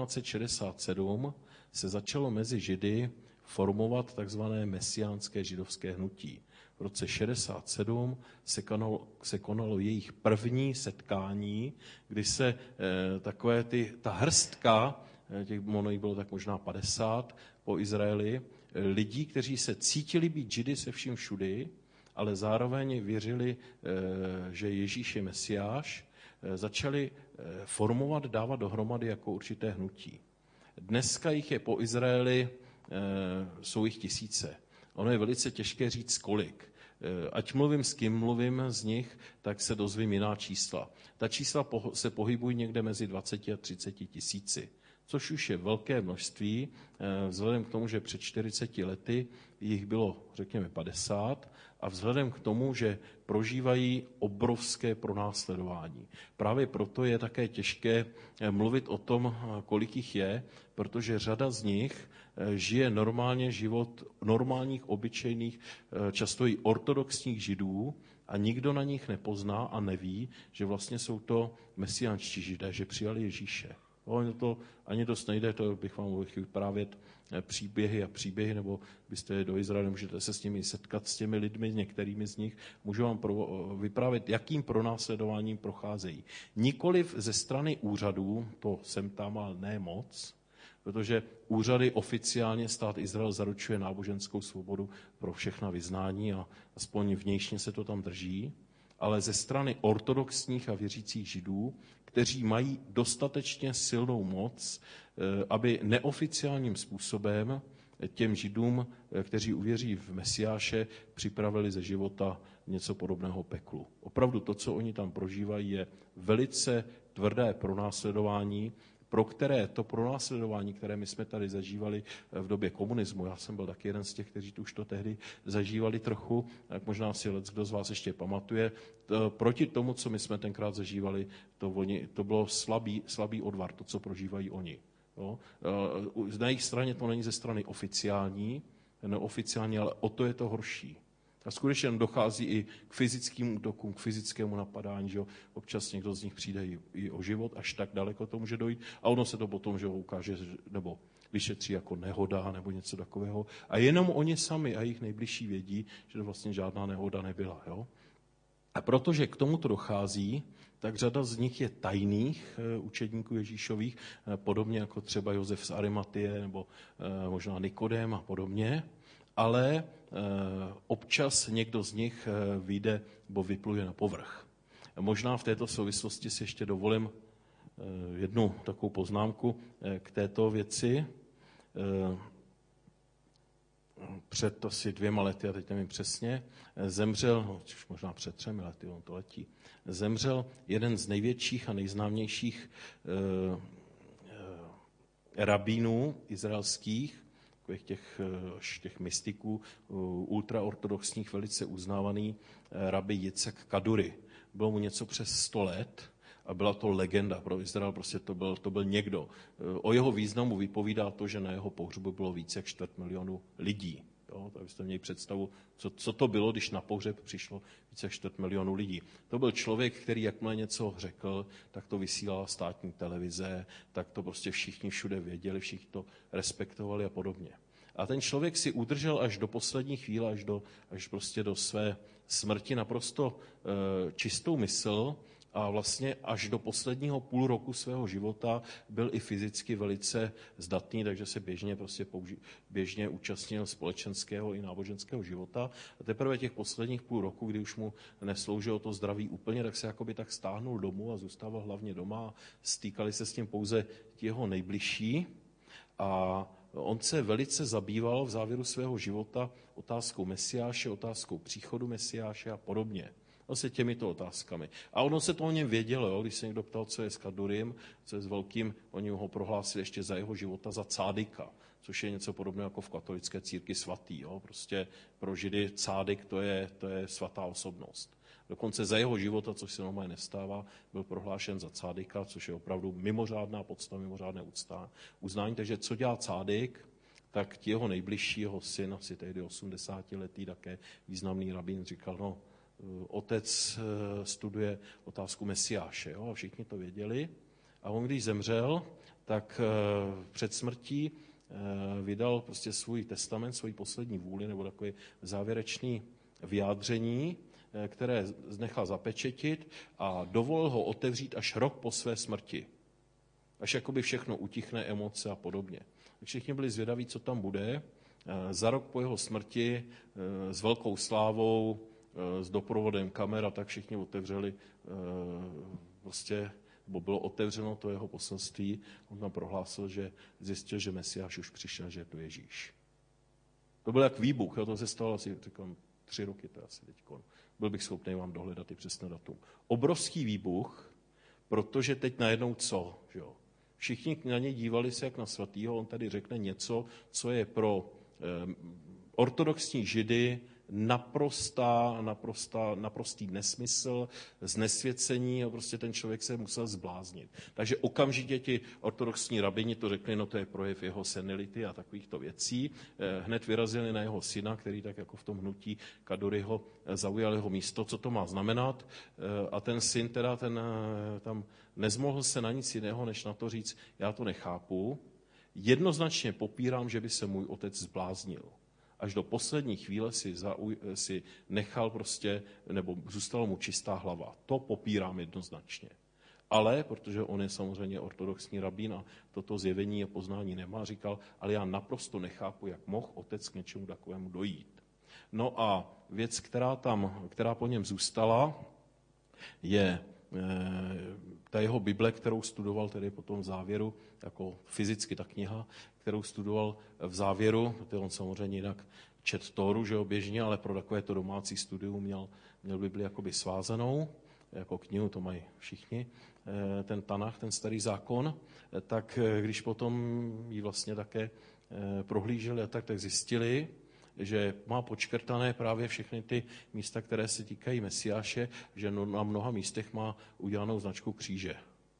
1967 se začalo mezi Židy formovat takzvané mesiánské židovské hnutí. V roce 67 se konalo jejich první setkání, kdy se ta hrstka, těch jich bylo tak možná 50 po Izraeli, lidí, kteří se cítili být Židy se vším všudy, ale zároveň věřili, že Ježíš je Mesiáš, začali formovat, dávat dohromady jako určité hnutí. Dneska jich je po Izraeli, jsou jich tisíce. Ono je velice těžké říct kolik. Ať mluvím s kým mluvím z nich, tak se dozvím jiná čísla. Ta čísla se pohybují někde mezi 20 a 30 tisíci, což už je velké množství, vzhledem k tomu, že před 40 lety jich bylo, řekněme, 50, a vzhledem k tomu, že prožívají obrovské pronásledování. Právě proto je také těžké mluvit o tom, kolik jich je, protože řada z nich žije normálně život normálních, obyčejných, často i ortodoxních Židů a nikdo na nich nepozná a neví, že vlastně jsou to mesiánští Židé, že přijali Ježíše. To ani dost nejde, to bych vám mohl vyprávět příběhy, nebo byste do Izraele, můžete se s nimi setkat, s těmi lidmi, některými z nich, můžu vám vyprávět, jakým pronásledováním procházejí. Nikoliv ze strany úřadů, to jsem tam, ale ne moc, protože úřady oficiálně stát Izrael zaručuje náboženskou svobodu pro všechna vyznání a aspoň vnějšně se to tam drží, ale ze strany ortodoxních a věřících Židů, kteří mají dostatečně silnou moc, aby neoficiálním způsobem těm Židům, kteří uvěří v Mesiáše, připravili ze života něco podobného peklu. Opravdu to, co oni tam prožívají, je velice tvrdé pronásledování, pro které to pronásledování, které my jsme tady zažívali v době komunismu, já jsem byl taky jeden z těch, kteří už to tehdy zažívali trochu, tak možná si kdo z vás ještě pamatuje, proti tomu, co my jsme tenkrát zažívali, to bylo slabý odvar, to, co prožívají oni. Jo? Na jejich straně to není ze strany oficiální, neoficiální, ale o to je to horší. A skutečně dochází i k fyzickým útokům, k fyzickému napadání, že občas někdo z nich přijde i o život, až tak daleko to může dojít. A ono se to potom že ukáže, nebo vyšetří jako nehoda nebo něco takového. A jenom oni sami a jejich nejbližší vědí, že to vlastně žádná nehoda nebyla. Jo? A protože k tomuto dochází, tak řada z nich je tajných učedníků Ježíšových, podobně jako třeba Josef z Arimatie nebo možná Nikodém a podobně, ale občas někdo z nich vyjde nebo vypluje na povrch. Možná v této souvislosti si ještě dovolím jednu takovou poznámku k této věci. Před asi 2 lety, a teď nevím přesně, zemřel, možná před 3 lety, on to letí, zemřel jeden z největších a nejznámějších rabínů izraelských, těch mystiků, ultraortodoxních, velice uznávaný rabi Jicek Kaduri. Bylo mu něco přes 100 let a byla to legenda pro Izrael, prostě to byl někdo. O jeho významu vypovídá to, že na jeho pohřbu bylo více jak 250 000 lidí. Jo, tak byste měli představu, co to bylo, když na pohřeb přišlo více jak 250 000 lidí. To byl člověk, který jakmile něco řekl, tak to vysílala státní televize, tak to prostě všichni všude věděli, všichni to respektovali a podobně. A ten člověk si udržel až do poslední chvíle, až prostě do své smrti naprosto čistou mysl a vlastně až do posledního půl roku svého života byl i fyzicky velice zdatný, takže se běžně účastnil společenského i náboženského života. A teprve těch posledních půl roku, kdy už mu nesloužilo to zdraví úplně, tak se jakoby tak stáhnul domů a zůstával hlavně doma. Stýkali se s tím pouze ti jeho nejbližší. A on se velice zabýval v závěru svého života otázkou Mesiáše, otázkou příchodu Mesiáše a podobně. Vlastně těmito otázkami. A ono se to o něm vědělo, jo? Když se někdo ptal, co je s Kadurim, co je s velkým, oni ho prohlásili ještě za jeho života za cádika, což je něco podobného jako v katolické církvi svatý. Jo? Prostě pro Židy cádik to je svatá osobnost. Dokonce za jeho života, což se normálně nestává, byl prohlášen za cádika, což je opravdu mimořádná podsta, mimořádné uznání. Takže co dělá cádik, tak ti jeho nejbližší, jeho syn, asi tehdy 80letý, také významný rabín, říkal, no, otec studuje otázku Mesiáše, jo, a všichni to věděli. A on, když zemřel, tak před smrtí vydal prostě svůj testament, svoji poslední vůli, nebo takové závěrečné vyjádření, které nechal zapečetit a dovolil ho otevřít až rok po své smrti. Až jakoby všechno utichne, emoce a podobně. Všichni byli zvědaví, co tam bude. Za rok po jeho smrti s velkou slávou, s doprovodem kamer a tak všichni otevřeli prostě, nebo bylo otevřeno to jeho poselství. On tam prohlásil, že zjistil, že Mesiáš už přišel, že je to Ježíš. To byl jak výbuch, jo, to se stalo asi, říkám, 3 roky, to asi teďko. Byl bych schopný vám dohledat i přesné datum. Obrovský výbuch, protože teď najednou co? Že jo? Všichni na něj dívali se jak na svatýho, on tady řekne něco, co je pro ortodoxní Židy naprostý nesmysl, znesvěcení a prostě ten člověk se musel zbláznit. Takže okamžitě ti ortodoxní rabini to řekli, no to je projev jeho senility a takovýchto věcí. Hned vyrazili na jeho syna, který tak jako v tom hnutí Kaduriho zaujal jeho místo, co to má znamenat. A ten syn teda tam nezmohl se na nic jiného, než na to říct, já to nechápu, jednoznačně popírám, že by se můj otec zbláznil. Až do poslední chvíle si nechal prostě, nebo zůstala mu čistá hlava. To popírám jednoznačně. Ale, protože on je samozřejmě ortodoxní rabín a toto zjevení a poznání nemá, říkal, ale já naprosto nechápu, jak mohl otec k něčemu takovému dojít. No a věc, která po něm zůstala, je ta jeho Bible, kterou studoval tedy potom v závěru, jako fyzicky ta kniha, kterou studoval v závěru, protože on samozřejmě jinak čet Tóru, že jo, běžně, ale pro takovéto domácí studium měl Bibli jakoby svázanou, jako knihu, to mají všichni, ten Tanach, ten starý zákon, tak když potom ji vlastně také prohlíželi a tak zjistili, že má počkrtané právě všechny ty místa, které se týkají Mesiáše, že na mnoha místech má udělanou značku kříže.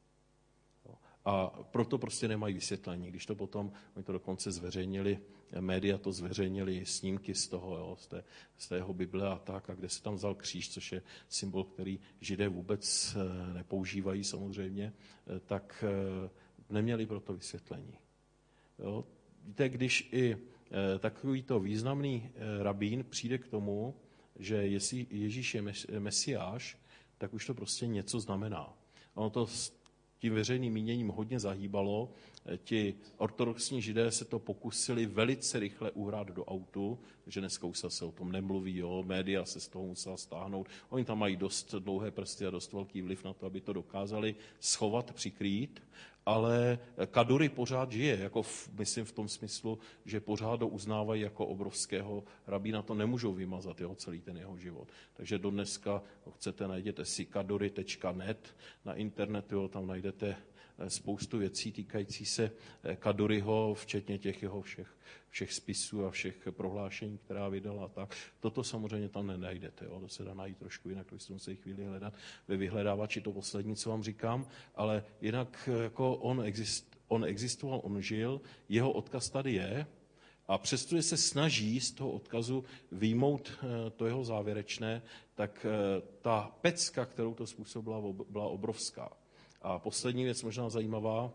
A proto prostě nemají vysvětlení. Když to potom, oni to dokonce zveřejnili, média to zveřejnili snímky z toho, jo, z té jeho Bible a tak, a kde se tam vzal kříž, což je symbol, který Židé vůbec nepoužívají samozřejmě, tak neměli proto vysvětlení. Jo. Víte, když i takovýto významný rabín přijde k tomu, že jestli Ježíš je Mesiáš, tak už to prostě něco znamená. Ono to tím veřejným míněním hodně zahýbalo. Ti ortodoxní Židé se to pokusili velice rychle uhrát do autu, že dneska už se o tom nemluví, jo, média se z toho musela stáhnout. Oni tam mají dost dlouhé prsty a dost velký vliv na to, aby to dokázali schovat, přikrýt. ale Kadury pořád žije, jako myslím v tom smyslu, že pořád ho uznávají jako obrovského rabína, to nemůžou vymazat celý ten jeho život. Takže do dneska, chcete, najděte si kadury.net na internetu, tam najdete spoustu věcí týkající se Kaduryho, včetně těch jeho všech spisů a všech prohlášení, která vydala. Tak. Toto samozřejmě tam nenajdete. To se dá najít trošku jinak, to byste museli chvíli hledat ve vyhledávači, to poslední, co vám říkám, ale jinak jako on existoval, on žil, jeho odkaz tady je a přestože se snaží z toho odkazu vyjmout to jeho závěrečné, tak ta pecka, kterou to způsobila, byla obrovská. A poslední věc možná zajímavá,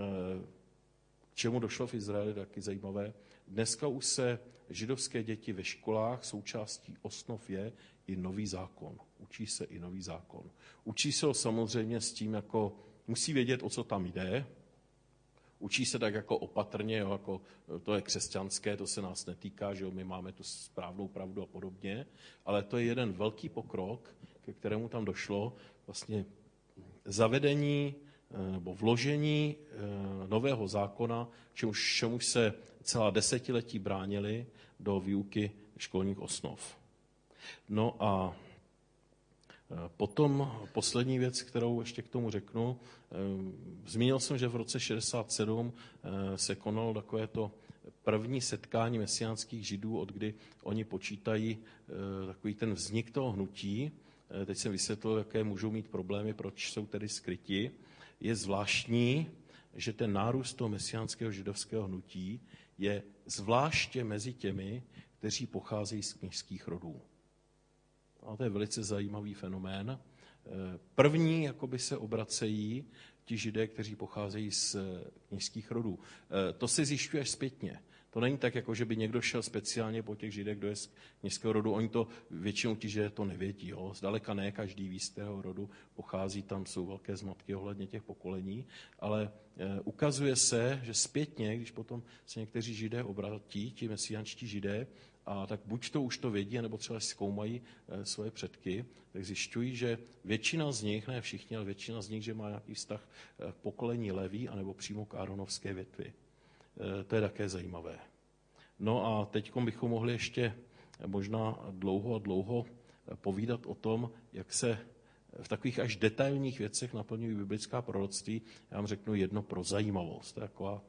k čemu došlo v Izraeli, taky zajímavé. Dneska už se židovské děti ve školách, součástí osnov je i nový zákon. Učí se i nový zákon. Učí se ho samozřejmě s tím, jako musí vědět, o co tam jde. Učí se tak jako opatrně, jako to je křesťanské, to se nás netýká, že my máme tu správnou pravdu a podobně. Ale to je jeden velký pokrok, ke kterému tam došlo, vlastně zavedení nebo vložení nového zákona, čemuž se celá desetiletí bránili do výuky školních osnov. No a potom poslední věc, kterou ještě k tomu řeknu. Zmínil jsem, že v roce 67 se konalo takovéto první setkání mesiánských židů, od kdy oni počítají takový ten vznik toho hnutí. Teď jsem vysvětlil, jaké můžou mít problémy, proč jsou tedy skryti. Je zvláštní, že ten nárůst toho mesiánského židovského hnutí je zvláště mezi těmi, kteří pocházejí z kněžských rodů. A to je velice zajímavý fenomén. První jakoby se obracejí ti židé, kteří pocházejí z kněžských rodů. To se zjišťuje až zpětně. To není tak, jako že by někdo šel speciálně po těch židech, kdo je z kněžského rodu. Oni to většinou ti židé to nevědí. Zdaleka ne každý ví, z tého rodu pochází, tam jsou velké zmatky ohledně těch pokolení, ale ukazuje se, že zpětně, když potom se někteří židé obratí, ti mesiánští židé, a tak buď to už to vědí, nebo třeba zkoumají svoje předky, tak zjišťují, že většina z nich, ne všichni, ale většina z nich, že má nějaký vztah k pokolení Leví, anebo přímo k Áronovské větvi. To je také zajímavé. No a teď bychom mohli ještě možná dlouho a dlouho povídat o tom, jak se v takových až detailních věcech naplňují biblická proroctví. Já vám řeknu jedno pro zajímavost. To je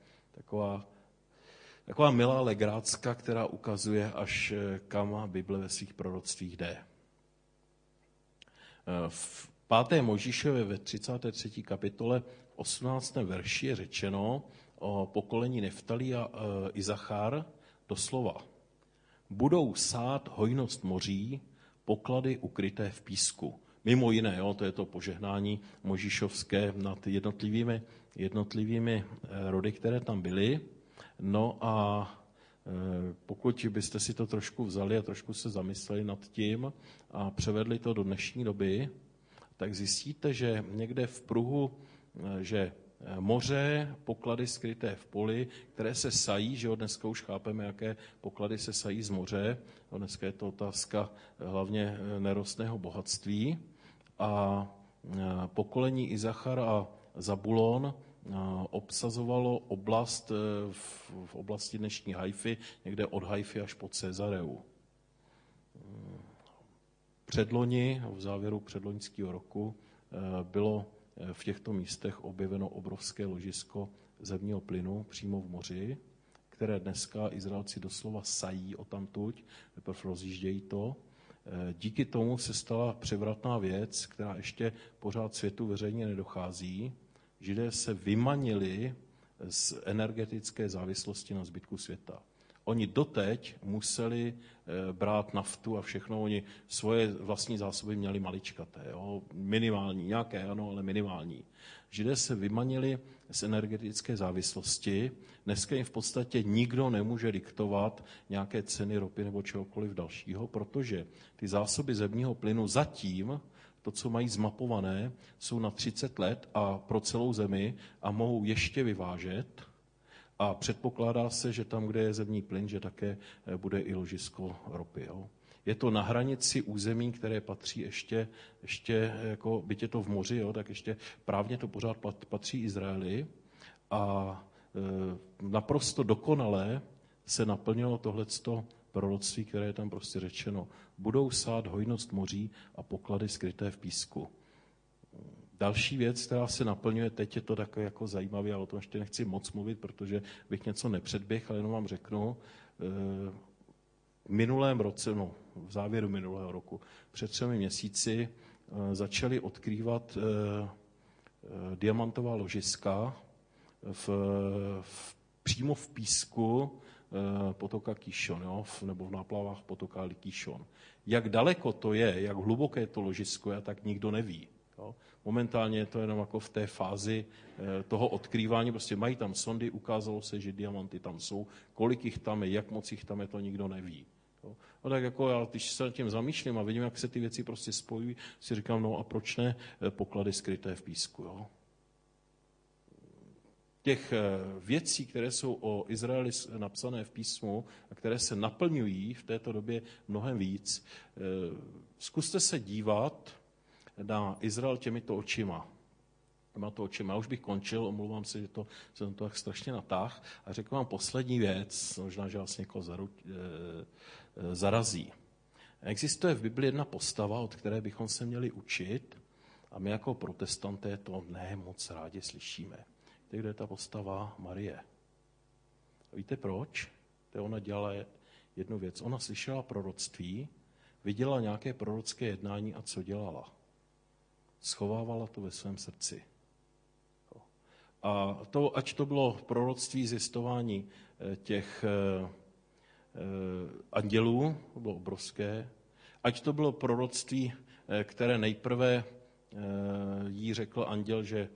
taková milá legrácka, která ukazuje, až kam Bible ve svých proroctvích jde. V 5. Mojžíšově ve 33. kapitole 18. verši je řečeno o pokolení Neftalí a Izachar doslova. Budou sát hojnost moří, poklady ukryté v písku. Mimo jiné, to je to požehnání Mojžíšovské nad jednotlivými rody, které tam byly. No a pokud byste si to trošku vzali a trošku se zamysleli nad tím a převedli to do dnešní doby, tak zjistíte, že někde v pruhu, že moře, poklady skryté v poli, které se sají, že dneska už chápeme, jaké poklady se sají z moře. Dneska je to otázka hlavně nerostného bohatství. A pokolení Izachar a Zabulon obsazovalo oblast v oblasti dnešní Haify, někde od Haify až po Cezareu. Předloni, v závěru předloňského roku, bylo v těchto místech objeveno obrovské ložisko zemního plynu přímo v moři, které dneska Izraelci doslova sají odtamtud, teprve rozjíždějí to. Díky tomu se stala převratná věc, která ještě pořád světu veřejně nedochází. Židé se vymanili z energetické závislosti na zbytku světa. Oni doteď museli brát naftu a všechno, oni svoje vlastní zásoby měli maličkaté, minimální, nějaké ano, ale minimální. Židé se vymanili z energetické závislosti, dneska jim v podstatě nikdo nemůže diktovat nějaké ceny ropy nebo čehokoliv dalšího, protože ty zásoby zemního plynu zatím, to, co mají zmapované, jsou na 30 let a pro celou zemi a mohou ještě vyvážet. A předpokládá se, že tam, kde je zemní plyn, že také bude i ložisko ropy. Je to na hranici území, které patří ještě jako byť je to v moři, tak ještě právně to pořád patří Izraeli. a naprosto dokonale se naplnilo tohleto proroctví, které je tam prostě řečeno. Budou sát hojnost moří a poklady skryté v písku. Další věc, která se naplňuje, teď je to takové jako zajímavé, ale o tom ještě nechci moc mluvit, protože bych něco nepředběhl, ale jenom vám řeknu. V minulém roce, v závěru minulého roku, před 3 měsíci, začali odkrývat diamantová ložiska přímo v písku potoka Kýšon, nebo v náplavách potoka Kýšon. Jak daleko to je, jak hluboké to ložisko je, tak nikdo neví. Jo. Momentálně je to jenom jako v té fázi toho odkrývání, prostě mají tam sondy, ukázalo se, že diamanty tam jsou, kolik jich tam je, jak moc jich tam je, to nikdo neví. Jo. No tak jako já, když se nad tím zamýšlím a vidím, jak se ty věci prostě spojují, si říkám, no a proč ne poklady skryté v písku. Jo. Těch věcí, které jsou o Izraeli napsané v písmu a které se naplňují v této době mnohem víc, zkuste se dívat na Izrael těmito očima. Já už bych končil, omlouvám se, že jsem to tak strašně natáhl a řeknu vám poslední věc, možná, že vás někoho zarazí. Existuje v Bibli jedna postava, od které bychom se měli učit a my jako protestanté to ne moc rádi slyšíme. Víte, kdo je ta postava? Marie. A víte proč? Ona dělala jednu věc. Ona slyšela proroctví, viděla nějaké prorocké jednání a co dělala? Schovávala to ve svém srdci. A to, ať to bylo proroctví zjistování těch andělů, to bylo obrovské, ať to bylo proroctví, které nejprve jí řekl anděl, že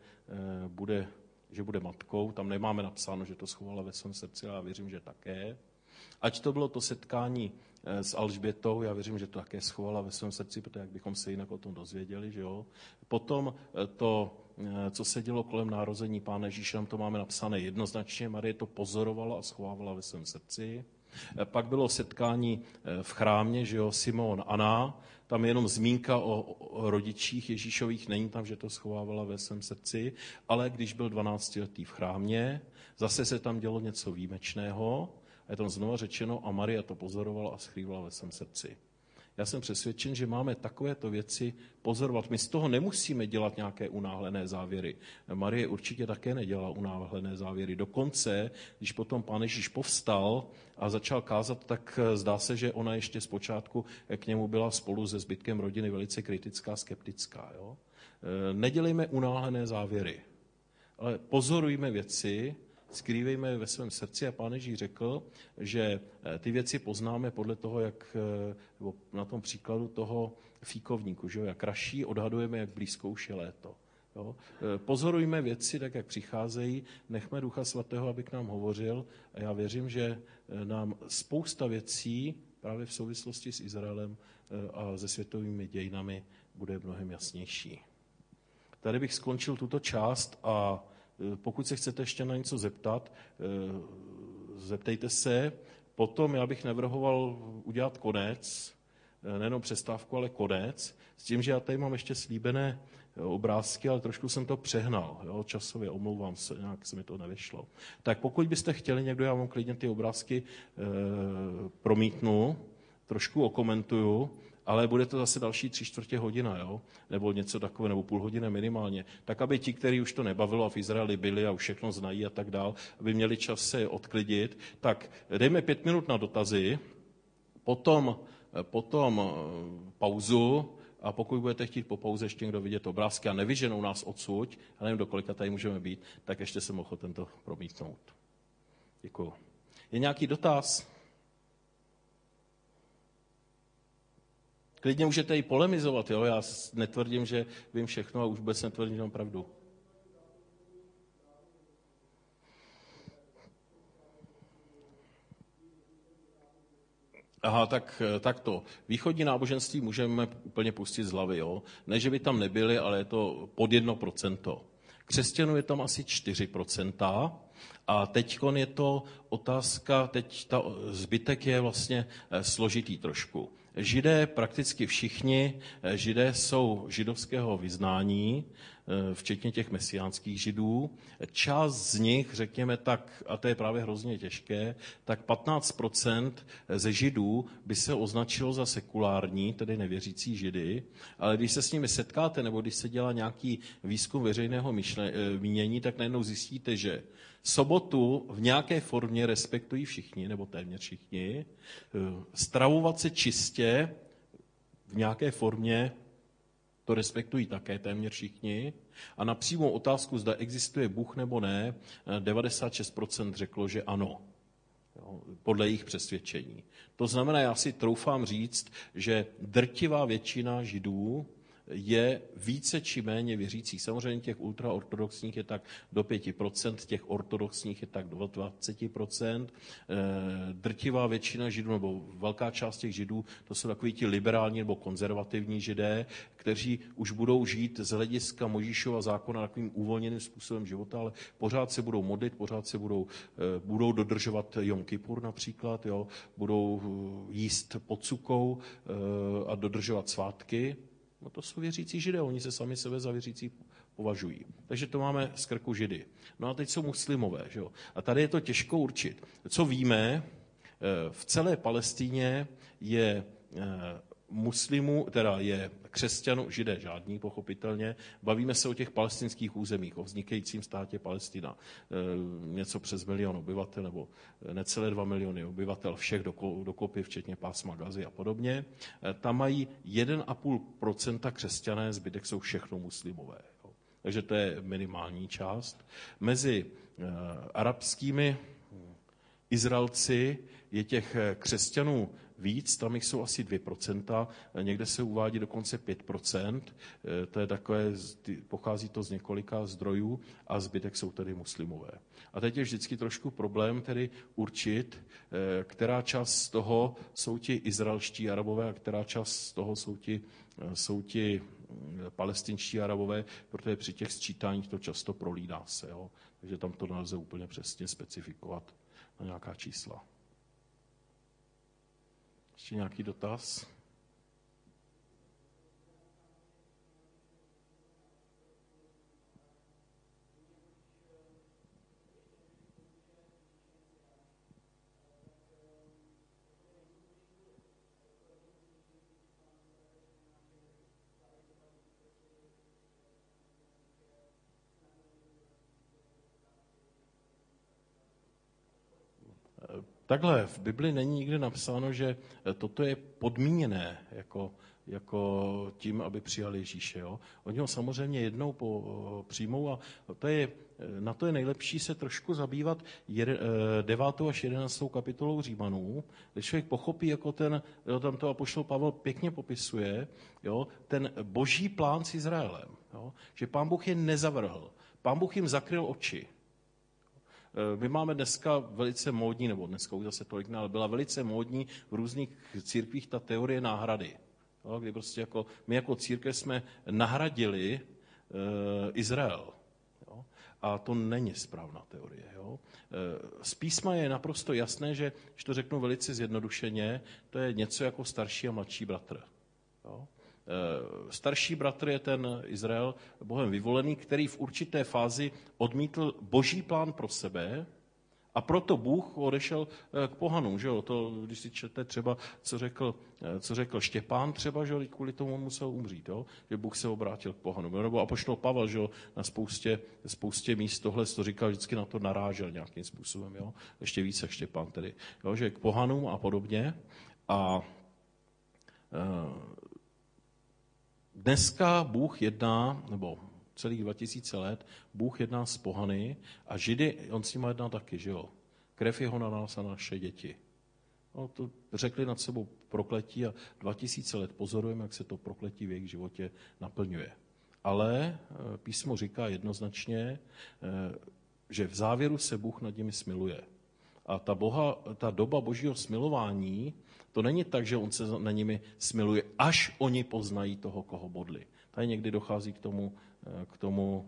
bude matkou, tam nemáme napsáno, že to schovala ve svém srdci, ale já věřím, že také. Ať to bylo to setkání s Alžbětou, já věřím, že to také schovala ve svém srdci, protože jak bychom se jinak o tom dozvěděli, že jo. Potom to, co se dělo kolem narození Pána Ježíše, tam to máme napsané jednoznačně, Marie to pozorovala a schovávala ve svém srdci. Pak bylo setkání v chrámě, že jo, Simon, Anna, tam je jenom zmínka o rodičích Ježíšových, není tam, že to schovávala ve svém srdci, ale když byl 12letý v chrámě, zase se tam dělo něco výjimečného, a je tam znova řečeno, a Maria to pozorovala a skrývala ve svém srdci. Já jsem přesvědčen, že máme takovéto věci pozorovat. My z toho nemusíme dělat nějaké unáhlené závěry. Marie určitě také nedělala unáhlené závěry. Dokonce, když potom Pán Ježíš povstal a začal kázat, tak zdá se, že ona ještě zpočátku k němu byla spolu se zbytkem rodiny velice kritická, skeptická. Jo? Nedělejme unáhlené závěry, ale pozorujme věci, skrývejme ve svém srdci a Pán Ježíš řekl, že ty věci poznáme podle toho, nebo na tom příkladu toho fíkovníku, že jo, jak raší, odhadujeme, jak blízko už je léto. Jo. Pozorujme věci, tak jak přicházejí, nechme Ducha Svatého, aby k nám hovořil a já věřím, že nám spousta věcí právě v souvislosti s Izraelem a se světovými dějinami bude mnohem jasnější. Tady bych skončil tuto část a pokud se chcete ještě na něco zeptat, zeptejte se. Potom já bych navrhoval udělat konec, nejenom přestávku, ale konec, s tím, že já tady mám ještě slíbené obrázky, ale trošku jsem to přehnal, jo, časově, omlouvám se, nějak se mi to nevyšlo. Tak pokud byste chtěli někdo, já vám klidně ty obrázky promítnu, trošku okomentuju, ale bude to zase další 3/4 hodina, jo? Nebo něco takové, nebo půl hodiny minimálně. Tak, aby ti, kteří už to nebavilo a v Izraeli byli a už všechno znají a tak dál, aby měli čas se odklidit, tak dejme 5 minut na dotazy, potom pauzu a pokud budete chtít po pauze ještě někdo vidět obrázky a nevyženou nás odsud, já nevím, do kolika tady můžeme být, tak ještě jsem mohl tento promítnout. Děkuju. Je nějaký dotaz? Klidně můžete i polemizovat, jo? Já netvrdím, že vím všechno a už vůbec netvrdím, že mám pravdu. Aha, tak to. Východní náboženství můžeme úplně pustit z hlavy, jo? Ne, že by tam nebyly, ale je to pod 1%. Křesťanů je tam asi 4%. A teď je to otázka, teď ta zbytek je vlastně složitý trošku. Židé, prakticky všichni Židé jsou židovského vyznání, včetně těch mesiánských židů. Část z nich, řekněme tak, a to je právě hrozně těžké, tak 15% ze židů by se označilo za sekulární, tedy nevěřící židy, ale když se s nimi setkáte, nebo když se dělá nějaký výzkum veřejného mínění, tak najednou zjistíte, že sobotu v nějaké formě respektují všichni, nebo téměř všichni. Stravovat se čistě v nějaké formě to respektují také téměř všichni. A na přímou otázku, zda existuje Bůh nebo ne, 96% řeklo, že ano. Podle jejich přesvědčení. To znamená, já si troufám říct, že drtivá většina Židů je více či méně věřících. Samozřejmě těch ultraortodoxních je tak do 5%, těch ortodoxních je tak do 20%. Drtivá většina Židů, nebo velká část těch Židů, to jsou takoví ti liberální nebo konzervativní Židé, kteří už budou žít z hlediska Mojžíšova zákona takovým uvolněným způsobem života, ale pořád se budou modlit, pořád se budou dodržovat Jom Kipur například, jo, budou jíst pod cukou a dodržovat svátky. No to jsou věřící Židé, oni se sami sebe za věřící považují. Takže to máme z krku Židy. No a teď jsou muslimové. Že jo? A tady je to těžko určit. Co víme, v celé Palestíně je muslimů, teda je křesťanů, Židé žádní, pochopitelně. Bavíme se o těch palestinských územích, o vznikajícím státě Palestina. Něco přes 1 milion obyvatel, nebo necelé 2 miliony obyvatel, všech dokopy, včetně pásma Gazy a podobně. Tam mají 1,5% křesťané, zbytek jsou všechno muslimové. Takže to je minimální část. Mezi arabskými Izraelci je těch křesťanů víc, tam jich jsou asi 2%, někde se uvádí dokonce 5%, to je takové, pochází to z několika zdrojů a zbytek jsou tedy muslimové. A teď je vždycky trošku problém tedy určit, která část z toho jsou ti izraelští Arabové a která část z toho jsou ti palestinští Arabové, protože při těch sčítáních to často prolíná se, jo? Takže tam to nelze úplně přesně specifikovat na nějaká čísla. Ještě nějaký dotaz? Takhle, v Bibli není nikdy napsáno, že toto je podmíněné jako tím, aby přijali Ježíše. Jo? Oni ho samozřejmě jednou přijmou a na to je nejlepší se trošku zabývat 9. až 11. kapitolou Římanů, kde člověk pochopí, jako tam to apoštol Pavel pěkně popisuje, jo, ten boží plán s Izraelem, jo? Že Pán Bůh je nezavrhl, Pán Bůh jim zakryl oči. My máme dneska velice módní, nebo dneska už zase tolik ne, ale byla velice módní v různých církvích ta teorie náhrady. Jo, kdy prostě my jako církev jsme nahradili Izrael. Jo, a to není správná teorie. Jo. Z písma je naprosto jasné, že, když to řeknu velice zjednodušeně, to je něco jako starší a mladší bratr. Jo. Starší bratr je ten Izrael, Bohem vyvolený, který v určité fázi odmítl boží plán pro sebe a proto Bůh odešel k pohanům. Že jo? To, když si čtete třeba, co řekl Štěpán třeba, že kvůli tomu on musel umřít, jo? Že Bůh se obrátil k pohanům. Nebo apoštol Pavel, že jo? Na spoustě míst tohle to říkal, vždycky na to narážel nějakým způsobem. Jo? Ještě více Štěpán tedy. Jo? Že k pohanům a podobně. A dneska Bůh jedná, nebo celých 2000 let, Bůh jedná s pohany a Židy, on s nimi jedná taky, že jo. Krev jeho na nás a naše děti. No, to řekli nad sebou prokletí a 2000 let pozorujeme, jak se to prokletí v jejich životě naplňuje. Ale písmo říká jednoznačně, že v závěru se Bůh nad nimi smiluje. A ta doba božího smilování, to není tak, že on se na nimi smiluje, až oni poznají toho, koho bodli. Tady někdy dochází k tomu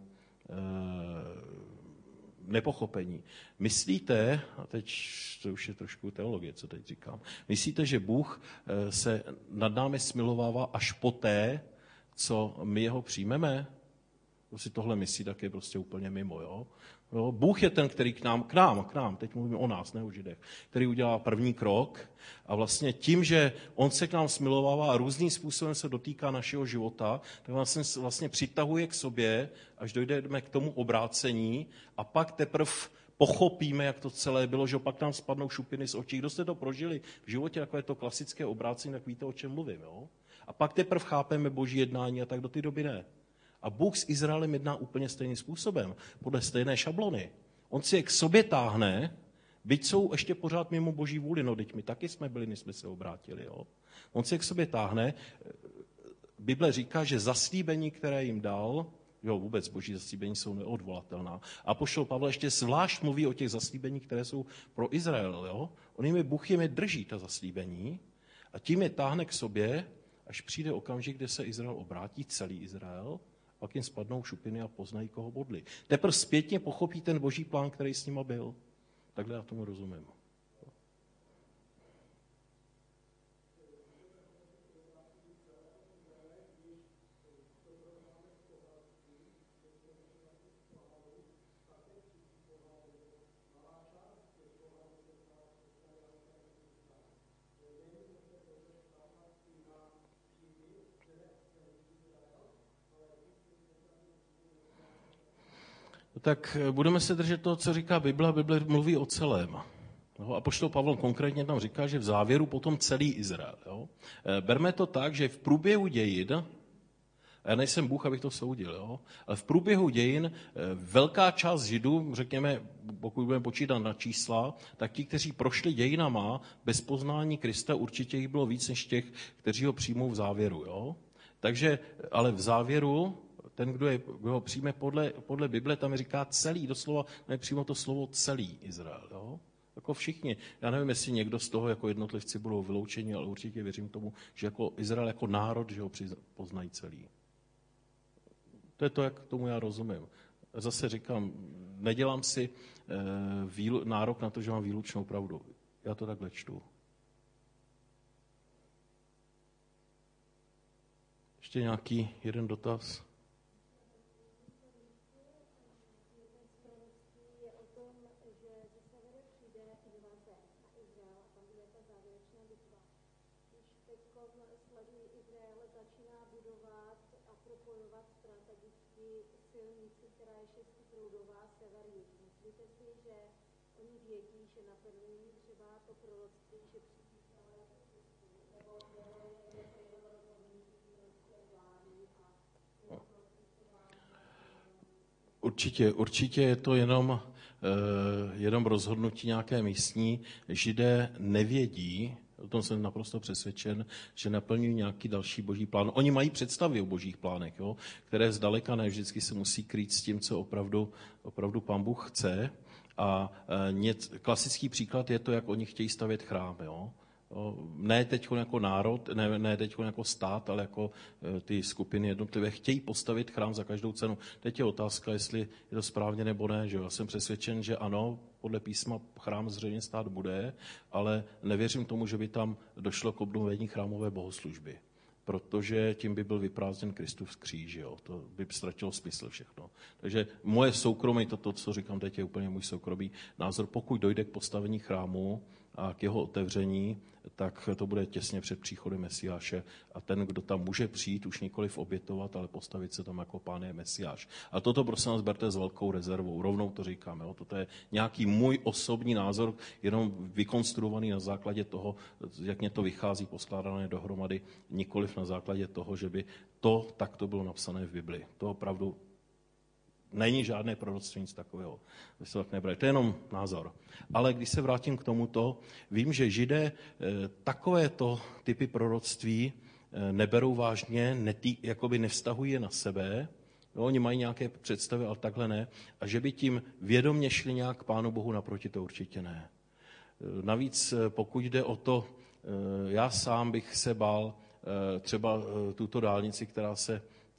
nepochopení. Myslíte, a teď to už je trošku teologie, co teď říkám, myslíte, že Bůh se nad námi smilovává až poté, co my jeho přijmeme? Kdo si tohle myslí, tak je prostě úplně mimo. Jo? Bůh je ten, který k nám, teď mluvím o nás, ne o Židech, který udělá první krok a vlastně tím, že on se k nám smilovává a různým způsobem se dotýká našeho života, tak vlastně přitahuje k sobě, až dojdeme k tomu obrácení a pak teprve pochopíme, jak to celé bylo, že pak nám spadnou šupiny z očí. Kdo jste to prožili v životě, takové to klasické obrácení, tak víte, o čem mluvím. Jo? A pak teprve chápeme Boží jednání a tak do té doby ne. A Bůh s Izraelem jedná úplně stejným způsobem, podle stejné šablony. On si je k sobě táhne, byť jsou ještě pořád mimo Boží vůli, no teď my taky jsme byli, než jsme se obrátili. Jo? On si je k sobě táhne, Bible říká, že zaslíbení, které jim dal, jo, vůbec Boží zaslíbení jsou neodvolatelná. A apoštol Pavel ještě zvlášť mluví o těch zaslíbeních, které jsou pro Izrael. Jo? Bůh jim je drží, ta zaslíbení, a tím je táhne k sobě, až přijde okamžik, kde se Izrael obrátí, celý Izrael, pak jim spadnou šupiny a poznají, koho bodli. Teprve zpětně pochopí ten Boží plán, který s nima byl. Takhle já tomu rozumím. Tak budeme se držet toho, co říká Bible. Bible mluví o celém. Apoštol Pavel konkrétně tam říká, že v závěru potom celý Izrael. Jo? Berme to tak, že v průběhu dějin, a já nejsem Bůh, abych to soudil, jo? Ale v průběhu dějin velká část Židů, řekněme, pokud budeme počítat na čísla, tak ti, kteří prošli dějinama bez poznání Krista, určitě jich bylo víc než těch, kteří ho přijmou v závěru. Jo? Takže, ale v závěru ten, kdo ho přijme podle Bible, tam říká celý, doslova nepřímo to slovo celý Izrael. Jo? Jako všichni. Já nevím, jestli někdo z toho jako jednotlivci budou vyloučeni, ale určitě věřím tomu, že jako Izrael jako národ, že ho poznají celý. To je to, jak tomu já rozumím. Zase říkám, nedělám si nárok na to, že mám výlučnou pravdu. Já to takhle čtu. Ještě nějaký jeden dotaz? Určitě je to jenom rozhodnutí nějaké místní. Židé nevědí, o tom jsem naprosto přesvědčen, že naplňují nějaký další boží plán. Oni mají představy o božích plánech, jo, které zdaleka ne vždycky se musí krýt s tím, co opravdu Pán Bůh chce. A klasický příklad je to, jak oni chtějí stavět chrám. Jo. Ne teď jako národ, ne teď jako stát, ale jako ty skupiny jednotlivé chtějí postavit chrám za každou cenu. Teď je otázka, jestli je to správně nebo ne. Že? Já jsem přesvědčen, že ano, podle písma chrám zřejmě stát bude, ale nevěřím tomu, že by tam došlo k obnovení chrámové bohoslužby. Protože tím by byl vyprázdněn Kristus kříž, jo? To by ztratilo smysl všechno. Takže moje soukromí, to, co říkám teď, je úplně můj soukromý názor. Pokud dojde k postavení chrámu a k jeho otevření, tak to bude těsně před příchodem Mesiáše a ten, kdo tam může přijít, už nikoliv obětovat, ale postavit se tam jako Pán je Mesiáš. A toto prosím vás berte s velkou rezervou, rovnou to říkám. Jo? Toto je nějaký můj osobní názor, jenom vykonstruovaný na základě toho, jak mě to vychází poskládané dohromady, nikoliv na základě toho, že by to takto bylo napsané v Bibli. To opravdu není žádné proroctví, nic takového. To je jenom názor. Ale když se vrátím k tomuto, vím, že Židé takovéto typy proroctví neberou vážně, jakoby nevztahují je na sebe. No, oni mají nějaké představy, ale takhle ne. A že by tím vědomě šli nějak Pánu Bohu naproti, to určitě ne. Navíc pokud jde o to, já sám bych se bál třeba tuto dálnici, která se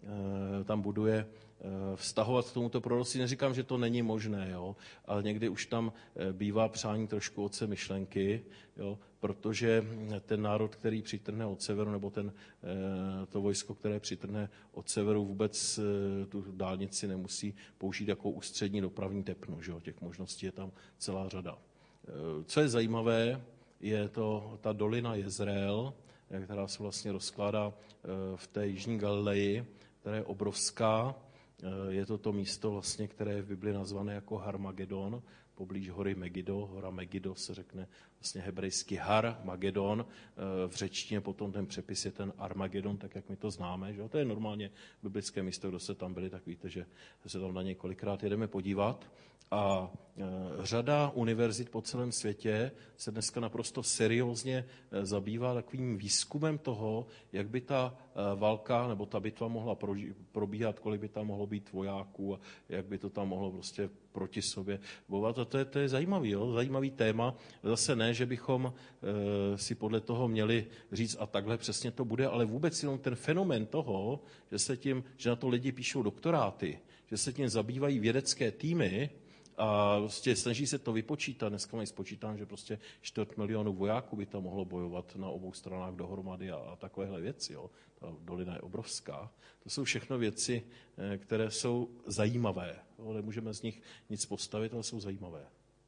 tam buduje vztahovat k tomuto proroctví. Neříkám, že to není možné, jo, ale někdy už tam bývá přání trošku otce myšlenky, jo, protože ten národ, který přitrhne od severu, nebo to vojsko, které přitrhne od severu, vůbec tu dálnici nemusí použít jako ústřední dopravní tepnu. Že jo. Těch možností je tam celá řada. Co je zajímavé, je ta dolina Jezreel, která se vlastně rozkládá v té jižní Galileji, která je obrovská. Je to místo, vlastně, které je v Bibli nazvané jako Harmagedon, poblíž hory Megido. Hora Megido se řekne vlastně hebrejsky Har Magedon. V řečtině potom ten přepis je ten Armagedon, tak jak my to známe. Že? To je normálně biblické místo, kdo se tam byli, tak víte, že se tam na něj kolikrát jedeme podívat. A řada univerzit po celém světě se dneska naprosto seriózně zabývá takovým výzkumem toho, jak by ta válka nebo ta bitva mohla probíhat, kolik by tam mohlo být vojáků a jak by to tam mohlo prostě proti sobě bojovat. A to je zajímavý, jo? Zajímavý téma. Zase ne, že bychom si podle toho měli říct a takhle přesně to bude, ale vůbec jenom ten fenomén toho, že na to lidi píšou doktoráty, že se tím zabývají vědecké týmy, a prostě snaží se to vypočítat. Dneska mají spočítán, že prostě 4 milionů vojáků by tam mohlo bojovat na obou stranách dohromady a takovéhle věci. Jo. Ta dolina je obrovská. To jsou všechno věci, které jsou zajímavé. Jo. Nemůžeme z nich nic postavit, ale jsou zajímavé.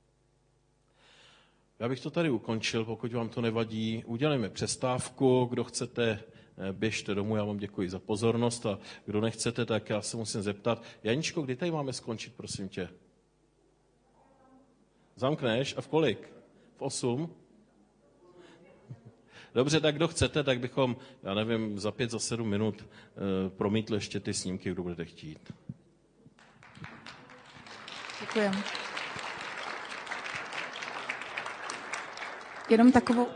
Já bych to tady ukončil, pokud vám to nevadí. Udělejme přestávku. Kdo chcete, běžte domů. Já vám děkuji za pozornost. A kdo nechcete, tak já se musím zeptat. Janičko, kdy tady máme skončit, prosím tě? Zamkneš? A v kolik? V 8? Dobře, tak kdo chcete, tak bychom, já nevím, za 5, za 7 minut promítli ještě ty snímky, kdo budete chtít. Děkujeme. Jenom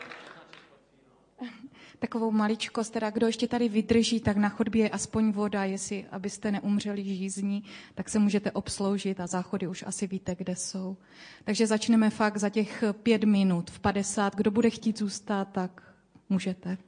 takovou maličkost, teda kdo ještě tady vydrží, tak na chodbě je aspoň voda, jestli abyste neumřeli žízní, tak se můžete obsloužit a záchody už asi víte, kde jsou. Takže začneme fakt za těch 5 minut, v 50. Kdo bude chtít zůstat, tak můžete.